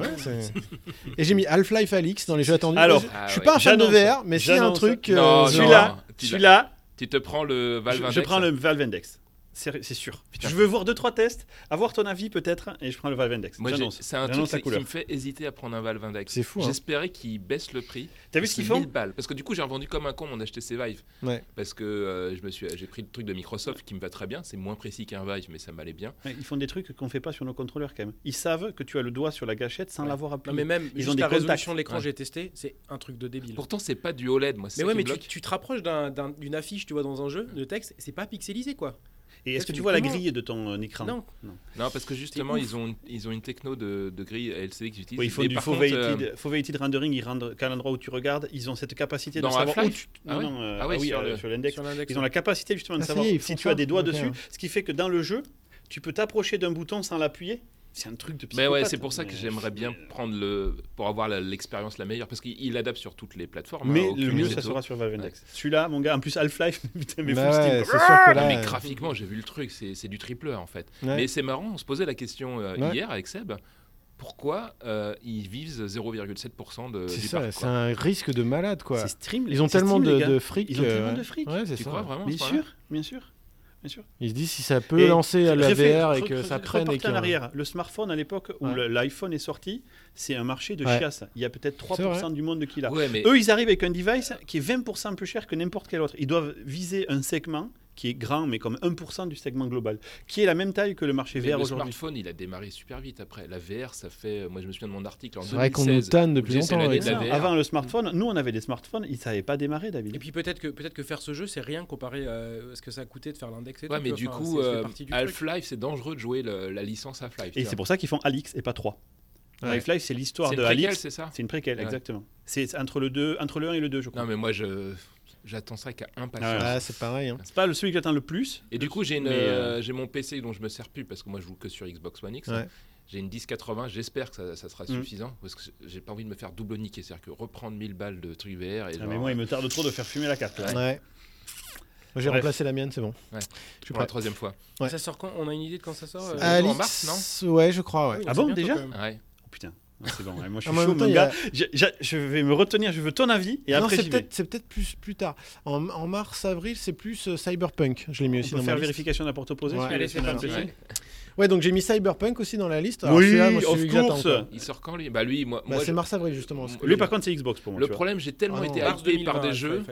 Speaker 4: Et j'ai mis Half-Life Alix dans les jeux attendus.
Speaker 1: Alors,
Speaker 4: je
Speaker 3: Ah
Speaker 4: suis
Speaker 3: ouais.
Speaker 4: pas un fan de
Speaker 1: J'annonce.
Speaker 4: VR, mais s'il y a un
Speaker 1: J'annonce.
Speaker 4: truc.
Speaker 3: Non,
Speaker 1: Celui-là,
Speaker 3: tu-
Speaker 1: celui-là,
Speaker 3: Tu te prends le Valve
Speaker 1: je
Speaker 3: Index.
Speaker 1: prends le Valve Index. C'est sûr.
Speaker 3: Putain.
Speaker 1: Je veux voir 2-3 tests, avoir ton avis peut-être, et je prends le Valve Index.
Speaker 3: Moi,
Speaker 1: J'annonce.
Speaker 3: c'est un truc
Speaker 1: J'annonce la
Speaker 3: qui
Speaker 1: couleur.
Speaker 3: me fait hésiter à prendre un Valve Index.
Speaker 4: C'est fou, hein.
Speaker 3: J'espérais qu'ils baissent le prix.
Speaker 1: T'as vu ce qu'ils
Speaker 3: C'est
Speaker 1: font
Speaker 3: 1000 balles. Parce que du coup, j'ai revendu comme un con mon HTC Vive.
Speaker 4: Ouais.
Speaker 3: Parce que j'ai pris le truc de Microsoft qui me va très bien. C'est moins précis qu'un Vive, mais ça m'allait bien.
Speaker 1: Ouais, ils font des trucs qu'on fait pas sur nos contrôleurs quand même. Ils savent que tu as le doigt sur la gâchette sans
Speaker 2: Ouais.
Speaker 1: l'avoir
Speaker 2: Non
Speaker 1: appuyé.
Speaker 2: mais même
Speaker 1: Ils
Speaker 2: juste
Speaker 1: ont des
Speaker 2: la
Speaker 1: contacts.
Speaker 2: résolution de l'écran,
Speaker 3: Ouais.
Speaker 2: j'ai testé, c'est un truc de débile.
Speaker 3: Pourtant, c'est pas du OLED, moi. C'est
Speaker 2: Mais
Speaker 3: ça
Speaker 2: ouais,
Speaker 3: qui
Speaker 2: mais
Speaker 3: me bloque.
Speaker 2: tu te rapproches d'une affiche, tu vois, dans un jeu de texte, c'est pas pixelisé quoi.
Speaker 1: Et est-ce que
Speaker 2: tu
Speaker 1: tu
Speaker 2: dis
Speaker 1: vois la
Speaker 2: comment
Speaker 1: grille de ton écran
Speaker 2: Non.
Speaker 3: Non, parce que justement,
Speaker 2: ouf.
Speaker 3: ils ont une techno de grille LCD qu'ils utilisent.
Speaker 1: Oui, ils font
Speaker 3: Et
Speaker 1: du
Speaker 3: par
Speaker 1: faux
Speaker 3: contre,
Speaker 1: weighted rendering, ils rendent qu'à l'endroit où tu regardes, ils ont cette capacité de
Speaker 3: Dans
Speaker 1: savoir où
Speaker 3: Half-Life
Speaker 1: tu...
Speaker 3: Ah ouais Ah ouais,
Speaker 1: oui,
Speaker 3: sur
Speaker 1: l'index.
Speaker 2: Sur l'index.
Speaker 1: Ils ont la capacité justement de
Speaker 4: Ah, ça y
Speaker 1: savoir
Speaker 4: est, ils
Speaker 1: si
Speaker 4: font
Speaker 1: tu
Speaker 4: ça.
Speaker 1: as des doigts
Speaker 4: Ok.
Speaker 1: dessus, ce qui fait que dans le jeu, tu peux t'approcher d'un bouton sans l'appuyer. C'est un truc de
Speaker 3: Mais
Speaker 1: psychopathe.
Speaker 3: ouais, c'est pour ça que
Speaker 1: Mais-
Speaker 3: j'aimerais bien prendre pour avoir l'expérience la meilleure, parce qu'il adapte sur toutes les plateformes.
Speaker 1: Mais
Speaker 3: hein,
Speaker 1: le
Speaker 3: Oculus
Speaker 1: mieux,
Speaker 3: et
Speaker 1: ça
Speaker 3: tout.
Speaker 1: sera sur Valve Index. Celui-là, mon gars, en plus Half-Life, putain, mais
Speaker 4: Bah
Speaker 1: full
Speaker 4: ouais,
Speaker 1: Steam.
Speaker 4: c'est sûr que
Speaker 3: Ah,
Speaker 4: là.
Speaker 3: mais graphiquement, j'ai vu le truc, c'est du tripleur en fait.
Speaker 4: Ouais.
Speaker 3: Mais c'est marrant, on se posait la question
Speaker 4: Ouais.
Speaker 3: hier avec Seb. Pourquoi ils visent 0,7%
Speaker 4: C'est
Speaker 3: du
Speaker 4: ça,
Speaker 3: parc
Speaker 4: c'est
Speaker 3: quoi.
Speaker 4: un risque de malade quoi.
Speaker 1: C'est Stream.
Speaker 4: Ils ont
Speaker 1: c'est
Speaker 4: tellement
Speaker 1: Steam, les gars.
Speaker 4: de fric.
Speaker 1: Ils ont tellement de fric.
Speaker 4: Ouais, c'est
Speaker 3: Tu
Speaker 4: ça.
Speaker 3: crois vraiment à
Speaker 1: Bien
Speaker 3: ce point-là
Speaker 1: sûr, bien sûr. Bien sûr.
Speaker 4: Ils se disent si ça peut
Speaker 1: Et
Speaker 4: lancer la VR et que
Speaker 1: Repartez
Speaker 4: ça prenne. Et
Speaker 1: en arrière. Le smartphone, à l'époque où
Speaker 4: Ouais.
Speaker 1: l'iPhone est sorti, c'est un marché de
Speaker 4: Ouais.
Speaker 1: chiasse. Il y a peut-être
Speaker 4: C'est
Speaker 1: 3% du monde qui l'a.
Speaker 3: Ouais, mais
Speaker 1: Eux, ils arrivent avec un device qui est 20% plus cher que n'importe quel autre. Ils doivent viser un segment qui est grand, mais comme 1% du segment global, qui est la même taille que le marché
Speaker 3: mais
Speaker 1: VR
Speaker 3: le
Speaker 1: aujourd'hui.
Speaker 3: smartphone, il a démarré super vite après. La VR, ça fait. Moi, je me souviens de mon article en
Speaker 4: C'est vrai qu'on
Speaker 3: 2016.
Speaker 4: nous tanne
Speaker 3: où
Speaker 4: depuis
Speaker 3: j'ai essayé
Speaker 4: longtemps.
Speaker 3: l'année
Speaker 4: avec
Speaker 3: de la
Speaker 4: ça.
Speaker 3: VR.
Speaker 1: Avant le smartphone, nous on avait des smartphones, ils ne savaient pas démarrer, David.
Speaker 2: Et puis peut-être que faire ce jeu, c'est rien comparé à ce que ça a coûté de faire l'index et
Speaker 3: Ouais,
Speaker 2: tout.
Speaker 3: mais
Speaker 2: tu
Speaker 3: du
Speaker 2: vois, enfin,
Speaker 3: coup,
Speaker 2: ça fait partie du truc.
Speaker 3: Half-Life, c'est dangereux de jouer la licence Half-Life.
Speaker 1: Et
Speaker 3: tu
Speaker 1: c'est
Speaker 3: vois.
Speaker 1: pour ça qu'ils font Alix et pas 3.
Speaker 4: Ouais.
Speaker 1: Half-Life, c'est l'histoire
Speaker 3: C'est
Speaker 1: de
Speaker 3: une préquelle,
Speaker 1: Alix.
Speaker 3: c'est ça
Speaker 1: C'est une préquelle,
Speaker 3: Ouais.
Speaker 1: exactement. C'est entre le 1 et le 2, je crois.
Speaker 3: Non, mais moi, j'attends ça qu'à impatience.
Speaker 1: Ouais.
Speaker 4: Ah, c'est pareil. hein.
Speaker 1: C'est pas celui que j'attends le plus.
Speaker 3: Et du coup, j'ai
Speaker 1: Mais,
Speaker 3: mon PC dont je me sers plus parce que moi, je joue que sur Xbox One X.
Speaker 4: Ouais.
Speaker 3: J'ai une 1080, j'espère que ça sera
Speaker 1: Mm.
Speaker 3: suffisant parce que j'ai pas envie de me faire double niquer, c'est-à-dire que reprendre 1000 balles de trucs VR et
Speaker 1: Ah,
Speaker 3: genre,
Speaker 1: mais moi, il me tarde trop de faire fumer la carte. là.
Speaker 4: Ouais. Moi, j'ai
Speaker 1: Bref.
Speaker 4: remplacé la mienne, c'est bon.
Speaker 3: Ouais.
Speaker 4: Je suis
Speaker 3: pour la
Speaker 4: prêt.
Speaker 3: troisième fois.
Speaker 4: Ouais.
Speaker 2: Ça sort quand? On a une idée de quand ça sort
Speaker 3: C'est-
Speaker 2: euh
Speaker 3: en
Speaker 4: Alix,
Speaker 3: mars,
Speaker 4: ouais, je crois, ouais.
Speaker 2: Oui,
Speaker 1: Ah
Speaker 2: c'est
Speaker 1: bon,
Speaker 2: bientôt,
Speaker 1: déjà
Speaker 2: quand même.
Speaker 3: Ouais.
Speaker 1: Oh, putain. Ah, c'est bon, ouais, moi je
Speaker 4: En
Speaker 1: suis
Speaker 4: même
Speaker 1: chaud,
Speaker 4: temps,
Speaker 1: mon
Speaker 4: il y a-
Speaker 1: gars. Je vais me retenir, je veux ton avis et
Speaker 4: Non,
Speaker 1: après
Speaker 4: c'est
Speaker 1: j'y vais.
Speaker 4: peut-être plus tard. En mars, avril, c'est plus Cyberpunk. Je l'ai mis
Speaker 1: On
Speaker 4: aussi
Speaker 1: peut
Speaker 4: dans ma
Speaker 1: faire
Speaker 4: liste.
Speaker 1: vérification d'apporte opposé.
Speaker 4: Ouais.
Speaker 1: sur
Speaker 2: Allez,
Speaker 1: les-
Speaker 2: c'est
Speaker 1: sur
Speaker 2: parti.
Speaker 1: le PC.
Speaker 3: Ouais.
Speaker 4: Ouais, donc j'ai mis Cyberpunk aussi dans la liste. Alors,
Speaker 1: Oui,
Speaker 4: celui-là, moi, c'est
Speaker 1: of
Speaker 4: celui que j'attends,
Speaker 1: course.
Speaker 4: quoi.
Speaker 3: Il sort quand lui Bah lui, moi
Speaker 4: Bah, c'est
Speaker 3: je-
Speaker 4: mars-avril justement.
Speaker 1: Lui, par contre, c'est Xbox pour moi.
Speaker 3: le
Speaker 1: tu vois.
Speaker 3: problème, j'ai tellement
Speaker 4: Ah non.
Speaker 3: été
Speaker 2: Mars
Speaker 3: hypé par
Speaker 2: 2020,
Speaker 3: des jeux.
Speaker 2: Half-Life Alix.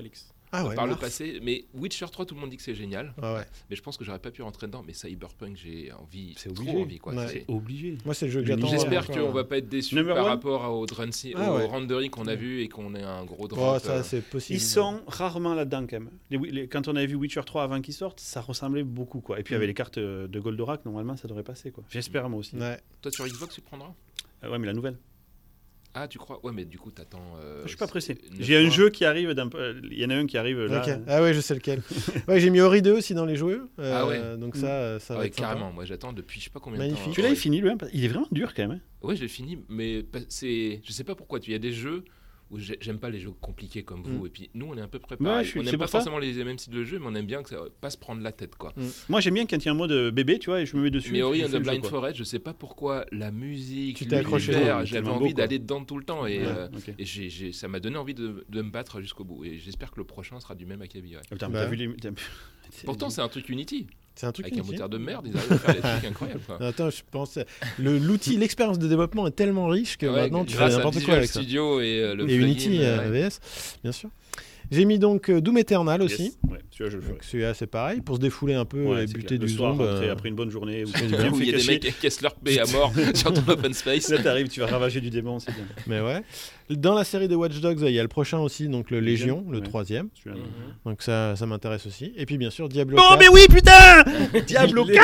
Speaker 3: par le
Speaker 4: mars.
Speaker 3: passé. Mais Witcher 3, tout le monde dit que c'est génial.
Speaker 4: Ah ouais.
Speaker 3: Mais je pense que j'aurais pas pu rentrer dedans. Mais Cyberpunk, j'ai envie,
Speaker 1: C'est
Speaker 3: trop
Speaker 1: obligé.
Speaker 3: envie. Quoi.
Speaker 4: Ouais.
Speaker 3: C'est-
Speaker 1: Obligé.
Speaker 4: Moi, c'est le jeu que
Speaker 1: J'espère
Speaker 4: j'attends.
Speaker 3: J'espère
Speaker 4: encore.
Speaker 3: qu'on va pas être déçus
Speaker 1: Number
Speaker 3: par
Speaker 1: one
Speaker 3: rapport au
Speaker 4: Ah ouais.
Speaker 3: rendering qu'on a vu et qu'on ait un gros drop.
Speaker 4: Oh, ça, c'est possible.
Speaker 1: Ils sont rarement là-dedans quand même. Quand on avait vu Witcher 3 avant qu'il sorte, ça ressemblait beaucoup quoi. Et puis avec les cartes de Goldorak, normalement ça devrait passer quoi. J'espère moi aussi.
Speaker 4: Ouais.
Speaker 3: Toi, sur Xbox, tu prendras
Speaker 1: Ouais, mais la nouvelle.
Speaker 3: Ah, tu crois? Ouais, mais du coup, t'attends.
Speaker 1: Je suis pas pressé.
Speaker 3: 9
Speaker 1: J'ai un
Speaker 3: mois.
Speaker 1: jeu qui arrive. Il y en a un qui arrive là.
Speaker 4: Ok. Ah ouais, je sais lequel. Ouais, j'ai mis Ori 2 aussi dans les jeux.
Speaker 3: Ah ouais.
Speaker 4: Donc ça va
Speaker 3: Ouais,
Speaker 4: être sympa.
Speaker 3: carrément. Moi, j'attends depuis je sais pas combien de
Speaker 4: Magnifique.
Speaker 3: temps.
Speaker 1: Tu l'as
Speaker 3: Ouais.
Speaker 1: fini lui. Il est vraiment dur quand même.
Speaker 3: Ouais, j'ai fini, mais je sais pas pourquoi. Il y a des jeux où j'aime pas les jeux compliqués comme vous. Et puis nous, on est un peu préparés.
Speaker 1: Ouais,
Speaker 3: On
Speaker 1: c'est
Speaker 3: n'aime pas
Speaker 1: pour ça.
Speaker 3: forcément les mêmes styles de jeu, mais on aime bien que ça pas se prendre la tête, quoi.
Speaker 1: Moi j'aime bien quand il y a un mode bébé, tu vois, et je me mets dessus.
Speaker 3: Mais
Speaker 1: et
Speaker 3: Ori
Speaker 1: je
Speaker 3: and
Speaker 1: fais
Speaker 3: the
Speaker 1: le jeu,
Speaker 3: Blind
Speaker 1: quoi.
Speaker 3: Forest, je sais pas pourquoi la musique,
Speaker 4: Tu t'es accroché.
Speaker 3: l'univers,
Speaker 1: Ouais,
Speaker 3: j'avais
Speaker 1: tellement
Speaker 3: envie
Speaker 1: beau, quoi.
Speaker 3: d'aller dedans tout le temps et,
Speaker 1: Ouais, ok.
Speaker 3: ça m'a donné envie de me battre jusqu'au bout. Et j'espère que le prochain sera du même acabit. Ouais.
Speaker 1: Putain,
Speaker 4: Bah.
Speaker 1: t'as vu les.
Speaker 3: Pourtant, c'est un truc Unity.
Speaker 4: C'est un truc
Speaker 3: Avec un
Speaker 4: Unity.
Speaker 3: moteur de merde, ils arrivent à faire des trucs incroyables. Quoi.
Speaker 4: Attends, je pense l'outil, l'expérience de développement est tellement riche que
Speaker 3: Ouais,
Speaker 4: maintenant tu fais
Speaker 3: grâce à
Speaker 4: n'importe quoi
Speaker 3: Visual
Speaker 4: avec ça.
Speaker 3: Studio et le
Speaker 4: Et
Speaker 3: plugin,
Speaker 4: Unity
Speaker 3: ouais.
Speaker 4: AVS, bien sûr. J'ai mis donc Doom Eternal aussi.
Speaker 1: Yes. Ouais, celui-là je le ferai.
Speaker 4: Donc celui-là c'est pareil pour se défouler un peu
Speaker 1: Ouais,
Speaker 4: et
Speaker 1: c'est
Speaker 4: buter
Speaker 1: clair. Le
Speaker 4: du
Speaker 1: soir,
Speaker 4: zombie.
Speaker 1: rentrer après une bonne journée où tu
Speaker 4: Où
Speaker 1: t'es bien
Speaker 3: Où il y
Speaker 1: fait
Speaker 3: a des
Speaker 1: cacher.
Speaker 3: mecs qui se leur paix à mort sur ton open space.
Speaker 1: Là t'arrives, tu vas ravager du démon, c'est bien.
Speaker 4: Mais ouais. Dans la série des Watch Dogs, il y a le prochain aussi, donc le Légion, le
Speaker 1: Ouais.
Speaker 4: troisième.
Speaker 1: Celui-là, non.
Speaker 4: Donc ça m'intéresse aussi. Et puis bien sûr Diablo
Speaker 1: Oh
Speaker 4: 4.
Speaker 1: mais oui putain Diablo
Speaker 4: Il est-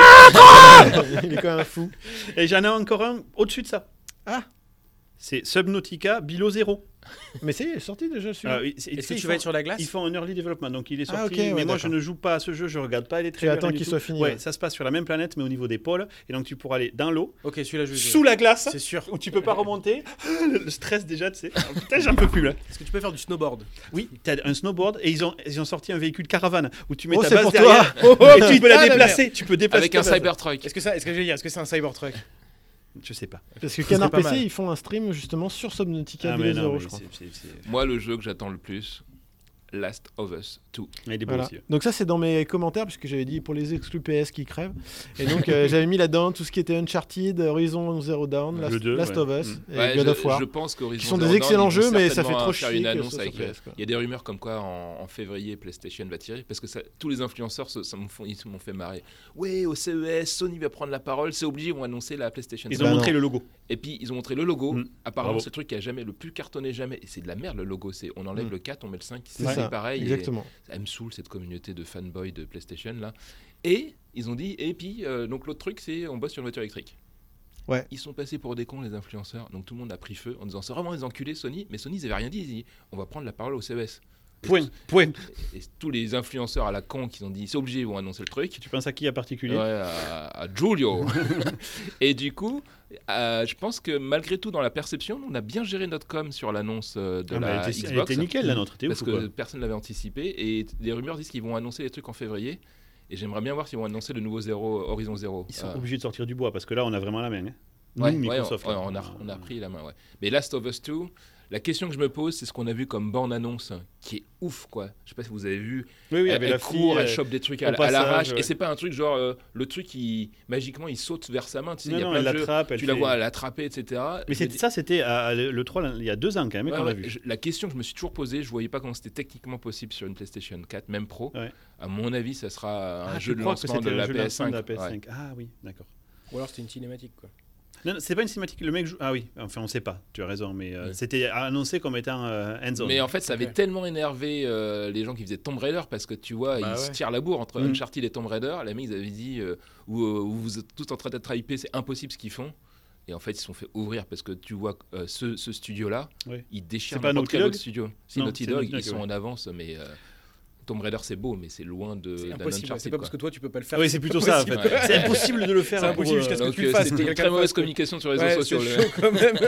Speaker 1: 4.
Speaker 4: Il est quand même fou.
Speaker 1: Et j'en ai encore un au-dessus de ça.
Speaker 4: Ah.
Speaker 1: C'est Subnautica Below Zero.
Speaker 4: Mais c'est il est sorti déjà celui-là.
Speaker 1: Ah, oui, c'est-
Speaker 2: Est-ce
Speaker 1: tu sais,
Speaker 2: que
Speaker 1: ils
Speaker 2: tu vas
Speaker 1: font-
Speaker 2: être sur la glace?
Speaker 1: Ils font un early development, donc il est sorti.
Speaker 4: Ah, ok,
Speaker 1: mais
Speaker 4: ouais,
Speaker 1: moi, je
Speaker 4: d'accord.
Speaker 1: ne joue pas à ce jeu, je regarde pas les
Speaker 4: Tu
Speaker 1: trailers.
Speaker 4: attends
Speaker 1: rien du
Speaker 4: qu'il
Speaker 1: tout.
Speaker 4: soit fini.
Speaker 1: Ouais,
Speaker 4: Ouais.
Speaker 1: ça se passe sur la même planète, mais au niveau des pôles. Et donc, tu pourras aller dans l'eau,
Speaker 2: Ok, celui-là, je vais jouer.
Speaker 1: sous la glace,
Speaker 2: C'est sûr.
Speaker 1: où tu peux pas remonter. Le stress déjà, tu sais. Ah, putain, j'en peux plus là.
Speaker 2: Est-ce que tu peux faire du snowboard?
Speaker 1: Oui, tu as un snowboard et ils ont sorti un véhicule caravane où tu mets
Speaker 4: Oh,
Speaker 1: ta
Speaker 4: c'est
Speaker 1: base
Speaker 4: pour
Speaker 1: derrière.
Speaker 4: toi.
Speaker 1: Et tu peux la
Speaker 2: putain de
Speaker 1: déplacer. Tu peux déplacer
Speaker 3: Avec
Speaker 1: ta
Speaker 3: un
Speaker 1: base.
Speaker 3: Cybertruck.
Speaker 2: Est-ce que je vais dire, est-ce que c'est un Cybertruck?
Speaker 1: Je sais pas.
Speaker 4: Parce que
Speaker 2: serait
Speaker 4: Canard
Speaker 2: pas
Speaker 4: PC,
Speaker 2: mal.
Speaker 4: ils font un stream justement sur Subnautica
Speaker 1: Ah, mais
Speaker 4: Below
Speaker 1: non,
Speaker 4: Zero,
Speaker 1: mais
Speaker 4: je crois.
Speaker 3: Moi, le jeu que j'attends le plus, Last of Us 2.
Speaker 1: Il est beau
Speaker 4: Voilà.
Speaker 1: aussi.
Speaker 4: Donc ça c'est dans mes commentaires puisque j'avais dit pour les exclus PS qui crèvent et donc j'avais mis là-dedans tout ce qui était Uncharted, Horizon Zero Dawn,
Speaker 1: Le 2,
Speaker 4: Last
Speaker 1: ouais.
Speaker 4: of Us et
Speaker 3: Ouais,
Speaker 4: God of War
Speaker 3: je pense qu'Horizon
Speaker 4: qui sont
Speaker 3: Zero
Speaker 4: des
Speaker 3: Dawn,
Speaker 4: excellents
Speaker 3: ils vont
Speaker 4: jeux mais ça fait
Speaker 3: certainement
Speaker 4: trop
Speaker 3: faire
Speaker 4: chier
Speaker 3: une
Speaker 4: que
Speaker 3: annonce
Speaker 4: ça
Speaker 3: avec
Speaker 4: soit PS, quoi.
Speaker 3: il y a des rumeurs comme quoi en février PlayStation va tirer parce que tous les influenceurs ils m'ont fait marrer. Ouais, au CES, Sony va prendre la parole, c'est obligé, ils vont annoncer la PlayStation.
Speaker 1: Ils
Speaker 3: 5.
Speaker 1: ont
Speaker 4: Bah
Speaker 1: montré
Speaker 4: non.
Speaker 1: le logo.
Speaker 3: Et puis ils ont montré le logo. Apparemment,
Speaker 1: Bravo.
Speaker 3: c'est le truc qui a jamais le plus cartonné jamais. Et c'est de la merde le logo. On enlève le 4, on met le 5,
Speaker 4: C'est
Speaker 3: c'est
Speaker 4: ça,
Speaker 3: pareil.
Speaker 4: exactement.
Speaker 3: Et ça me saoule cette communauté de fanboys de PlayStation là. Et ils ont dit, et puis donc l'autre truc c'est on bosse sur une voiture électrique.
Speaker 4: Ouais.
Speaker 3: Ils sont passés pour des cons les influenceurs, donc tout le monde a pris feu en disant c'est vraiment des enculés Sony, mais Sony ils avaient rien dit, ils ont dit on va prendre la parole au CES.
Speaker 1: Point.
Speaker 3: Et tous les influenceurs à la con qui ont dit c'est obligé, ils vont annoncer le truc.
Speaker 1: Tu penses à qui en particulier?
Speaker 3: Ouais, à Giulio. Et du coup, je pense que malgré tout, dans la perception, on a bien géré notre com sur l'annonce de
Speaker 1: Ah, bah,
Speaker 3: la
Speaker 1: elle était
Speaker 3: Xbox.
Speaker 1: nickel la nôtre. T'es
Speaker 3: Parce
Speaker 1: ouf ou quoi?
Speaker 3: que personne ne l'avait anticipé. Et les rumeurs disent qu'ils vont annoncer les trucs en février. Et j'aimerais bien voir s'ils vont annoncer le nouveau Horizon Zero.
Speaker 1: Ils sont obligés de sortir du bois parce que là, on a vraiment la main. Hein. Nous,
Speaker 3: Ouais,
Speaker 1: Microsoft.
Speaker 3: ouais,
Speaker 1: là.
Speaker 3: on a pris la main. Ouais. Mais Last of Us 2, la question que je me pose, c'est ce qu'on a vu comme bande-annonce, qui est ouf, quoi. Je sais pas si vous avez vu.
Speaker 1: Oui,
Speaker 3: elle
Speaker 1: avec la
Speaker 3: court,
Speaker 1: fille.
Speaker 3: elle chope des trucs
Speaker 1: au
Speaker 3: à
Speaker 1: passage,
Speaker 3: l'arrache.
Speaker 1: ouais.
Speaker 3: Et c'est pas un truc genre le truc qui magiquement il saute vers sa main. Tu sais, il y a
Speaker 1: Non,
Speaker 3: plein
Speaker 1: elle
Speaker 3: de jeux,
Speaker 1: l'attrape.
Speaker 3: tu la vois l'attraper, etc.
Speaker 1: Mais ça, c'était le 3 il y a 2 ans quand même
Speaker 3: Ouais,
Speaker 1: qu'on
Speaker 3: ouais,
Speaker 1: l'a vu.
Speaker 3: la question que je me suis toujours posée, je voyais pas comment c'était techniquement possible sur une PlayStation 4, même Pro.
Speaker 1: Ouais.
Speaker 3: À mon avis, ça sera un
Speaker 1: Ah,
Speaker 3: jeu
Speaker 1: je
Speaker 3: de
Speaker 1: crois que
Speaker 3: lancement
Speaker 1: c'était
Speaker 3: de
Speaker 1: le
Speaker 3: la
Speaker 1: jeu de lancement
Speaker 3: PS5.
Speaker 1: de la PS5.
Speaker 3: Ouais.
Speaker 1: Ah oui, d'accord.
Speaker 2: Ou alors c'était une cinématique, quoi.
Speaker 1: Non, c'est pas une cinématique. Le mec joue. Ah oui, enfin on sait pas. Tu as raison, mais c'était annoncé comme étant hands-on.
Speaker 3: Mais en fait, ça avait
Speaker 2: Ok.
Speaker 3: tellement énervé les gens qui faisaient Tomb Raider parce que tu vois,
Speaker 2: Bah
Speaker 3: ils se
Speaker 2: ouais.
Speaker 3: tirent la bourre entre
Speaker 1: Mm.
Speaker 3: Uncharted et Tomb Raider. Les mecs, ils avaient dit où vous êtes tous en train d'être hypés, c'est impossible ce qu'ils font. Et en fait, ils se sont fait ouvrir parce que tu vois ce studio-là,
Speaker 1: Oui.
Speaker 3: il déchire
Speaker 1: C'est pas
Speaker 3: n'importe quel
Speaker 1: Naughty
Speaker 3: autre
Speaker 1: Dog
Speaker 3: studio. Si
Speaker 1: Non,
Speaker 3: Naughty
Speaker 1: c'est
Speaker 3: Dog,
Speaker 1: Naughty Dog,
Speaker 3: ils sont
Speaker 1: ouais.
Speaker 3: en avance, mais Tomb Raider c'est beau, mais c'est loin
Speaker 2: C'est
Speaker 3: d'un
Speaker 2: impossible.
Speaker 3: Uncharted.
Speaker 2: C'est pas
Speaker 3: quoi.
Speaker 2: parce que toi tu peux pas le faire.
Speaker 1: Oui, c'est plutôt ça en fait.
Speaker 3: Ouais.
Speaker 1: C'est impossible de le faire.
Speaker 2: C'est impossible jusqu'à ce que
Speaker 3: Donc,
Speaker 2: tu le fasses.
Speaker 3: c'était une
Speaker 2: quelqu'un
Speaker 3: très
Speaker 2: le
Speaker 3: mauvaise
Speaker 2: fasse, quoi.
Speaker 3: communication sur les réseaux
Speaker 2: Ouais,
Speaker 3: sociaux.
Speaker 2: c'est
Speaker 3: le-
Speaker 2: chaud quand même.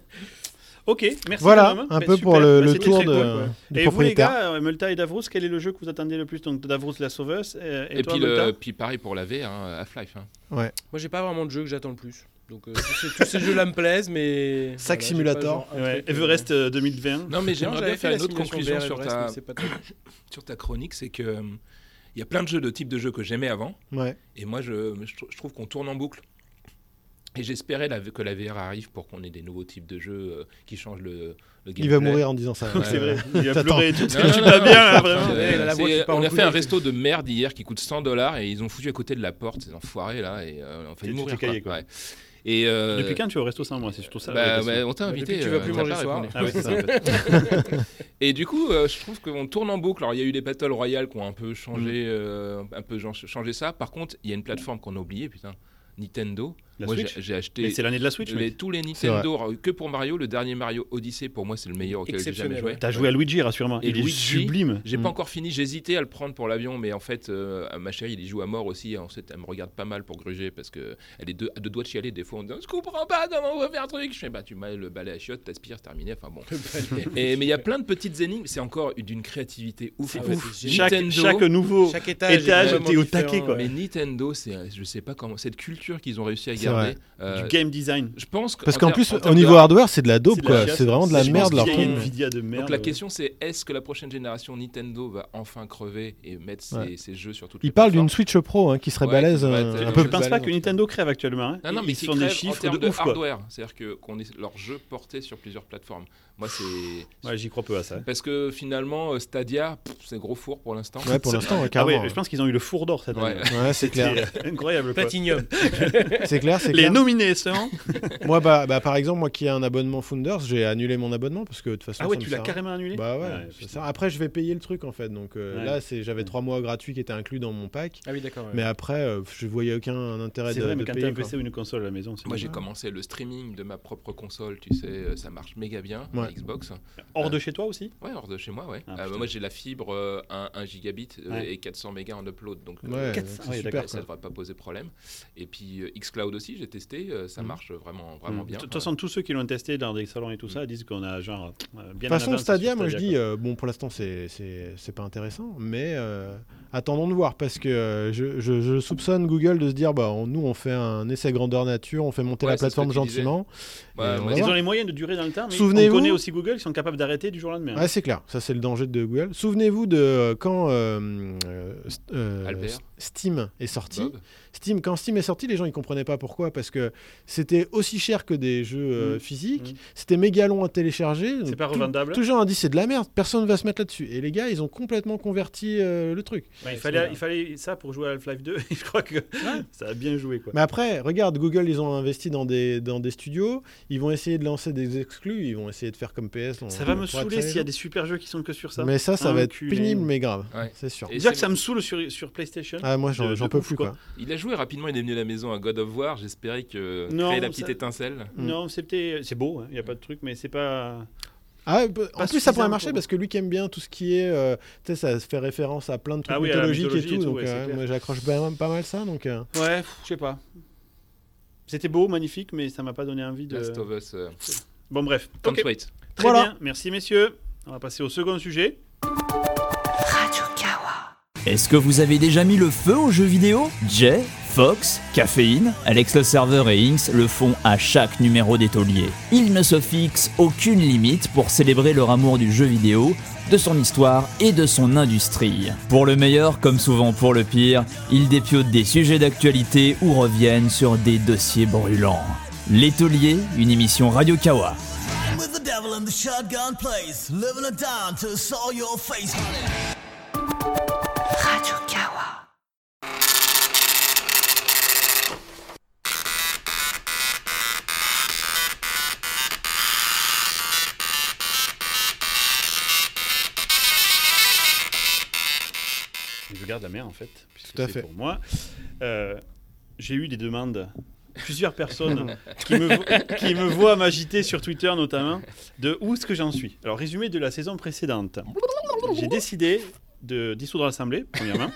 Speaker 1: Ok, merci.
Speaker 4: Voilà
Speaker 1: Romain.
Speaker 4: un
Speaker 1: Bah,
Speaker 4: peu
Speaker 1: super.
Speaker 4: pour le
Speaker 1: Bah, c'était
Speaker 4: tour
Speaker 1: très cool.
Speaker 4: du
Speaker 1: Et vous les
Speaker 4: propriétaire.
Speaker 1: gars, Multa et Davros, quel est le jeu que vous attendiez le plus? Donc Davros, la sauveuse. Et toi,
Speaker 3: puis,
Speaker 1: Multa
Speaker 3: puis pareil pour la VR, hein, Half-Life. Hein.
Speaker 2: Moi j'ai pas vraiment de jeu que j'attends le plus. Donc tous ces jeux-là me plaisent, mais.
Speaker 4: Sac
Speaker 2: voilà,
Speaker 4: Simulator.
Speaker 2: j'ai pas genre un
Speaker 1: Ouais,
Speaker 2: truc,
Speaker 1: Everest 2020.
Speaker 3: Non, mais
Speaker 2: Non,
Speaker 3: j'aimerais
Speaker 2: j'avais
Speaker 3: bien
Speaker 2: fait
Speaker 3: faire
Speaker 2: la
Speaker 3: une autre
Speaker 2: simulation
Speaker 3: conclusion
Speaker 2: VR
Speaker 3: sur
Speaker 2: Everest,
Speaker 3: ta,
Speaker 2: mais c'est pas trop.
Speaker 3: sur ta chronique, c'est que il y a plein de jeux de type de jeux que j'aimais avant,
Speaker 4: Ouais.
Speaker 3: et moi je trouve qu'on tourne en boucle. Et j'espérais que la VR arrive pour qu'on ait des nouveaux types de jeux qui changent le gameplay.
Speaker 4: Il va mourir en disant ça.
Speaker 1: C'est vrai, il va
Speaker 4: T'attends.
Speaker 1: pleurer tout de suite.
Speaker 3: Non,
Speaker 1: Tu
Speaker 3: non,
Speaker 1: vas
Speaker 3: non,
Speaker 1: bien,
Speaker 3: non,
Speaker 1: là,
Speaker 3: c'est-
Speaker 1: vraiment.
Speaker 2: Ouais, la voix qui part en
Speaker 3: on a fait
Speaker 2: couille.
Speaker 3: un resto de merde hier qui coûte $100 et ils ont foutu à côté de la porte, ces enfoirés là, et on a failli
Speaker 1: Tu
Speaker 3: mourir.
Speaker 1: t'es caillé, quoi.
Speaker 3: Ouais. Et
Speaker 1: Depuis quand tu es au resto sans moi? C'est surtout ça. la
Speaker 3: bah,
Speaker 1: question.
Speaker 3: on t'a invité.
Speaker 2: depuis que tu vas plus
Speaker 3: t'as
Speaker 2: manger
Speaker 3: pas
Speaker 2: le soir.
Speaker 3: répondu.
Speaker 1: Ah oui, c'est ça en fait.
Speaker 3: Et du coup, je trouve qu'on tourne en boucle. Alors, il y a eu les Battle Royale qui ont un peu changé, changé ça. Par contre, il y a une plateforme qu'on a oubliée, putain. Nintendo.
Speaker 1: La
Speaker 3: Moi,
Speaker 1: Switch
Speaker 3: j'ai acheté
Speaker 1: Mais c'est l'année de la Switch, mec.
Speaker 3: tous les Nintendo que pour Mario. Le dernier Mario Odyssey, pour moi, c'est le meilleur auquel j'ai jamais
Speaker 2: Exceptionnel,
Speaker 3: joué.
Speaker 2: ouais.
Speaker 1: T'as joué à Luigi, rassure-moi.
Speaker 3: Et
Speaker 1: Il est
Speaker 3: Luigi,
Speaker 1: sublime.
Speaker 3: J'ai pas encore fini, j'hésitais à le prendre pour l'avion, mais en fait, ma chérie, il y joue à mort aussi. Ensuite, elle me regarde pas mal pour gruger parce qu'elle est à deux doigts de chialer. Des fois, on dit je comprends pas comment on va faire un truc. Je fais bah, tu mets le balai à chiottes, t'aspires, c'est terminé. Enfin bon. Mais il y a plein de petites énigmes, c'est encore d'une créativité ouf.
Speaker 2: C'est
Speaker 3: en fait.
Speaker 2: ouf.
Speaker 1: Chaque nouveau
Speaker 2: Chaque étage,
Speaker 1: étage,
Speaker 2: est vraiment
Speaker 1: t'es au
Speaker 2: différent,
Speaker 1: taquet, quoi.
Speaker 3: Mais Nintendo, je sais pas comment, cette culture qu'ils ont réussi à
Speaker 4: C'est
Speaker 3: garder.
Speaker 1: Du game design.
Speaker 3: Je pense que
Speaker 4: Parce qu'en plus,
Speaker 3: termes
Speaker 4: au niveau
Speaker 3: de-
Speaker 4: hardware, c'est de la dope,
Speaker 1: C'est de la
Speaker 4: quoi.
Speaker 1: chiasse.
Speaker 4: C'est vraiment de la
Speaker 1: Je
Speaker 4: merde,
Speaker 1: pense
Speaker 4: leur
Speaker 1: qu'il y a
Speaker 4: truc.
Speaker 1: une Nvidia de merde.
Speaker 3: Donc la question c'est est-ce que la prochaine génération Nintendo va enfin crever et mettre
Speaker 4: Ouais.
Speaker 3: ses jeux sur toutes
Speaker 4: Il
Speaker 3: les
Speaker 4: parle
Speaker 3: plateformes.
Speaker 4: d'une Switch Pro qui serait
Speaker 3: Ouais,
Speaker 4: balèze.
Speaker 3: qui va être-
Speaker 4: un
Speaker 3: je
Speaker 4: peu
Speaker 1: Je
Speaker 4: plus
Speaker 1: pense pas
Speaker 4: balèze,
Speaker 1: que
Speaker 4: en
Speaker 1: Nintendo crève actuellement. Hein.
Speaker 3: Non, mais
Speaker 1: Ils
Speaker 3: qui
Speaker 1: font des
Speaker 3: crèvent en
Speaker 1: chiffres
Speaker 3: termes
Speaker 1: de ouf, quoi.
Speaker 3: hardware, c'est-à-dire qu'on ait leurs jeux portés sur plusieurs plateformes. Moi, c'est
Speaker 1: Ouais, j'y crois peu à ça.
Speaker 3: parce que finalement Stadia, c'est gros four pour l'instant.
Speaker 4: Ouais, pour l'instant,
Speaker 1: Ah
Speaker 4: carrément.
Speaker 1: ouais, je pense qu'ils ont eu le four d'or cette
Speaker 3: Ouais.
Speaker 1: année.
Speaker 4: Ouais, c'est clair.
Speaker 1: C'était incroyable, quoi.
Speaker 2: Platinum.
Speaker 4: C'est clair, c'est
Speaker 1: Les
Speaker 4: clair.
Speaker 1: nominations.
Speaker 4: Moi, par exemple, moi qui ai un abonnement Founders, j'ai annulé mon abonnement parce que de toute façon.
Speaker 1: Ah ouais,
Speaker 4: ça me
Speaker 1: tu l'as
Speaker 4: sert à-
Speaker 1: carrément annulé.
Speaker 4: Bah ouais.
Speaker 1: Ouais,
Speaker 4: ça
Speaker 1: putain.
Speaker 4: sert- Après, je vais payer le truc en fait. Donc
Speaker 1: Ouais.
Speaker 4: là, j'avais 3 mois gratuits qui étaient inclus dans mon pack.
Speaker 2: Ah oui, d'accord. ouais.
Speaker 4: Mais après, je voyais aucun intérêt
Speaker 1: C'est
Speaker 4: de,
Speaker 1: vrai, mais
Speaker 4: de
Speaker 1: quand t'as
Speaker 4: payer.
Speaker 1: un
Speaker 4: quoi.
Speaker 1: PC ou une console à la maison, c'est
Speaker 3: Moi,
Speaker 1: bien.
Speaker 3: j'ai commencé le streaming de ma propre console, tu sais, ça marche méga bien,
Speaker 4: Ouais.
Speaker 3: la Xbox.
Speaker 1: Hors de chez toi aussi.
Speaker 3: Ouais, hors de chez moi, ouais.
Speaker 1: Ah, putain.
Speaker 3: Moi, j'ai la fibre 1 gigabit
Speaker 1: Ouais.
Speaker 3: et 400 mégas en upload, donc
Speaker 4: Ouais,
Speaker 1: 400,
Speaker 4: c'est
Speaker 1: ouais,
Speaker 4: super.
Speaker 1: d'accord,
Speaker 3: ça
Speaker 4: quoi.
Speaker 3: devrait pas poser problème. Et puis Xcloud aussi, j'ai testé, ça marche vraiment
Speaker 1: De
Speaker 3: bien.
Speaker 1: toute façon, tous ceux qui l'ont testé dans des salons et tout ça disent qu'on a genre bien.
Speaker 4: De toute façon, Stadia, moi je dis, bon, pour l'instant, c'est pas intéressant, mais attendons de voir parce que je soupçonne Google de se dire, bah, nous, on fait un essai grandeur nature, on fait monter
Speaker 3: Ouais,
Speaker 4: la
Speaker 3: c'est ce que
Speaker 4: plateforme
Speaker 3: tu disais.
Speaker 4: gentiment.
Speaker 3: Ouais,
Speaker 4: Et on
Speaker 3: moi,
Speaker 4: va
Speaker 1: Ils
Speaker 4: voir.
Speaker 1: ont les moyens de durer dans le temps, mais on
Speaker 4: Souvenez-vous-
Speaker 1: connaît aussi Google, ils sont capables d'arrêter du jour au lendemain.
Speaker 4: Ouais, c'est clair, ça c'est le danger de Google. Souvenez-vous de quand
Speaker 3: Albert.
Speaker 4: Steam est sorti.
Speaker 3: Bob.
Speaker 4: Quand Steam est sorti, les gens ils comprenaient pas pourquoi, parce que c'était aussi cher que des jeux physiques, c'était méga long à télécharger.
Speaker 1: C'est
Speaker 4: donc
Speaker 1: pas revendable.
Speaker 4: Tout le gens a dit c'est de la merde, personne va se mettre là-dessus. Et les gars, ils ont complètement converti le truc.
Speaker 1: Ouais, il fallait ça pour jouer à Half-Life 2. Je crois que ça a bien joué, quoi.
Speaker 4: Mais après, regarde, Google, ils ont investi dans des studios, ils vont essayer de lancer des exclus, ils vont essayer de faire comme PS.
Speaker 1: Ça va me
Speaker 4: pour
Speaker 1: saouler
Speaker 4: attirer
Speaker 1: s'il y a
Speaker 4: les
Speaker 1: des super jeux qui sont que sur ça.
Speaker 4: gens. Mais ça va être
Speaker 1: Enculé.
Speaker 4: pénible, mais grave,
Speaker 3: Ouais.
Speaker 4: c'est sûr.
Speaker 3: Et
Speaker 1: Déjà
Speaker 3: c'est-
Speaker 1: que ça me saoule sur PlayStation.
Speaker 4: Ah, moi, j'en
Speaker 1: de
Speaker 4: peux
Speaker 1: ouf,
Speaker 4: plus, quoi.
Speaker 3: Il a joué rapidement, il est venu à la maison à God of War. J'espérais que
Speaker 1: Non,
Speaker 3: créer la petite
Speaker 1: ça-
Speaker 3: étincelle.
Speaker 1: Non, c'est beau, il n'y a pas de truc, mais c'est pas.
Speaker 4: Ah, en plus, ça
Speaker 1: suffisant
Speaker 4: pourrait marcher
Speaker 1: pour-
Speaker 4: parce que lui qui aime bien tout ce qui est. Tu sais, ça fait référence à plein de trucs
Speaker 1: Ah oui, à la
Speaker 4: mythologiques et
Speaker 1: mythologie
Speaker 4: tout.
Speaker 1: et tout,
Speaker 4: Donc,
Speaker 1: ouais, c'est clair.
Speaker 4: moi, j'accroche pas mal ça. Donc,
Speaker 1: Ouais, je sais pas. C'était beau, magnifique, mais ça m'a pas donné envie de.
Speaker 3: Last of Us.
Speaker 1: Bon, bref.
Speaker 3: Can't
Speaker 1: Ok.
Speaker 3: wait.
Speaker 1: Très
Speaker 4: Voilà.
Speaker 1: bien, merci messieurs. On va passer au second sujet.
Speaker 5: Est-ce que vous avez déjà mis le feu aux jeux vidéo? Jay, Fox, Caféine, Alex le serveur et Inks le font à chaque numéro des tauliers. Ils ne se fixent aucune limite pour célébrer leur amour du jeu vidéo, de son histoire et de son industrie. Pour le meilleur comme souvent pour le pire, ils dépiotent des sujets d'actualité ou reviennent sur des dossiers brûlants. Les Tauliers, une émission Radio Kawa.
Speaker 6: With the devil in the shotgun place, living it down to saw your face, honey.
Speaker 7: Radio Kawa.
Speaker 1: Je garde la main en fait, puisque
Speaker 4: Tout à
Speaker 1: c'est
Speaker 4: fait.
Speaker 1: pour moi. J'ai eu des demandes, plusieurs personnes qui me voient m'agiter sur Twitter notamment, de où est-ce que j'en suis. Alors résumé de la saison précédente. J'ai décidé de dissoudre l'Assemblée, premièrement,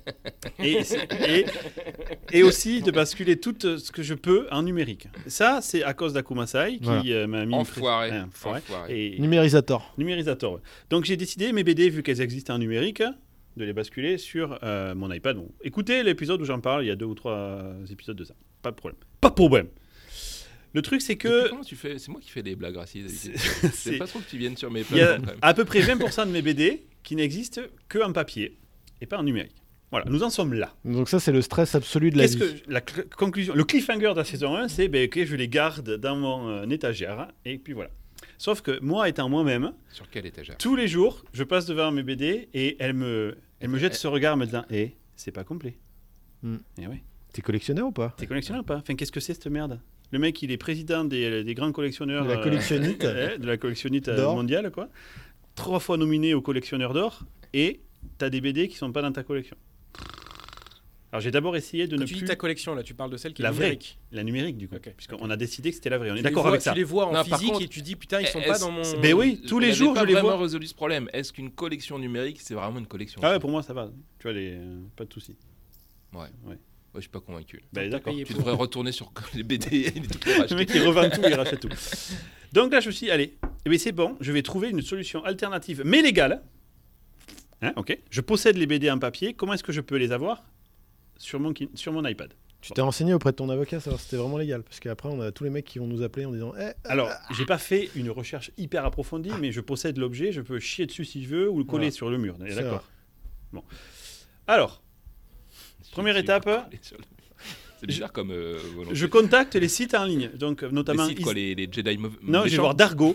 Speaker 1: et aussi de basculer tout ce que je peux en numérique. Ça, c'est à cause d'Akumasai qui
Speaker 4: Voilà.
Speaker 1: m'a mis...
Speaker 3: Enfoiré.
Speaker 1: Enfoiré.
Speaker 3: Enfoiré.
Speaker 1: Et
Speaker 4: numérisateur.
Speaker 1: numérisateur. Ouais. Donc j'ai décidé, mes BD, vu qu'elles existent en numérique, de les basculer sur mon iPad. Bon, écoutez l'épisode où j'en parle, il y a 2 ou 3 épisodes de ça. Pas de problème. Pas de problème. Le truc, c'est
Speaker 3: Depuis
Speaker 1: que
Speaker 3: quand tu fais... C'est moi qui fais des blagues racistes d'habitude.
Speaker 1: c'est-
Speaker 3: C'est pas trop que tu viennes sur mes
Speaker 1: il y a
Speaker 3: plateformes quand même.
Speaker 1: à peu près 20% de mes BD qui n'existent qu'en papier et pas en numérique. Voilà, nous en sommes là.
Speaker 4: Donc ça, c'est le stress absolu de la
Speaker 1: Qu'est-ce
Speaker 4: vie.
Speaker 1: que la conclusion, le cliffhanger de la saison 1, c'est que je les garde dans mon étagère, et puis voilà. Sauf que moi, étant moi-même,
Speaker 3: Sur quelle étagère?
Speaker 1: tous les jours, je passe devant mes BD et elle me jette ce regard me disant c'est pas complet. Et oui.
Speaker 4: T'es collectionneur ou pas?
Speaker 1: T'es collectionneur ou pas? Enfin, qu'est-ce que c'est cette merde? Le mec, il est président des grands collectionneurs.
Speaker 4: De la collectionnite.
Speaker 1: De la collectionnite
Speaker 4: D'or.
Speaker 1: mondiale, quoi. 3 fois nominé au collectionneur d'or et t'as des BD qui sont pas dans ta collection. Alors j'ai d'abord essayé de
Speaker 2: Quand
Speaker 1: ne
Speaker 2: tu dis
Speaker 1: plus
Speaker 2: ta collection, là, tu parles de celle qui est
Speaker 1: la vraie,
Speaker 2: numérique.
Speaker 1: la numérique du coup,
Speaker 2: Ok,
Speaker 1: puisqu'on a décidé que c'était la vraie. On est
Speaker 2: Tu
Speaker 1: d'accord
Speaker 2: les vois-
Speaker 1: avec ça.
Speaker 2: Tu les vois en
Speaker 3: Non, par
Speaker 2: physique
Speaker 3: contre,
Speaker 2: et tu dis putain, ils sont
Speaker 3: est-ce-
Speaker 2: pas dans mon.
Speaker 1: Ben oui, tous
Speaker 3: On
Speaker 1: les
Speaker 3: n'avait
Speaker 1: jours,
Speaker 3: pas
Speaker 1: je les
Speaker 3: vraiment
Speaker 1: vois.
Speaker 3: résolu ce problème. Est-ce qu'une collection numérique, c'est vraiment une collection?
Speaker 1: Ah ouais, pour moi ça va. Tu vois pas de soucis.
Speaker 3: Ouais. Moi, je suis pas convaincu.
Speaker 1: Ben
Speaker 2: T'as
Speaker 1: d'accord.
Speaker 2: payé
Speaker 3: Tu
Speaker 2: pour.
Speaker 3: devrais retourner sur les BD et tout les
Speaker 1: Le
Speaker 3: racheter.
Speaker 1: mec il revend tout, il rachète tout. Donc là je me suis dit, allez, eh bien, c'est bon, je vais trouver une solution alternative mais légale. Hein, ok. Je possède les BD en papier. Comment est-ce que je peux les avoir sur mon iPad?
Speaker 4: Tu t'es renseigné auprès de ton avocat, savoir si c'était vraiment légal. Parce qu'après, on a tous les mecs qui vont nous appeler en disant
Speaker 1: Alors, j'ai pas fait une recherche hyper approfondie, mais je possède l'objet, je peux chier dessus si je veux ou le coller
Speaker 4: Voilà.
Speaker 1: sur le mur.
Speaker 4: C'est
Speaker 1: D'accord. Bon. Alors, première étape,
Speaker 3: C'est bizarre comme volonté.
Speaker 1: je contacte les sites en ligne, donc
Speaker 3: Les
Speaker 1: notamment.
Speaker 3: sites, quoi, les Jedi
Speaker 1: Non, je vais voir Dargo.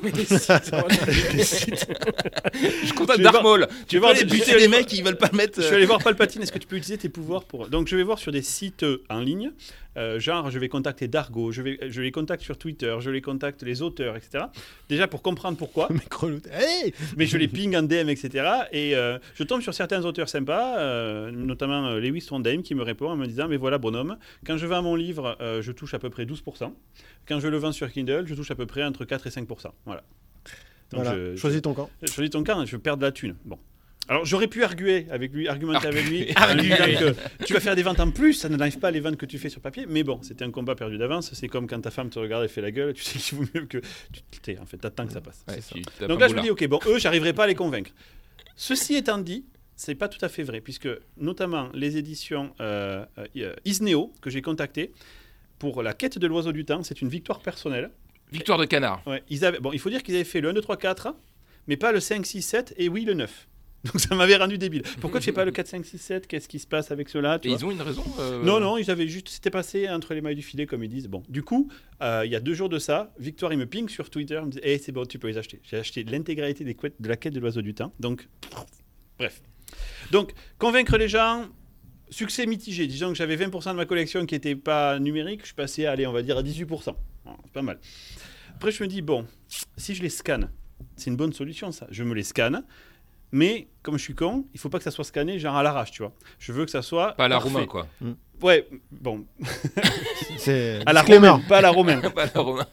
Speaker 3: Je contacte
Speaker 1: Je vais voir-
Speaker 3: Dark Maul.
Speaker 1: je vais voir
Speaker 3: peux
Speaker 1: des-
Speaker 3: les buter
Speaker 1: je vais
Speaker 3: les
Speaker 1: voir-
Speaker 3: mecs, ils veulent pas le mettre.
Speaker 1: Je suis allé voir Palpatine, est-ce que tu peux utiliser tes pouvoirs pour. Donc, je vais voir sur des sites en ligne, genre, je vais contacter Dargo, je les contacte sur Twitter, je les contacte les auteurs, etc. Déjà pour comprendre pourquoi.
Speaker 4: le mec relou. Hey
Speaker 1: Mais je les ping en DM, etc. Et je tombe sur certains auteurs sympas, notamment Lewis Trondheim, qui me répond en me disant mais voilà, bonhomme, quand je vends mon livre, je touche à peu près 12%. Quand je le vends sur Kindle, je touche à peu près entre 4 et 5%. Voilà. Donc
Speaker 4: Voilà, choisis ton camp.
Speaker 1: je choisis ton camp, je perds de la thune. Bon. Alors j'aurais pu argumenter avec lui, en lui
Speaker 3: Arguer.
Speaker 1: disant que tu vas faire des ventes en plus, ça n'enlève pas les ventes que tu fais sur papier, mais bon, c'était un combat perdu d'avance. C'est comme quand ta femme te regarde et fait la gueule, tu sais qu'il vaut mieux que en fait, t'attends que ça passe.
Speaker 3: Ouais, tu tapes
Speaker 1: Donc
Speaker 3: un
Speaker 1: là, je me
Speaker 3: boulard.
Speaker 1: dis, ok, bon, eux, j'arriverai pas à les convaincre. Ceci étant dit, c'est pas tout à fait vrai, puisque notamment les éditions Isneo, que j'ai contactées, pour la quête de l'oiseau du temps, c'est une victoire personnelle.
Speaker 3: Victoire de canard.
Speaker 1: Ouais, il faut dire qu'ils avaient fait le 1, 2, 3, 4, mais pas le 5, 6, 7, et oui, le 9. Donc ça m'avait rendu débile. Pourquoi tu fais pas le 4, 5, 6, 7 ? Qu'est-ce qui se passe avec cela tu
Speaker 3: Et
Speaker 1: vois
Speaker 3: ils ont une raison
Speaker 1: Non, ils avaient juste. C'était passé entre les mailles du filet, comme ils disent. Bon, du coup, il y a 2 jours de ça, Victoire, il me ping sur Twitter, il me dit c'est bon, tu peux les acheter. J'ai acheté l'intégralité de la quête de l'oiseau du temps. Donc, bref. Donc, convaincre les gens, succès mitigé. Disons que j'avais 20% de ma collection qui n'était pas numérique, je suis passé, allez, on va dire à 18%. Bon, c'est pas mal. Après, je me dis, bon, si je les scanne, c'est une bonne solution, ça. Je me les scanne. Mais comme je suis con, il faut pas que ça soit scanné genre à l'arrache, tu vois. Je veux que ça soit
Speaker 3: Pas à la
Speaker 1: parfait.
Speaker 3: roumain, quoi.
Speaker 1: Ouais, bon,
Speaker 4: C'est
Speaker 1: à la
Speaker 4: disclaimer.
Speaker 1: romaine, pas à la romaine.
Speaker 3: Pas à la roumain.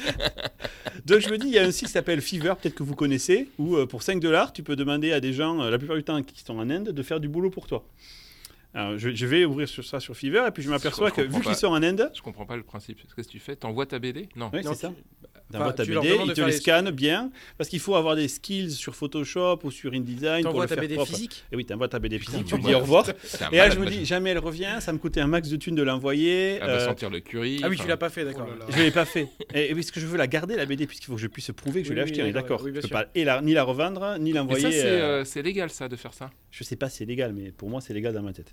Speaker 1: Donc je me dis, il y a un site qui s'appelle Fiverr, peut-être que vous connaissez, où pour $5, tu peux demander à des gens, la plupart du temps qui sont en Inde, de faire du boulot pour toi. Alors, je vais ouvrir sur ça sur Fiverr, et puis je m'aperçois
Speaker 3: Je
Speaker 1: que
Speaker 3: comprends
Speaker 1: vu qu'ils
Speaker 3: pas.
Speaker 1: sont en Inde,
Speaker 3: Je comprends pas le principe. Qu'est-ce que tu fais? T'envoies ta BD? Non.
Speaker 1: oui,
Speaker 2: Non,
Speaker 1: c'est ça.
Speaker 2: tu-
Speaker 1: T'envoies ta
Speaker 2: tu leur
Speaker 1: BD,
Speaker 2: demandes
Speaker 1: ils
Speaker 2: de
Speaker 1: te
Speaker 2: faire
Speaker 1: les
Speaker 2: les-
Speaker 1: scannent bien, parce qu'il faut avoir des skills sur Photoshop ou sur InDesign pour
Speaker 2: T'envoies
Speaker 1: le
Speaker 2: ta
Speaker 1: faire
Speaker 2: BD
Speaker 1: propre.
Speaker 2: physique.
Speaker 1: Et oui, t'envoies ta BD
Speaker 3: Putain,
Speaker 1: physique, tu
Speaker 3: mais
Speaker 1: lui dis au
Speaker 3: ouais.
Speaker 1: revoir.
Speaker 3: C'est un
Speaker 1: Et là,
Speaker 3: malade,
Speaker 1: je me
Speaker 3: moi,
Speaker 1: dis, jamais elle revient, ça me coûtait un max de thunes de l'envoyer.
Speaker 3: Elle va sentir le curry.
Speaker 2: Ah oui, tu
Speaker 3: enfin,
Speaker 2: l'as pas fait, d'accord.
Speaker 4: Oh là là.
Speaker 1: Je ne l'ai pas fait. Et oui, parce que je veux la garder, la BD, puisqu'il faut que je puisse prouver que je
Speaker 2: Oui,
Speaker 1: l'ai
Speaker 2: oui,
Speaker 1: achetée, on est
Speaker 2: d'accord,
Speaker 1: d'accord.
Speaker 2: oui, bien
Speaker 1: Je peux
Speaker 2: sûr.
Speaker 1: pas ni la revendre, ni
Speaker 3: Mais
Speaker 1: l'envoyer.
Speaker 3: ça, c'est légal, ça, de faire ça.
Speaker 1: Je sais pas si c'est légal, mais pour moi, c'est légal dans ma tête.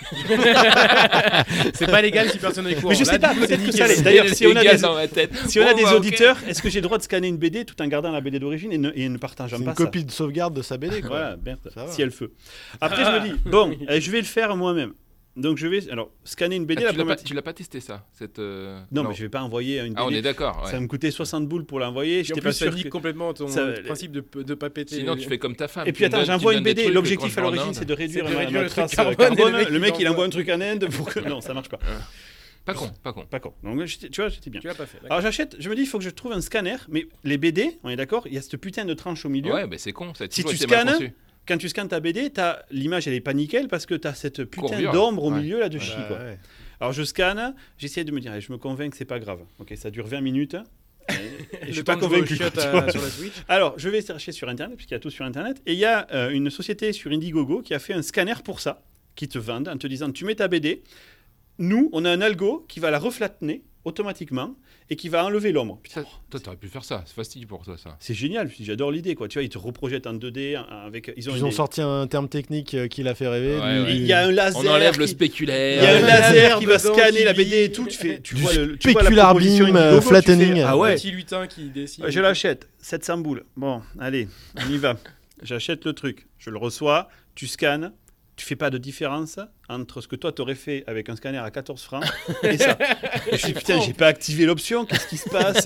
Speaker 2: C'est pas légal si personne n'est courant.
Speaker 1: Mais je sais
Speaker 2: Là,
Speaker 1: pas,
Speaker 2: du coup, c'est
Speaker 1: peut-être que
Speaker 2: nickel.
Speaker 1: ça l'est. D'ailleurs, si on a
Speaker 3: légal
Speaker 1: des-
Speaker 3: dans ma tête.
Speaker 1: Si on a
Speaker 3: Bon,
Speaker 1: des
Speaker 3: bah, ok.
Speaker 1: auditeurs, est-ce que j'ai le droit de scanner une BD tout en gardant la BD d'origine et ne partageant
Speaker 4: C'est
Speaker 1: pas
Speaker 4: une
Speaker 1: ça
Speaker 4: copie de sauvegarde de sa BD, quoi.
Speaker 1: Voilà, merde,
Speaker 4: Ça va.
Speaker 1: si elle feu. Après, je me dis, bon, je vais le faire moi-même. Donc, je vais alors scanner une BD.
Speaker 3: Ah,
Speaker 1: la
Speaker 3: tu l'as pas-
Speaker 1: problématique-
Speaker 3: tu l'as pas testé, ça cette,
Speaker 1: Non, mais je vais pas envoyer une BD.
Speaker 3: Ah, on est d'accord.
Speaker 1: Ça
Speaker 3: ouais.
Speaker 1: va me coûter 60 boules pour l'envoyer.
Speaker 2: Et en
Speaker 1: J'étais
Speaker 2: plus,
Speaker 1: pas
Speaker 2: ça
Speaker 1: sûr.
Speaker 2: nique
Speaker 1: que-
Speaker 2: complètement ton
Speaker 1: ça-
Speaker 2: principe de pas péter.
Speaker 3: Sinon, tu fais comme ta femme.
Speaker 1: Et puis
Speaker 3: Tu me
Speaker 1: attends,
Speaker 3: donnes-
Speaker 1: j'envoie
Speaker 3: tu me
Speaker 1: une
Speaker 3: donnes des
Speaker 1: BD.
Speaker 3: trucs
Speaker 1: L'objectif
Speaker 3: quand
Speaker 1: à
Speaker 3: je
Speaker 1: l'origine,
Speaker 3: vais en
Speaker 1: c'est
Speaker 3: Inde.
Speaker 1: de réduire
Speaker 2: C'est de réduire
Speaker 1: ma
Speaker 2: le
Speaker 1: trace
Speaker 2: truc carbone, et
Speaker 1: carbone.
Speaker 2: le mec,
Speaker 1: Il
Speaker 2: il
Speaker 1: envoie un truc en Inde pour que. Non, ça marche pas.
Speaker 3: Pas con, pas con.
Speaker 1: Pas con. Donc, tu vois, j'étais bien.
Speaker 2: Tu l'as pas fait. d'accord.
Speaker 1: Alors j'achète, je me dis, il faut que je trouve un scanner, mais les BD, on est d'accord, il y a cette putain de tranche au milieu.
Speaker 3: Ouais, mais c'est con. Ça a
Speaker 1: Si
Speaker 3: toujours
Speaker 1: tu
Speaker 3: été mal
Speaker 1: scannes,
Speaker 3: conçu.
Speaker 1: Quand tu scannes ta BD, l'image elle est pas nickel parce que tu as cette putain
Speaker 3: Courbure.
Speaker 1: d'ombre au
Speaker 3: Ouais.
Speaker 1: milieu là de chi,
Speaker 4: Bah,
Speaker 1: quoi.
Speaker 4: ouais.
Speaker 1: Alors je scanne, j'essaie de me dire, allez, je me convainc que c'est pas grave. Ok, ça dure 20 minutes. Et je
Speaker 2: Le
Speaker 1: suis
Speaker 2: temps
Speaker 1: pas
Speaker 2: de jouer au
Speaker 1: convaincu.
Speaker 2: shot
Speaker 1: tu vois.
Speaker 2: sur la Switch.
Speaker 1: Alors, je vais chercher sur Internet, puisqu'il y a tout sur Internet, et il y a une société sur Indiegogo qui a fait un scanner pour ça, qui te vendent en te disant, tu mets ta BD, nous, on a un algo qui va la reflatener, automatiquement et qui va enlever l'ombre. Putain,
Speaker 3: Toi, t'aurais pu faire ça. C'est fastidieux pour toi, ça.
Speaker 1: c'est génial, j'adore l'idée, quoi. Tu vois, ils te reprojettent en 2D avec.
Speaker 4: Ils ont sorti un terme technique qui l'a fait rêver.
Speaker 3: Ouais,
Speaker 1: Il y a un laser.
Speaker 3: On enlève le
Speaker 1: qui-
Speaker 3: spéculaire.
Speaker 1: Il y a un laser qui va
Speaker 2: dedans,
Speaker 1: scanner
Speaker 2: qui
Speaker 1: la BD et
Speaker 2: vit.
Speaker 1: tout. Tu
Speaker 4: Du
Speaker 1: vois la
Speaker 4: specular
Speaker 1: proposition
Speaker 4: beam,
Speaker 1: du logo, tu
Speaker 4: flattening.
Speaker 1: fais, ah
Speaker 2: Un
Speaker 1: ouais,
Speaker 2: petit lutin qui dessine.
Speaker 1: je l'achète. 700 boules. Bon, allez, on y va. J'achète le truc. Je le reçois. Tu scannes. Tu fais pas de différence entre ce que toi t'aurais fait avec un scanner à 14 francs et ça. Et je dis putain, j'ai pas activé l'option. Qu'est-ce qui se passe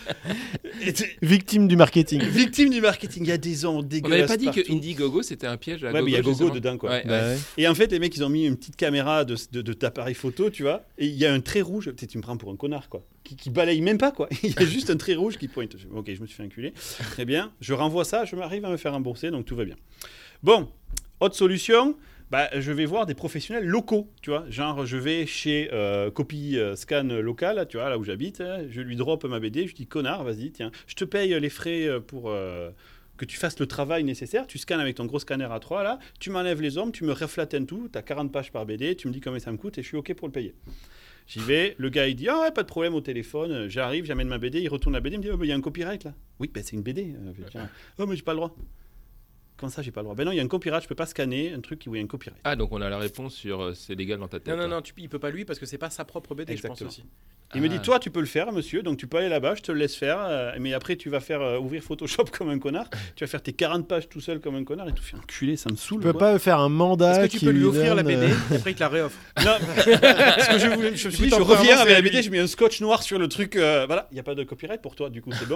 Speaker 4: Victime du marketing.
Speaker 1: Victime du marketing. Il y a des ondes
Speaker 3: On
Speaker 1: dégueulasses.
Speaker 3: n'avait pas dit que
Speaker 1: partout.
Speaker 3: Indiegogo c'était un piège à
Speaker 1: Ouais,
Speaker 3: Gogo,
Speaker 1: mais il y a Gogo
Speaker 3: justement.
Speaker 1: dedans, quoi.
Speaker 3: Ouais,
Speaker 4: Bah
Speaker 3: ouais.
Speaker 4: ouais.
Speaker 1: Et en fait, les mecs, ils ont mis une petite caméra de t'appareil photo, tu vois, et il y a un trait rouge. Tu sais, tu me prends pour un connard, quoi. Qui balaye même pas, quoi. Il y a juste un trait rouge qui pointe. Ok, je me suis fait enculer. Très bien. Je renvoie ça, je m'arrive à me faire rembourser, donc tout va bien. Bon, autre solution. Bah, je vais voir des professionnels locaux, tu vois. Genre, je vais chez Copy Scan local, tu vois, là où j'habite. Je lui drop ma BD. Je dis, connard, vas-y, tiens, je te paye les frais pour que tu fasses le travail nécessaire. Tu scannes avec ton gros scanner A3, là. Tu m'enlèves les ombres, tu me reflattines tout. Tu as 40 pages par BD. Tu me dis combien ça me coûte et je suis OK pour le payer. J'y vais. Le gars, il dit, ah ouais, pas de problème au téléphone. J'arrive, j'amène ma BD. Il retourne la BD. Il me dit, oh, bah, il y a un copyright, là. Oui, ben c'est une BD. Tiens. Oh, mais j'ai pas le droit. Comment ça, j'ai pas le droit? Ben non, il y a un copyright, je peux pas scanner un truc où il y a un copyright.
Speaker 3: Ah, donc on a la réponse sur c'est légal dans ta tête.
Speaker 2: Non, il peut pas lui parce que c'est pas sa propre BD,
Speaker 1: Exactement.
Speaker 2: je pense aussi.
Speaker 1: Il me dit, toi, tu peux le faire, monsieur, donc tu peux aller là-bas, je te le laisse faire, mais après, tu vas faire ouvrir Photoshop comme un connard, tu vas faire tes 40 pages tout seul comme un connard et tout fait enculer, ça me saoule.
Speaker 4: Tu peux
Speaker 1: quoi.
Speaker 4: pas faire un mandat.
Speaker 2: Est-ce que tu peux lui
Speaker 4: qui
Speaker 2: offrir la
Speaker 4: donne,
Speaker 2: BD et après il te la réoffre?
Speaker 1: Non, ce que je me suis dit, je
Speaker 2: t'en
Speaker 1: reviens
Speaker 2: prends
Speaker 1: avec la
Speaker 2: un,
Speaker 1: BD,
Speaker 2: c'est
Speaker 1: je mets un scotch noir sur le truc, voilà, il n'y a pas de copyright pour toi, du coup, c'est bon.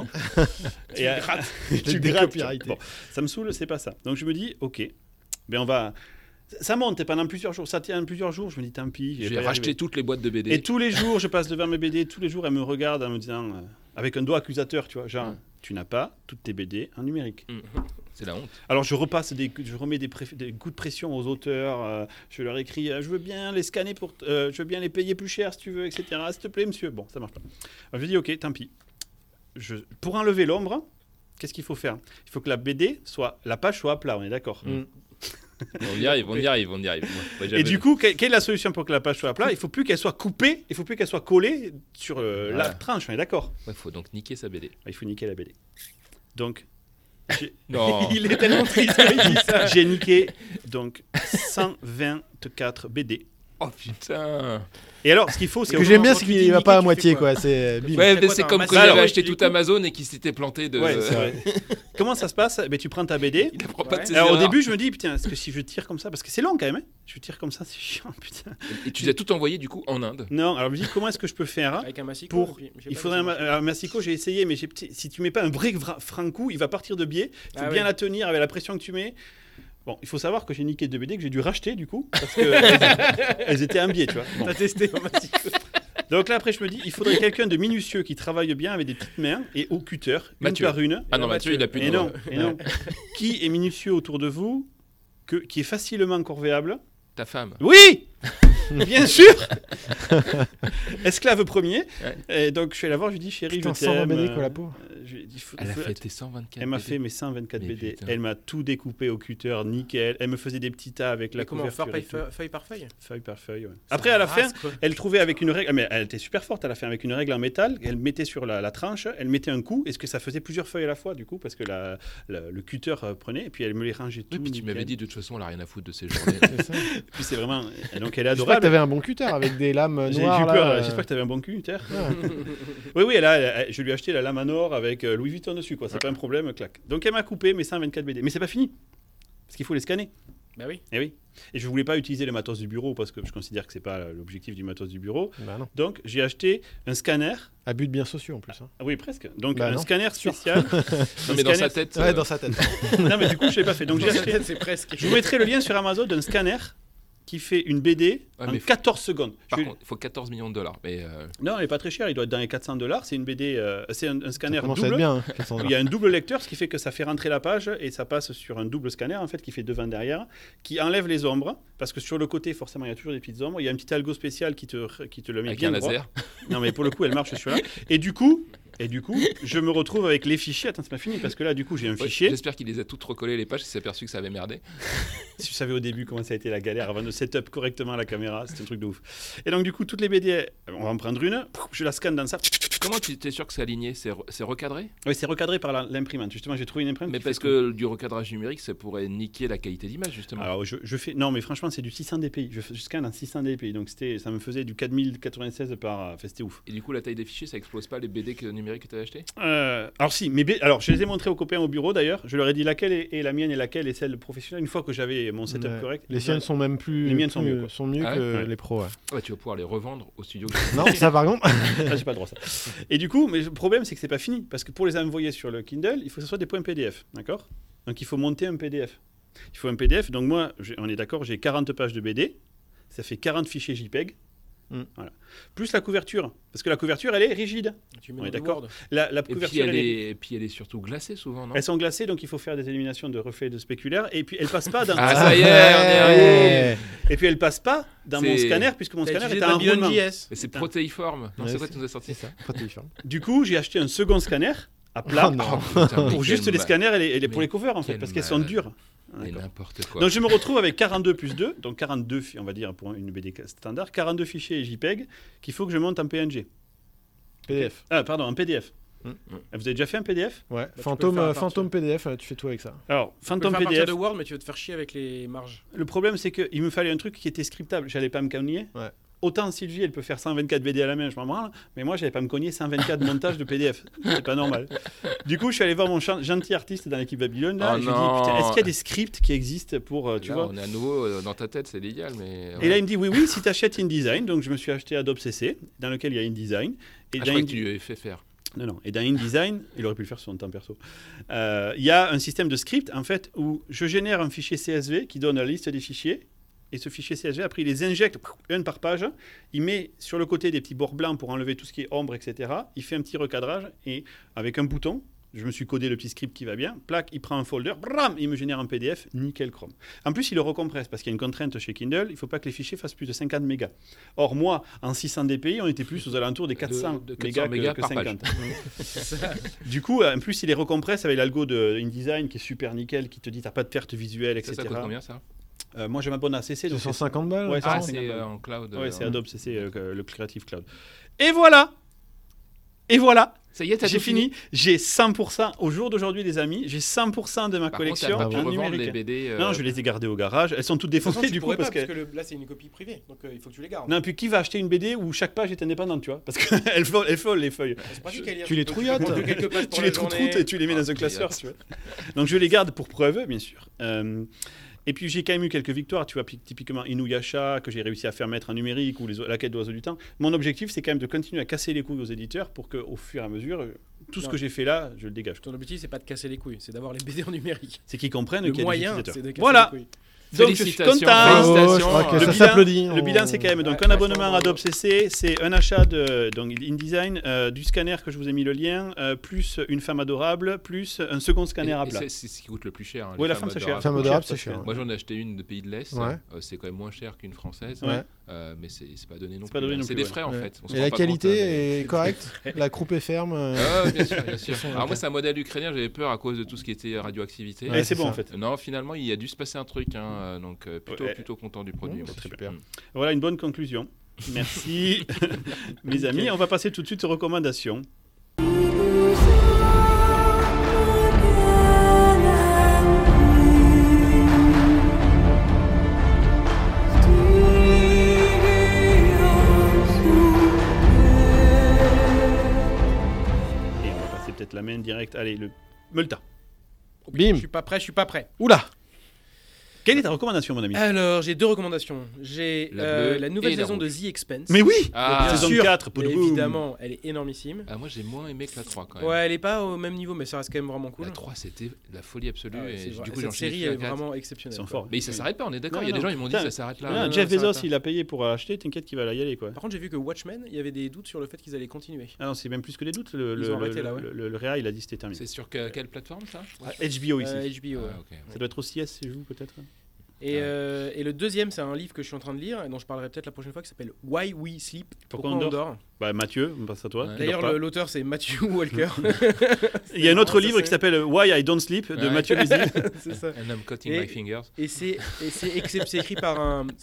Speaker 2: Tu le grattes.
Speaker 1: tu le
Speaker 4: Des
Speaker 1: grattes.
Speaker 4: copyrightés.
Speaker 1: Bon, ça me saoule, c'est pas ça. Donc je me dis, ok, ben on va. Ça monte et pendant plusieurs jours, ça tient plusieurs jours, je me dis, tant pis.
Speaker 3: J'ai
Speaker 1: pas y
Speaker 3: racheté
Speaker 1: arriver.
Speaker 3: toutes les boîtes de BD.
Speaker 1: Et tous les jours, je passe devant mes BD, tous les jours, elle me regarde en me disant, avec un doigt accusateur, tu vois, genre, tu n'as pas toutes tes BD en numérique.
Speaker 3: C'est la honte.
Speaker 1: Alors je remets des coups de pression aux auteurs, je leur écris, je veux bien les scanner, je veux bien les payer plus cher si tu veux, etc. S'il te plaît, monsieur. Bon, ça marche pas. Alors, je dis, ok, tant pis. Pour enlever l'ombre, qu'est-ce qu'il faut faire? Il faut que la BD la page soit à plat, on est d'accord.
Speaker 3: On y arrive. Moi,
Speaker 1: Et
Speaker 3: j'avais-
Speaker 1: du coup, quelle est la solution pour que la page soit à plat? Il faut plus qu'elle soit coupée, il faut plus qu'elle soit collée sur la
Speaker 3: Voilà.
Speaker 1: tranche, on est d'accord.
Speaker 3: Ouais, faut donc niquer sa BD.
Speaker 1: Il faut niquer la BD. Donc,
Speaker 3: Non.
Speaker 1: il est tellement triste quand il dit ça. J'ai niqué donc 124 BD.
Speaker 3: Oh putain.
Speaker 1: Et alors, ce qu'il faut,
Speaker 4: Ce
Speaker 1: c'est
Speaker 4: que j'aime bien,
Speaker 2: quand
Speaker 4: c'est
Speaker 2: tu
Speaker 4: qu'il
Speaker 2: dis
Speaker 4: va
Speaker 2: niquer,
Speaker 4: pas à
Speaker 2: tu
Speaker 4: moitié,
Speaker 2: fais quoi
Speaker 4: quoi. C'est bim.
Speaker 3: Ouais,
Speaker 2: C'est
Speaker 3: mais
Speaker 2: quoi,
Speaker 3: c'est
Speaker 2: t'as un
Speaker 3: comme
Speaker 2: masque
Speaker 3: quand il
Speaker 1: à
Speaker 3: avait
Speaker 1: la
Speaker 3: acheté
Speaker 2: du
Speaker 3: tout
Speaker 2: coup
Speaker 3: Amazon et qu'il s'était planté de.
Speaker 1: Ouais, c'est vrai. Comment ça se passe? Ben, tu prends ta BD.
Speaker 3: Il apprend pas de ses
Speaker 1: Alors, au
Speaker 3: erreurs.
Speaker 1: début, je me dis, putain, est-ce que si je tire comme ça, parce que c'est long quand même, hein, je tire comme ça, c'est chiant, putain.
Speaker 3: Et tu as tout envoyé du coup en Inde.
Speaker 1: Non, alors je me dis, comment est-ce que je peux faire
Speaker 2: Avec un massicot.
Speaker 1: pour.
Speaker 2: et puis, je sais
Speaker 1: Il
Speaker 2: pas,
Speaker 1: faudrait
Speaker 2: ça marche.
Speaker 1: un massicot, j'ai essayé, mais si tu mets pas un brick franco, il va partir de biais. Il faut
Speaker 2: Ah
Speaker 1: bien
Speaker 2: ouais.
Speaker 1: la tenir avec la pression que tu mets. Bon, il faut savoir que j'ai niqué 2 BD que j'ai dû racheter du coup, parce que elles étaient en biais, tu vois. Bon.
Speaker 2: T'as testé au massicot.
Speaker 1: Donc là, après, je me dis, il faudrait quelqu'un de minutieux qui travaille bien avec des petites mains et au cutter,
Speaker 3: Mathieu.
Speaker 1: une par une.
Speaker 3: Ah non, Mathieu, il a plus de
Speaker 1: Et
Speaker 3: nom.
Speaker 1: non, et non. Qui est minutieux autour de vous, qui est facilement corvéable.
Speaker 3: Ta femme.
Speaker 1: Oui. Bien sûr. Esclave premier.
Speaker 3: Ouais.
Speaker 1: Et donc je suis allé la voir, je lui dis chérie,
Speaker 4: Putain,
Speaker 1: je t'aime.
Speaker 4: 120 BD, quoi, la pauvre.
Speaker 1: Je lui ai dit,
Speaker 3: Elle a fait tes 124
Speaker 1: Elle m'a
Speaker 3: BD.
Speaker 1: fait mes 124
Speaker 3: Mais
Speaker 1: BD.
Speaker 3: putain.
Speaker 1: Elle m'a tout découpé au cutter, nickel. Elle me faisait des petits tas avec la
Speaker 2: Mais comment
Speaker 1: couverture. et tout.
Speaker 2: feuille par feuille?
Speaker 1: Feuille par feuille, ouais. Après, à la fin,
Speaker 2: Rase, quoi.
Speaker 1: elle trouvait avec une règle. Ah, mais elle était super forte à la fin, avec une règle en métal. Elle mettait sur la tranche, elle mettait un coup. Est-ce que ça faisait plusieurs feuilles à la fois, du coup, parce que le cutter prenait, et puis elle me les rangeait tout.
Speaker 3: Oui, puis tu
Speaker 1: nickel.
Speaker 3: m'avais dit de toute façon, elle a rien à foutre de ces journées.
Speaker 4: C'est ça.
Speaker 1: Puis c'est vraiment. Et donc elle est
Speaker 4: J'espère que
Speaker 1: adorable.
Speaker 4: t'avais un bon cutter avec des lames
Speaker 1: J'ai eu
Speaker 4: noires.
Speaker 1: peur,
Speaker 4: là,
Speaker 1: j'espère que tu avais un bon cul, terre.
Speaker 4: Ouais.
Speaker 1: Oui, je lui ai acheté la lame en or avec Louis Vuitton dessus, quoi. C'est pas un problème, clac. Donc elle m'a coupé mes 124 BD. Mais c'est pas fini. Parce qu'il faut les scanner.
Speaker 2: Bah oui.
Speaker 1: Et oui. Et je voulais pas utiliser le matos du bureau parce que je considère que c'est pas l'objectif du matos du bureau.
Speaker 4: Bah non.
Speaker 1: Donc j'ai acheté un scanner.
Speaker 4: Abus de biens sociaux en plus. Hein.
Speaker 1: Ah oui, presque. Donc
Speaker 4: Bah
Speaker 1: un
Speaker 4: non.
Speaker 1: scanner spécial.
Speaker 3: Non, mais dans sa tête.
Speaker 4: Ouais, dans sa tête.
Speaker 1: Non, mais du coup, je l'ai pas fait. Donc j'ai acheté.
Speaker 2: C'est presque.
Speaker 1: Je vous mettrai le lien sur Amazon d'un scanner qui fait une BD
Speaker 3: Ouais,
Speaker 1: en
Speaker 3: mais
Speaker 1: 14 secondes.
Speaker 3: Par
Speaker 1: Je-
Speaker 3: contre, il faut 14 millions de dollars. Mais
Speaker 1: Non, il n'est pas très cher. Il doit être dans les $400. C'est une BD. C'est un scanner
Speaker 4: Ça commence à être
Speaker 1: double.
Speaker 4: bien. Hein, Cassandra.
Speaker 1: Il y a un double lecteur, ce qui fait que ça fait rentrer la page et ça passe sur un double scanner en fait qui fait devant derrière, qui enlève les ombres parce que sur le côté forcément il y a toujours des petites ombres. Il y a un petit algo spécial qui te le met
Speaker 3: avec
Speaker 1: bien
Speaker 3: un
Speaker 1: droit.
Speaker 3: laser.
Speaker 1: Non mais pour le coup elle marche sur là. Et du coup Et du coup, je me retrouve avec les fichiers. Attends, c'est pas fini parce que là, du coup, j'ai un fichier.
Speaker 3: J'espère qu'il les a toutes recollées les pages, il s'est aperçu que ça avait merdé.
Speaker 1: Si tu savais au début comment ça a été la galère avant de setup correctement la caméra, c'était un truc de ouf. Et donc, du coup, toutes les BD, on va en prendre une, je la scanne dans ça.
Speaker 3: Comment tu es sûr que c'est aligné? C'est recadré?
Speaker 1: Oui, c'est recadré par l'imprimante. Justement, j'ai trouvé une imprimante.
Speaker 3: Mais parce que du recadrage numérique, ça pourrait niquer la qualité d'image, justement.
Speaker 1: Alors, je fais. Non, mais franchement, c'est du 600 dpi. Je scanne en 600 dpi. Donc, ça me faisait du 4096 par. Enfin, c'était ouf.
Speaker 3: Et du coup, la taille des fichiers, ça explose pas les BD numériques que tu as acheté?
Speaker 1: Alors, si. Alors, je les ai montrés aux copains au bureau d'ailleurs. Je leur ai dit laquelle est la mienne et laquelle est celle professionnelle. Une fois que j'avais mon setup correct.
Speaker 4: Les siennes sont même plus.
Speaker 1: Les miennes sont mieux, quoi.
Speaker 4: Sont mieux
Speaker 3: Ah
Speaker 4: que
Speaker 1: ouais.
Speaker 4: les pros. Ouais.
Speaker 3: Ouais, tu vas pouvoir les revendre au studio.
Speaker 4: Non, ça par contre.
Speaker 1: Ah, j'ai pas le droit à ça. Et du coup, mais le problème, c'est que c'est pas fini. Parce que pour les envoyer sur le Kindle, il faut que ce soit des points PDF. D'accord? Donc, il faut monter un PDF. Il faut un PDF. Donc, moi, on est d'accord, j'ai 40 pages de BD. Ça fait 40 fichiers JPEG. Voilà. Plus la couverture. Parce que la couverture, elle est rigide.
Speaker 2: Tu mets
Speaker 1: On est
Speaker 2: dans du
Speaker 1: d'accord.
Speaker 2: Word.
Speaker 1: La
Speaker 3: Et
Speaker 1: couverture,
Speaker 3: puis elle est surtout glacée souvent, non?
Speaker 1: elles sont glacées, donc il faut faire des éliminations de reflets de spéculaire. Et puis, elles passent pas dans.
Speaker 3: Ah, ça y est, on est arrivé.
Speaker 1: Et puis, elles passent pas dans mon
Speaker 3: C'est-
Speaker 1: scanner, puisque mon
Speaker 2: T'as
Speaker 1: scanner
Speaker 2: utilisé
Speaker 1: est un roulement.
Speaker 2: Babylon.js.
Speaker 3: Mais c'est protéiforme. Non,
Speaker 4: Ouais,
Speaker 3: c'est quoi
Speaker 4: c'est-
Speaker 3: tu nous as sorti
Speaker 4: C'est ça, protéiforme.
Speaker 1: Du coup, j'ai acheté un second scanner à plat.
Speaker 4: Oh non.
Speaker 3: putain,
Speaker 1: Pour
Speaker 3: mais
Speaker 1: juste
Speaker 3: quel
Speaker 1: les
Speaker 3: mal.
Speaker 1: scanners et pour
Speaker 3: Mais
Speaker 1: les covers, en fait,
Speaker 3: quel
Speaker 1: parce qu'elles sont
Speaker 3: malade.
Speaker 1: dures.
Speaker 3: Mais
Speaker 1: D'accord.
Speaker 3: n'importe quoi.
Speaker 1: Donc je me retrouve avec 42 plus 2, donc 42, on va dire pour une BD standard, 42 fichiers JPEG qu'il faut que je monte en PNG.
Speaker 4: PDF.
Speaker 1: Ah, pardon, en PDF.
Speaker 4: Mm.
Speaker 1: Vous avez déjà fait un PDF?
Speaker 4: Ouais.
Speaker 2: peux le
Speaker 4: Fantôme,
Speaker 2: faire à partir.
Speaker 4: Fantôme PDF, tu fais tout avec ça.
Speaker 1: Alors,
Speaker 2: Tu peux le
Speaker 1: Phantom
Speaker 2: faire à partir
Speaker 1: PDF,
Speaker 2: de Word, mais tu vas te faire chier avec les marges.
Speaker 1: le problème c'est qu'il me fallait un truc qui était scriptable, j'allais pas me cogner.
Speaker 4: Ouais.
Speaker 1: Autant Sylvie, elle peut faire 124 BD à la main, je m'en branle, mais moi, j'allais pas me cogner 124 montages de PDF. C'est pas normal. Du coup, je suis allé voir mon gentil artiste dans l'équipe Babylone, là,
Speaker 3: Oh
Speaker 1: et je lui ai dit,
Speaker 3: non.
Speaker 1: putain, est-ce qu'il y a des scripts qui existent pour, tu
Speaker 3: Là,
Speaker 1: vois.
Speaker 3: on est à nouveau dans ta tête, c'est légal, mais.
Speaker 1: Et là, il me dit, oui, si tu achètes InDesign, donc je me suis acheté Adobe CC, dans lequel il y a InDesign. Et
Speaker 3: je
Speaker 1: dans
Speaker 3: crois que
Speaker 1: Indi-
Speaker 3: tu lui avais fait faire.
Speaker 1: Non. Et dans InDesign, il aurait pu le faire sur son temps perso. Il y a un système de script, en fait, où je génère un fichier CSV qui donne la liste des fichiers. Et ce fichier CSV, après, il les injecte un par page. Il met sur le côté des petits bords blancs pour enlever tout ce qui est ombre, etc. Il fait un petit recadrage. Et avec un bouton, je me suis codé le petit script qui va bien. Plac, il prend un folder. Bram, il me génère un PDF. Nickel chrome. En plus, il le recompresse parce qu'il y a une contrainte chez Kindle. Il ne faut pas que les fichiers fassent plus de 50 mégas. Or, moi, en 600 dpi, on était plus aux alentours des 400,
Speaker 3: de 400
Speaker 1: mégas que
Speaker 3: par page.
Speaker 1: 50. Du coup, en plus, il les recompresse avec l'algo de InDesign qui est super nickel, qui te dit t'as pas de perte visuelle, etc.
Speaker 3: Ça coûte combien ça?
Speaker 1: Moi, je m'abonne à CC. donc
Speaker 4: 250 balles.
Speaker 1: Ouais,
Speaker 4: ça
Speaker 3: Ah,
Speaker 1: ça,
Speaker 4: va
Speaker 3: c'est
Speaker 1: 50
Speaker 3: en cloud.
Speaker 1: Ouais, c'est Adobe CC, le Creative Cloud. Et voilà.
Speaker 3: Ça y est, t'as
Speaker 1: J'ai
Speaker 3: tout
Speaker 1: fini. J'ai 100%, au jour d'aujourd'hui, les amis, j'ai 100% de ma
Speaker 3: Par
Speaker 1: collection
Speaker 3: contre, t'as pas pu
Speaker 1: en
Speaker 3: revendre
Speaker 1: numérique.
Speaker 3: les BD.
Speaker 1: Non, je les ai gardées au garage. Elles sont toutes
Speaker 2: De toute façon,
Speaker 1: défoncées
Speaker 2: tu
Speaker 1: du coup
Speaker 2: pourrais
Speaker 1: parce
Speaker 2: pas,
Speaker 1: que.
Speaker 2: parce que là, c'est une copie privée. Donc, il faut que tu les gardes.
Speaker 1: Non, puis qui va acheter une BD où chaque page est indépendante, tu vois? Parce qu'elles volent les feuilles.
Speaker 2: C'est pratique à lire.
Speaker 4: Tu les
Speaker 2: peux
Speaker 4: trouillottes.
Speaker 2: prendre quelques pages pour
Speaker 1: Tu
Speaker 2: la
Speaker 1: les
Speaker 2: journée.
Speaker 1: troutes et tu les mets dans un classeur, tu vois. Donc je les garde pour preuve, bien sûr. Et puis j'ai quand même eu quelques victoires, tu vois, typiquement Inuyasha, que j'ai réussi à faire mettre en numérique, ou la quête d'oiseau du temps. Mon objectif, c'est quand même de continuer à casser les couilles aux éditeurs pour qu'au fur et à mesure, tout ce
Speaker 2: Non.
Speaker 1: que j'ai fait là, je le dégage.
Speaker 2: Ton objectif, c'est pas de casser les couilles, c'est d'avoir les BD en numérique.
Speaker 1: C'est qu'ils comprennent
Speaker 2: Le
Speaker 1: qu'il y a des
Speaker 2: moyen,
Speaker 1: utilisateurs.
Speaker 2: c'est de casser
Speaker 1: Voilà.
Speaker 2: les couilles.
Speaker 1: Donc je suis
Speaker 3: Félicitations.
Speaker 1: content.
Speaker 4: Bravo,
Speaker 3: Félicitations.
Speaker 4: je crois que
Speaker 1: Le
Speaker 4: ça
Speaker 1: bilan-
Speaker 4: s'applaudit.
Speaker 1: Le bilan, c'est quand même donc
Speaker 2: Ouais,
Speaker 1: un abonnement
Speaker 2: franchement,
Speaker 1: Adobe CC, c'est un achat de donc InDesign, du scanner que je vous ai mis le lien, plus une femme adorable, plus un second scanner à plat.
Speaker 3: C'est ce qui coûte le plus cher. hein,
Speaker 1: Ouais,
Speaker 3: les
Speaker 1: la
Speaker 3: femmes
Speaker 1: femme, c'est cher.
Speaker 3: adorables.
Speaker 4: Femme
Speaker 1: Coûte
Speaker 4: adorable,
Speaker 1: cher,
Speaker 4: c'est cher.
Speaker 3: Moi, j'en ai acheté une de Pays de l'Est.
Speaker 4: Ouais.
Speaker 3: C'est quand même moins cher qu'une française.
Speaker 1: Ouais.
Speaker 3: Mais c'est pas donné non
Speaker 1: C'est pas
Speaker 3: plus.
Speaker 1: donné non
Speaker 3: C'est
Speaker 1: plus,
Speaker 3: des
Speaker 1: ouais.
Speaker 3: frais en
Speaker 4: Ouais.
Speaker 3: fait. On se
Speaker 4: Et
Speaker 3: rend
Speaker 4: la
Speaker 3: pas compte, hein, mais-
Speaker 4: qualité est correcte. La croupe est ferme.
Speaker 3: Ah, bien sûr, bien sûr.
Speaker 4: Ils sont
Speaker 3: Alors moi,
Speaker 4: locaux.
Speaker 3: c'est un modèle ukrainien. J'avais peur à cause de tout ce qui était radioactivité.
Speaker 1: Et
Speaker 4: Ouais,
Speaker 1: c'est bon
Speaker 4: ça.
Speaker 1: en fait.
Speaker 3: Non, finalement, il a dû se passer un truc. Donc
Speaker 1: Ouais.
Speaker 3: plutôt content du produit.
Speaker 4: Mmh,
Speaker 3: moi.
Speaker 4: super.
Speaker 1: Voilà une bonne conclusion. Merci mes amis. On va passer tout de suite aux recommandations. Et on va passer peut-être la main directe. Allez, le Multa.
Speaker 4: Bim.
Speaker 2: Je suis pas prêt.
Speaker 4: Oula.
Speaker 1: Quelle est ta recommandation, mon ami?
Speaker 2: Alors, j'ai deux recommandations. J'ai
Speaker 3: La bleue
Speaker 2: la nouvelle
Speaker 3: et la
Speaker 2: saison de
Speaker 3: rouge.
Speaker 2: The Expanse.
Speaker 1: Mais oui.
Speaker 3: Ah,
Speaker 2: Bien
Speaker 1: Saison
Speaker 2: sûr.
Speaker 1: 4, poudboum.
Speaker 2: Évidemment, elle est énormissime.
Speaker 3: Ah, moi, j'ai moins aimé que la 3 quand même.
Speaker 2: Ouais, elle est pas au même niveau, mais ça reste quand même vraiment cool.
Speaker 3: La 3, c'était la folie absolue.
Speaker 2: Ah ouais,
Speaker 3: et
Speaker 2: c'est vrai.
Speaker 3: du coup,
Speaker 2: Cette
Speaker 3: j'ai
Speaker 2: série
Speaker 3: enchaîné
Speaker 2: est
Speaker 3: sur la 4.
Speaker 2: vraiment exceptionnelle.
Speaker 1: Ils sont
Speaker 2: quoi.
Speaker 1: forts.
Speaker 3: Mais ça s'arrête pas, on est d'accord.
Speaker 1: Non,
Speaker 3: Il y a des
Speaker 1: non.
Speaker 3: gens, ils m'ont dit
Speaker 1: Putain.
Speaker 3: ça s'arrête là.
Speaker 1: Ah,
Speaker 2: non,
Speaker 1: Jeff
Speaker 2: ça
Speaker 1: Bezos,
Speaker 2: va pas.
Speaker 1: il a payé pour acheter. T'inquiète qu'il va y aller, quoi.
Speaker 2: Par contre, j'ai vu que Watchmen, il y avait des doutes sur le fait qu'ils allaient continuer.
Speaker 1: Ah non, c'est même plus que des doutes.
Speaker 2: Ils ont arrêté, là, ouais.
Speaker 1: Le Réa, il a dit que c'était terminé.
Speaker 3: C'est sur quelle plateforme ça?
Speaker 1: HBO ici.
Speaker 2: HBO.
Speaker 3: Ah, ok.
Speaker 1: Ça doit être aussi SCJ peut-être.
Speaker 2: Et le deuxième, c'est un livre que je suis en train de lire et dont je parlerai peut-être la prochaine fois, qui s'appelle Why We Sleep.
Speaker 1: Pourquoi on dort. Bah, Mathieu, on passe à toi.
Speaker 3: Ouais.
Speaker 1: Tu
Speaker 2: D'ailleurs,
Speaker 1: dors pas.
Speaker 2: l'auteur, c'est Matthew Walker.
Speaker 1: Il y a un autre
Speaker 2: ça,
Speaker 1: livre qui s'appelle Why I Don't Sleep de
Speaker 3: Ouais.
Speaker 1: Mathieu Bézil.
Speaker 2: C'est ça.
Speaker 3: And I'm cutting
Speaker 2: Et-
Speaker 3: my fingers.
Speaker 2: Et c'est écrit par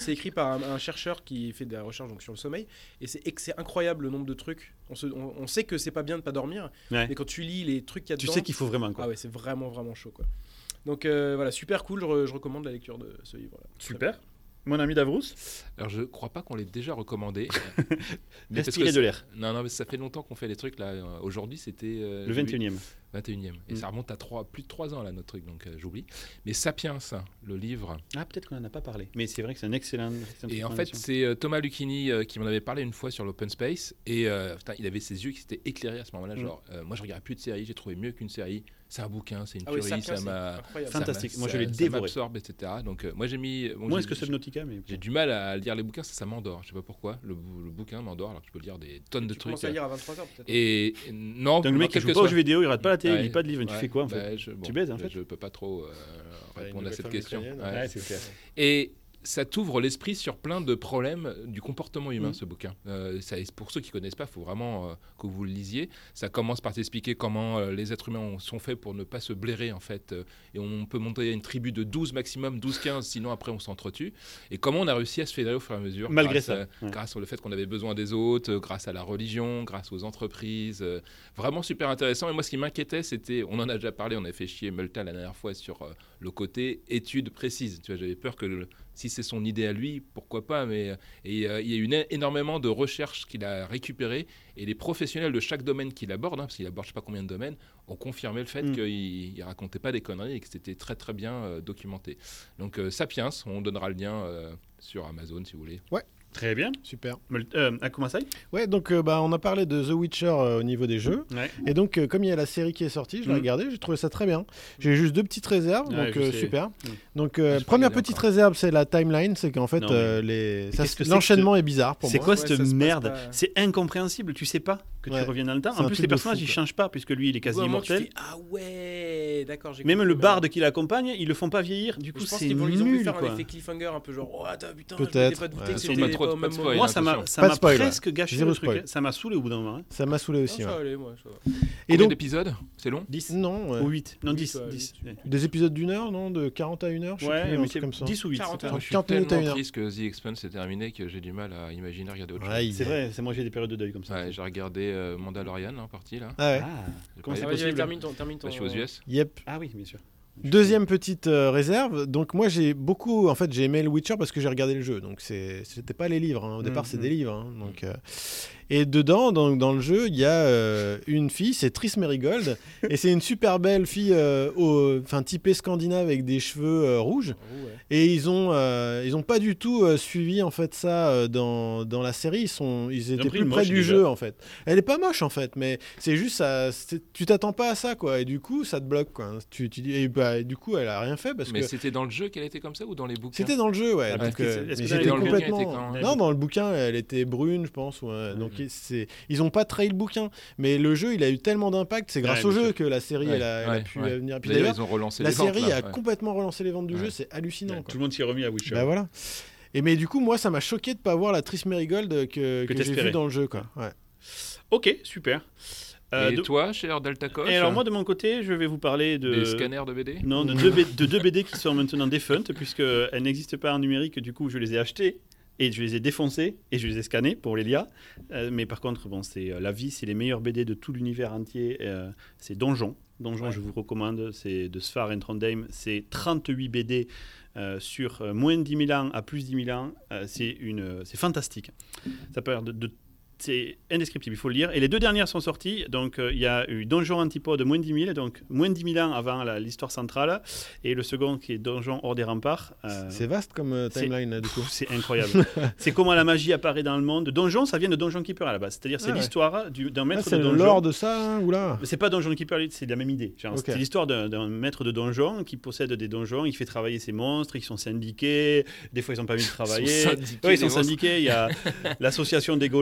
Speaker 2: un chercheur qui fait de la recherche donc, sur le sommeil. Et c'est incroyable le nombre de trucs. On sait que c'est pas bien de pas dormir,
Speaker 1: Ouais.
Speaker 2: mais quand tu lis les trucs qu'il y a
Speaker 1: Tu
Speaker 2: dedans,
Speaker 1: sais qu'il faut vraiment quoi.
Speaker 2: ah ouais, c'est vraiment vraiment chaud quoi. Donc voilà, super cool. Je recommande la lecture de ce livre.
Speaker 1: Super. Mon ami Davrous,
Speaker 3: Alors, je crois pas qu'on l'ait déjà recommandé. Mais parce
Speaker 1: respirer
Speaker 3: que
Speaker 1: de l'air.
Speaker 3: Non, mais ça fait longtemps qu'on fait les trucs là. Aujourd'hui, c'était
Speaker 1: Le 21e.
Speaker 3: 21e. Et ça remonte à plus de 3 ans là, notre truc, donc j'oublie. Mais Sapiens, le livre.
Speaker 1: Ah, peut-être qu'on en a pas parlé. Mais c'est vrai que c'est un excellent.
Speaker 3: Et en fait, c'est Thomas Lucchini qui m'en avait parlé une fois sur l'Open Space. Et putain, il avait ses yeux qui s'étaient éclairés à ce moment-là. Genre, moi, je regardais plus de séries. J'ai trouvé mieux qu'une série. C'est un bouquin, c'est une
Speaker 2: Ah oui,
Speaker 3: tuerie.
Speaker 2: Sapiens,
Speaker 3: Ça m'a.
Speaker 2: incroyable.
Speaker 1: Fantastique.
Speaker 3: ça
Speaker 1: Moi, je l'ai
Speaker 3: ça
Speaker 1: dévoré.
Speaker 3: m'absorbe, etc. Donc, moi, j'ai mis. bon,
Speaker 1: Moins
Speaker 3: j'ai-
Speaker 1: que Subnautica, mais.
Speaker 3: J'ai du mal à lire les bouquins, ça m'endort. Je sais pas pourquoi. Le bouquin m'endort alors que je peux lire des tonnes de
Speaker 2: Tu
Speaker 3: trucs.
Speaker 2: commences à lire à 23h peut-être.
Speaker 3: Et non,
Speaker 1: Donc le mec qui
Speaker 3: quel
Speaker 1: joue
Speaker 3: que
Speaker 1: pas aux
Speaker 3: soit.
Speaker 1: jeux vidéo, il rate pas la télé, il
Speaker 3: Ouais,
Speaker 1: lit pas de livre. Tu
Speaker 3: ouais,
Speaker 1: fais quoi en fait
Speaker 3: bah,
Speaker 1: Tu baises, en fait.
Speaker 3: Je peux pas trop
Speaker 4: une
Speaker 3: répondre à
Speaker 4: nouvelle
Speaker 3: cette
Speaker 4: femme
Speaker 3: question.
Speaker 4: ukrainienne.
Speaker 3: Ouais.
Speaker 1: Ouais, c'est clair.
Speaker 3: Et ça t'ouvre l'esprit sur plein de problèmes du comportement humain,
Speaker 1: Mm.
Speaker 3: ce bouquin. Pour ceux qui connaissent pas, il faut vraiment que vous le lisiez. Ça commence par t'expliquer comment les êtres humains sont faits pour ne pas se blairer, en fait. Et on peut monter une tribu de 12 maximum, 12-15, sinon après on s'entretue. Et comment on a réussi à se fédérer au fur et à mesure.
Speaker 1: Malgré
Speaker 3: grâce
Speaker 1: ça,
Speaker 3: à-
Speaker 1: ouais.
Speaker 3: Grâce au fait qu'on avait besoin des autres, grâce à la religion, grâce aux entreprises. Vraiment super intéressant. Et moi, ce qui m'inquiétait, c'était, on en a déjà parlé, on avait fait chier Multa la dernière fois sur le côté études précises. Tu vois, j'avais peur que si c'est son idée à lui, pourquoi pas. Mais il y a eu énormément de recherches qu'il a récupérées et les professionnels de chaque domaine qu'il aborde, parce qu'il aborde je sais pas combien de domaines, ont confirmé le fait qu'il racontait pas des conneries et que c'était très très bien documenté. Donc Sapiens, on donnera le lien sur Amazon si vous voulez.
Speaker 1: Très bien.
Speaker 4: Super.
Speaker 1: Comment ça
Speaker 4: Ouais, donc on a parlé de The Witcher au niveau des jeux.
Speaker 1: Ouais.
Speaker 4: Et donc, comme il y a la série qui est sortie, je l'ai regardé, j'ai trouvé ça très bien. J'ai juste 2 petites réserves,
Speaker 1: Ouais,
Speaker 4: donc
Speaker 1: je sais.
Speaker 4: super. Donc,
Speaker 3: pas
Speaker 4: première
Speaker 3: regardé
Speaker 4: petite
Speaker 3: encore.
Speaker 4: réserve, c'est la timeline, c'est qu'en fait,
Speaker 1: Non, mais- qu'est-ce que c'est
Speaker 4: l'enchaînement est bizarre pour
Speaker 1: C'est
Speaker 4: moi.
Speaker 1: quoi
Speaker 2: Ouais, ça
Speaker 1: cette
Speaker 2: se passe
Speaker 1: merde
Speaker 2: pas.
Speaker 1: C'est incompréhensible. Tu sais pas que tu
Speaker 4: Ouais.
Speaker 1: reviens dans le temps.
Speaker 4: C'est
Speaker 1: En
Speaker 4: un
Speaker 1: plus,
Speaker 4: truc
Speaker 1: les
Speaker 4: de
Speaker 1: personnages
Speaker 4: fou,
Speaker 1: ils
Speaker 4: quoi.
Speaker 1: changent pas puisque lui il est quasi
Speaker 2: Au bout d'un moment, tu
Speaker 1: immortel.
Speaker 2: fais, ah ouais, d'accord. j'ai
Speaker 1: Même
Speaker 2: compris,
Speaker 1: le
Speaker 2: mais
Speaker 1: barde qui l'accompagne, ils le font pas vieillir. Du
Speaker 2: Je
Speaker 1: coup,
Speaker 2: pense
Speaker 1: c'est
Speaker 2: qu'ils ils ont voulu
Speaker 1: nul
Speaker 2: faire un
Speaker 1: quoi.
Speaker 2: effet cliffhanger un peu genre, oh attends, putain,
Speaker 4: Peut-être,
Speaker 2: je m'étais pas douté
Speaker 4: ouais.
Speaker 2: que
Speaker 3: Attention,
Speaker 2: c'était
Speaker 3: pas trop de
Speaker 2: au même
Speaker 3: spoil,
Speaker 2: moment.
Speaker 1: Moi, ça m'a
Speaker 3: attention.
Speaker 1: ça
Speaker 4: Pas de
Speaker 1: m'a
Speaker 4: spoil,
Speaker 1: presque gâché
Speaker 4: Zéro
Speaker 1: le truc.
Speaker 4: spoil.
Speaker 1: Ça m'a saoulé au bout d'un moment. hein.
Speaker 4: Ça m'a saoulé
Speaker 2: Non,
Speaker 4: aussi.
Speaker 2: ça
Speaker 4: ouais.
Speaker 2: allait, moi, ça va.
Speaker 4: Et
Speaker 3: Combien
Speaker 4: donc,
Speaker 3: d'épisodes C'est long
Speaker 1: 10
Speaker 4: non, ouais.
Speaker 1: ou 8 Non,
Speaker 2: Oui,
Speaker 1: 10.
Speaker 2: ça va,
Speaker 1: 10.
Speaker 2: vite.
Speaker 4: Des épisodes d'une heure, non? De 40 à 1 heure, je sais
Speaker 1: Ouais,
Speaker 4: plus, un
Speaker 1: mais
Speaker 4: truc comme ça.
Speaker 1: 10 ou 8.
Speaker 2: 40
Speaker 1: c'est pas-
Speaker 2: heures.
Speaker 3: Je suis
Speaker 4: 40 minutes à une
Speaker 3: tellement
Speaker 4: heure.
Speaker 3: triste que The Expanse est terminé que j'ai du mal à imaginer regarder autre chose.
Speaker 4: Ouais,
Speaker 1: C'est vrai, c'est moi j'ai des périodes de deuil comme ça.
Speaker 3: Ouais, j'ai regardé Mandalorian en partie là.
Speaker 4: Ah ouais.
Speaker 1: Ah,
Speaker 3: J'ai
Speaker 1: comment
Speaker 3: pas-
Speaker 1: c'est
Speaker 2: Vas-y,
Speaker 1: possible
Speaker 2: termine ton.
Speaker 3: Bah, je suis aux US.
Speaker 4: Yep.
Speaker 1: Ah oui, bien sûr.
Speaker 4: Deuxième petite réserve. Donc moi j'ai beaucoup, en fait j'ai aimé le Witcher parce que j'ai regardé le jeu. Donc c'était pas les livres. Hein. Au départ c'est des livres. Hein. Donc et dedans dans le jeu il y a une fille, c'est Triss Merigold et c'est une super belle fille, enfin typée scandinave avec des cheveux rouges.
Speaker 2: Oh, ouais.
Speaker 4: Et ils ont pas du tout suivi en fait ça dans la série. Ils étaient
Speaker 1: pris
Speaker 4: plus
Speaker 1: une
Speaker 4: près
Speaker 1: moche,
Speaker 4: du
Speaker 1: déjà.
Speaker 4: jeu en fait. Elle est pas moche en fait, mais c'est juste ça. Tu t'attends pas à ça quoi. Et du coup ça te bloque quoi. Tu dis et bah du coup elle a rien fait parce
Speaker 3: Mais
Speaker 4: que
Speaker 3: c'était dans le jeu qu'elle était comme ça ou dans les bouquins
Speaker 4: c'était dans le jeu ouais.
Speaker 1: Ah,
Speaker 4: Donc,
Speaker 1: est-ce que
Speaker 4: mais
Speaker 1: dans
Speaker 4: j'étais
Speaker 1: les bouquins,
Speaker 3: elle était
Speaker 4: complètement.
Speaker 3: quand-
Speaker 4: Non dans le bouquin elle était brune je pense. Ouais. Donc ils ont pas trahi le bouquin, mais le jeu il a eu tellement d'impact. C'est grâce
Speaker 1: Ouais,
Speaker 4: au
Speaker 1: bien
Speaker 4: jeu
Speaker 1: sûr.
Speaker 4: que la série
Speaker 3: Ouais,
Speaker 4: elle a
Speaker 3: ouais,
Speaker 4: pu
Speaker 3: ouais.
Speaker 4: venir. Puis
Speaker 3: D'ailleurs,
Speaker 4: d'ailleurs
Speaker 3: ils ont relancé
Speaker 4: la
Speaker 3: les ventes,
Speaker 4: série
Speaker 3: là,
Speaker 4: a
Speaker 3: ouais.
Speaker 4: complètement relancé les ventes du
Speaker 3: Ouais.
Speaker 4: jeu. C'est hallucinant. quoi.
Speaker 1: Tout le monde s'y est remis à Witcher.
Speaker 4: Bah voilà. Et mais du coup, moi, ça m'a choqué de pas voir la Triss Merigold que j'ai
Speaker 1: t'espérais.
Speaker 4: vue dans le jeu, quoi. Ouais.
Speaker 1: Ok, super.
Speaker 3: Et toi, cher Delta Coche,
Speaker 1: Et alors moi de mon côté, je vais vous parler de
Speaker 3: des scanners de BD
Speaker 1: non, de deux BD qui sont maintenant défuntes puisqu'elles n'existent pas en numérique. Du coup, je les ai achetées et je les ai défoncées et je les ai scannés pour les liens. Mais par contre, bon, c'est la vie, c'est les meilleures BD de tout l'univers entier. C'est Donjon. Donjon, je vous recommande. C'est de Sfar et Trondheim. C'est 38 BD sur moins de 10 000 ans à plus de 10 000 ans. C'est fantastique. Ça peut c'est indescriptible, il faut le lire. Et les deux dernières sont sorties. Donc, il y a eu Donjon Antipode moins de 10 000, donc moins de 10 000 ans avant l'histoire centrale. Et le second qui est Donjon hors des remparts.
Speaker 4: C'est vaste comme timeline, là, du coup.
Speaker 1: C'est incroyable. C'est comment la magie apparaît dans le monde. Donjon, ça vient de Donjon Keeper à la base. C'est-à-dire, c'est
Speaker 4: ouais.
Speaker 1: l'histoire d'un
Speaker 4: Ah,
Speaker 1: maître
Speaker 4: c'est
Speaker 1: de
Speaker 4: le
Speaker 1: donjon.
Speaker 4: lore de ça, hein, oula.
Speaker 1: C'est pas Donjon Keeper, c'est la même idée. Genre,
Speaker 4: Ok.
Speaker 1: C'est l'histoire d'un maître de donjon qui possède des donjons, il fait travailler ses monstres, ils sont syndiqués, des fois ils n'ont pas envie de travailler.
Speaker 3: syndiqués,
Speaker 1: Ouais, ils sont
Speaker 3: les monstres.
Speaker 1: syndiqués, il y a l'association des golems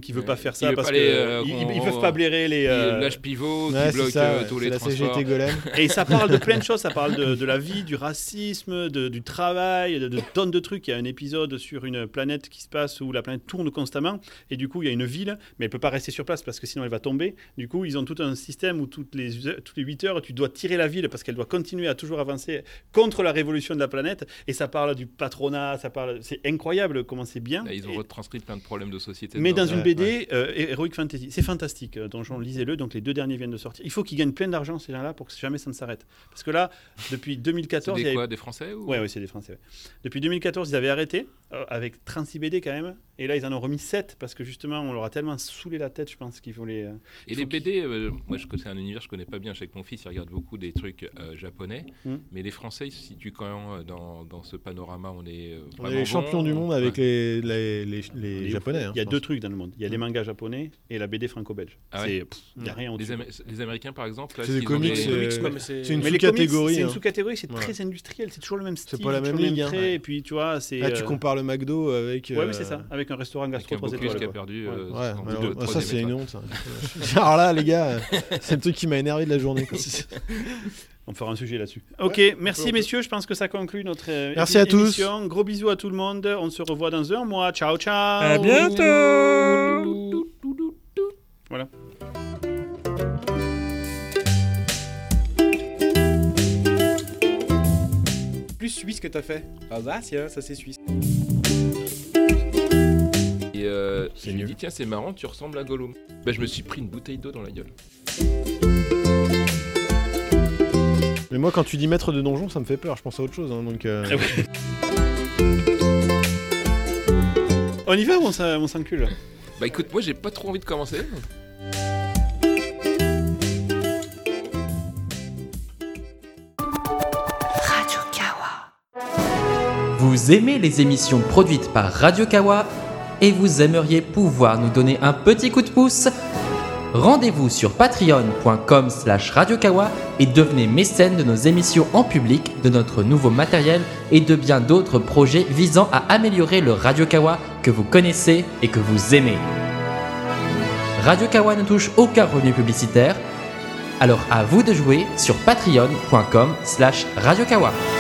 Speaker 1: qui veut pas faire ça
Speaker 3: Il veut
Speaker 1: parce
Speaker 3: pas
Speaker 1: qu'ils peuvent pas blairer les.
Speaker 3: L'âge pivot
Speaker 4: Ouais,
Speaker 3: qui
Speaker 4: c'est
Speaker 3: bloque
Speaker 4: ça,
Speaker 3: tous
Speaker 4: c'est
Speaker 3: les
Speaker 4: la
Speaker 3: transports.
Speaker 4: CGT Golem.
Speaker 1: Et ça parle de plein de choses, ça parle de la vie, du racisme, du travail, de tonnes de trucs. Il y a un épisode sur une planète qui se passe où la planète tourne constamment et du coup il y a une ville, mais elle peut pas rester sur place parce que sinon elle va tomber. Du coup ils ont tout un système où toutes les 8 heures tu dois tirer la ville parce qu'elle doit continuer à toujours avancer contre la révolution de la planète. Et ça parle du patronat, c'est incroyable comment c'est bien.
Speaker 3: Là, ils ont retranscrit plein de problèmes de société.
Speaker 1: Mais dans une BD
Speaker 4: ouais.
Speaker 1: Heroic Fantasy, c'est fantastique. Donjon, lisez-le. Donc les 2 derniers viennent de sortir. Il faut qu'ils gagnent plein d'argent ces gens-là pour que jamais ça ne s'arrête. Parce que là, depuis 2014,
Speaker 3: C'est des Français ou...
Speaker 1: Ouais, c'est des Français. Ouais. Depuis 2014, ils avaient arrêté avec 36 BD quand même. Et là, ils en ont remis 7 parce que justement, on leur a tellement saoulé la tête, je pense qu'il faut les.
Speaker 3: Et les BD, moi, c'est un univers que je connais pas bien. Je sais que mon fils il regarde beaucoup des trucs japonais, mais les Français ils se situent quand dans ce panorama. On est
Speaker 4: les champions du monde avec les Japonais.
Speaker 1: Il y a 2 trucs dans le monde. Il y a les mangas japonais et la BD franco-belge. Il n'y a rien au-dessus.
Speaker 3: Les Américains, par exemple, là,
Speaker 4: c'est des comics. C'est une
Speaker 1: mais
Speaker 4: sous-catégorie.
Speaker 1: C'est une sous-catégorie, c'est très industriel. C'est toujours le même style.
Speaker 4: C'est pas la même ligue.
Speaker 1: Et puis tu vois, c'est.
Speaker 4: Là, tu compares le McDo avec.
Speaker 1: Ouais, mais c'est ça. Avec un restaurant gastro 3 étoiles.
Speaker 3: qui a perdu.
Speaker 4: Ça, c'est une honte. Alors là, les gars, c'est le truc qui m'a énervé de la journée.
Speaker 1: On fera un sujet là-dessus. Ok, merci messieurs, je pense que ça conclut notre
Speaker 4: merci à tous.
Speaker 1: émission. Gros bisous à tout le monde. On se revoit dans un mois. Ciao, ciao.
Speaker 2: À bientôt.
Speaker 1: Voilà.
Speaker 2: Plus suisse que t'as fait. Alsacien, ça c'est suisse.
Speaker 3: Et je lui dis tiens c'est marrant, tu ressembles à Gollum. Ben, je me suis pris une bouteille d'eau dans la gueule.
Speaker 4: Mais moi, quand tu dis maître de donjon, ça me fait peur. Je pense à autre chose. Donc,
Speaker 1: On y va ou on s'encule?
Speaker 3: Bah écoute, moi j'ai pas trop envie de commencer.
Speaker 7: Radio Kawa.
Speaker 8: Vous aimez les émissions produites par Radio Kawa et vous aimeriez pouvoir nous donner un petit coup de pouce? Rendez-vous sur patreon.com/radiokawa et devenez mécène de nos émissions en public, de notre nouveau matériel et de bien d'autres projets visant à améliorer le Radio Kawa que vous connaissez et que vous aimez. Radio Kawa ne touche aucun revenu publicitaire, alors à vous de jouer sur patreon.com/radiokawa.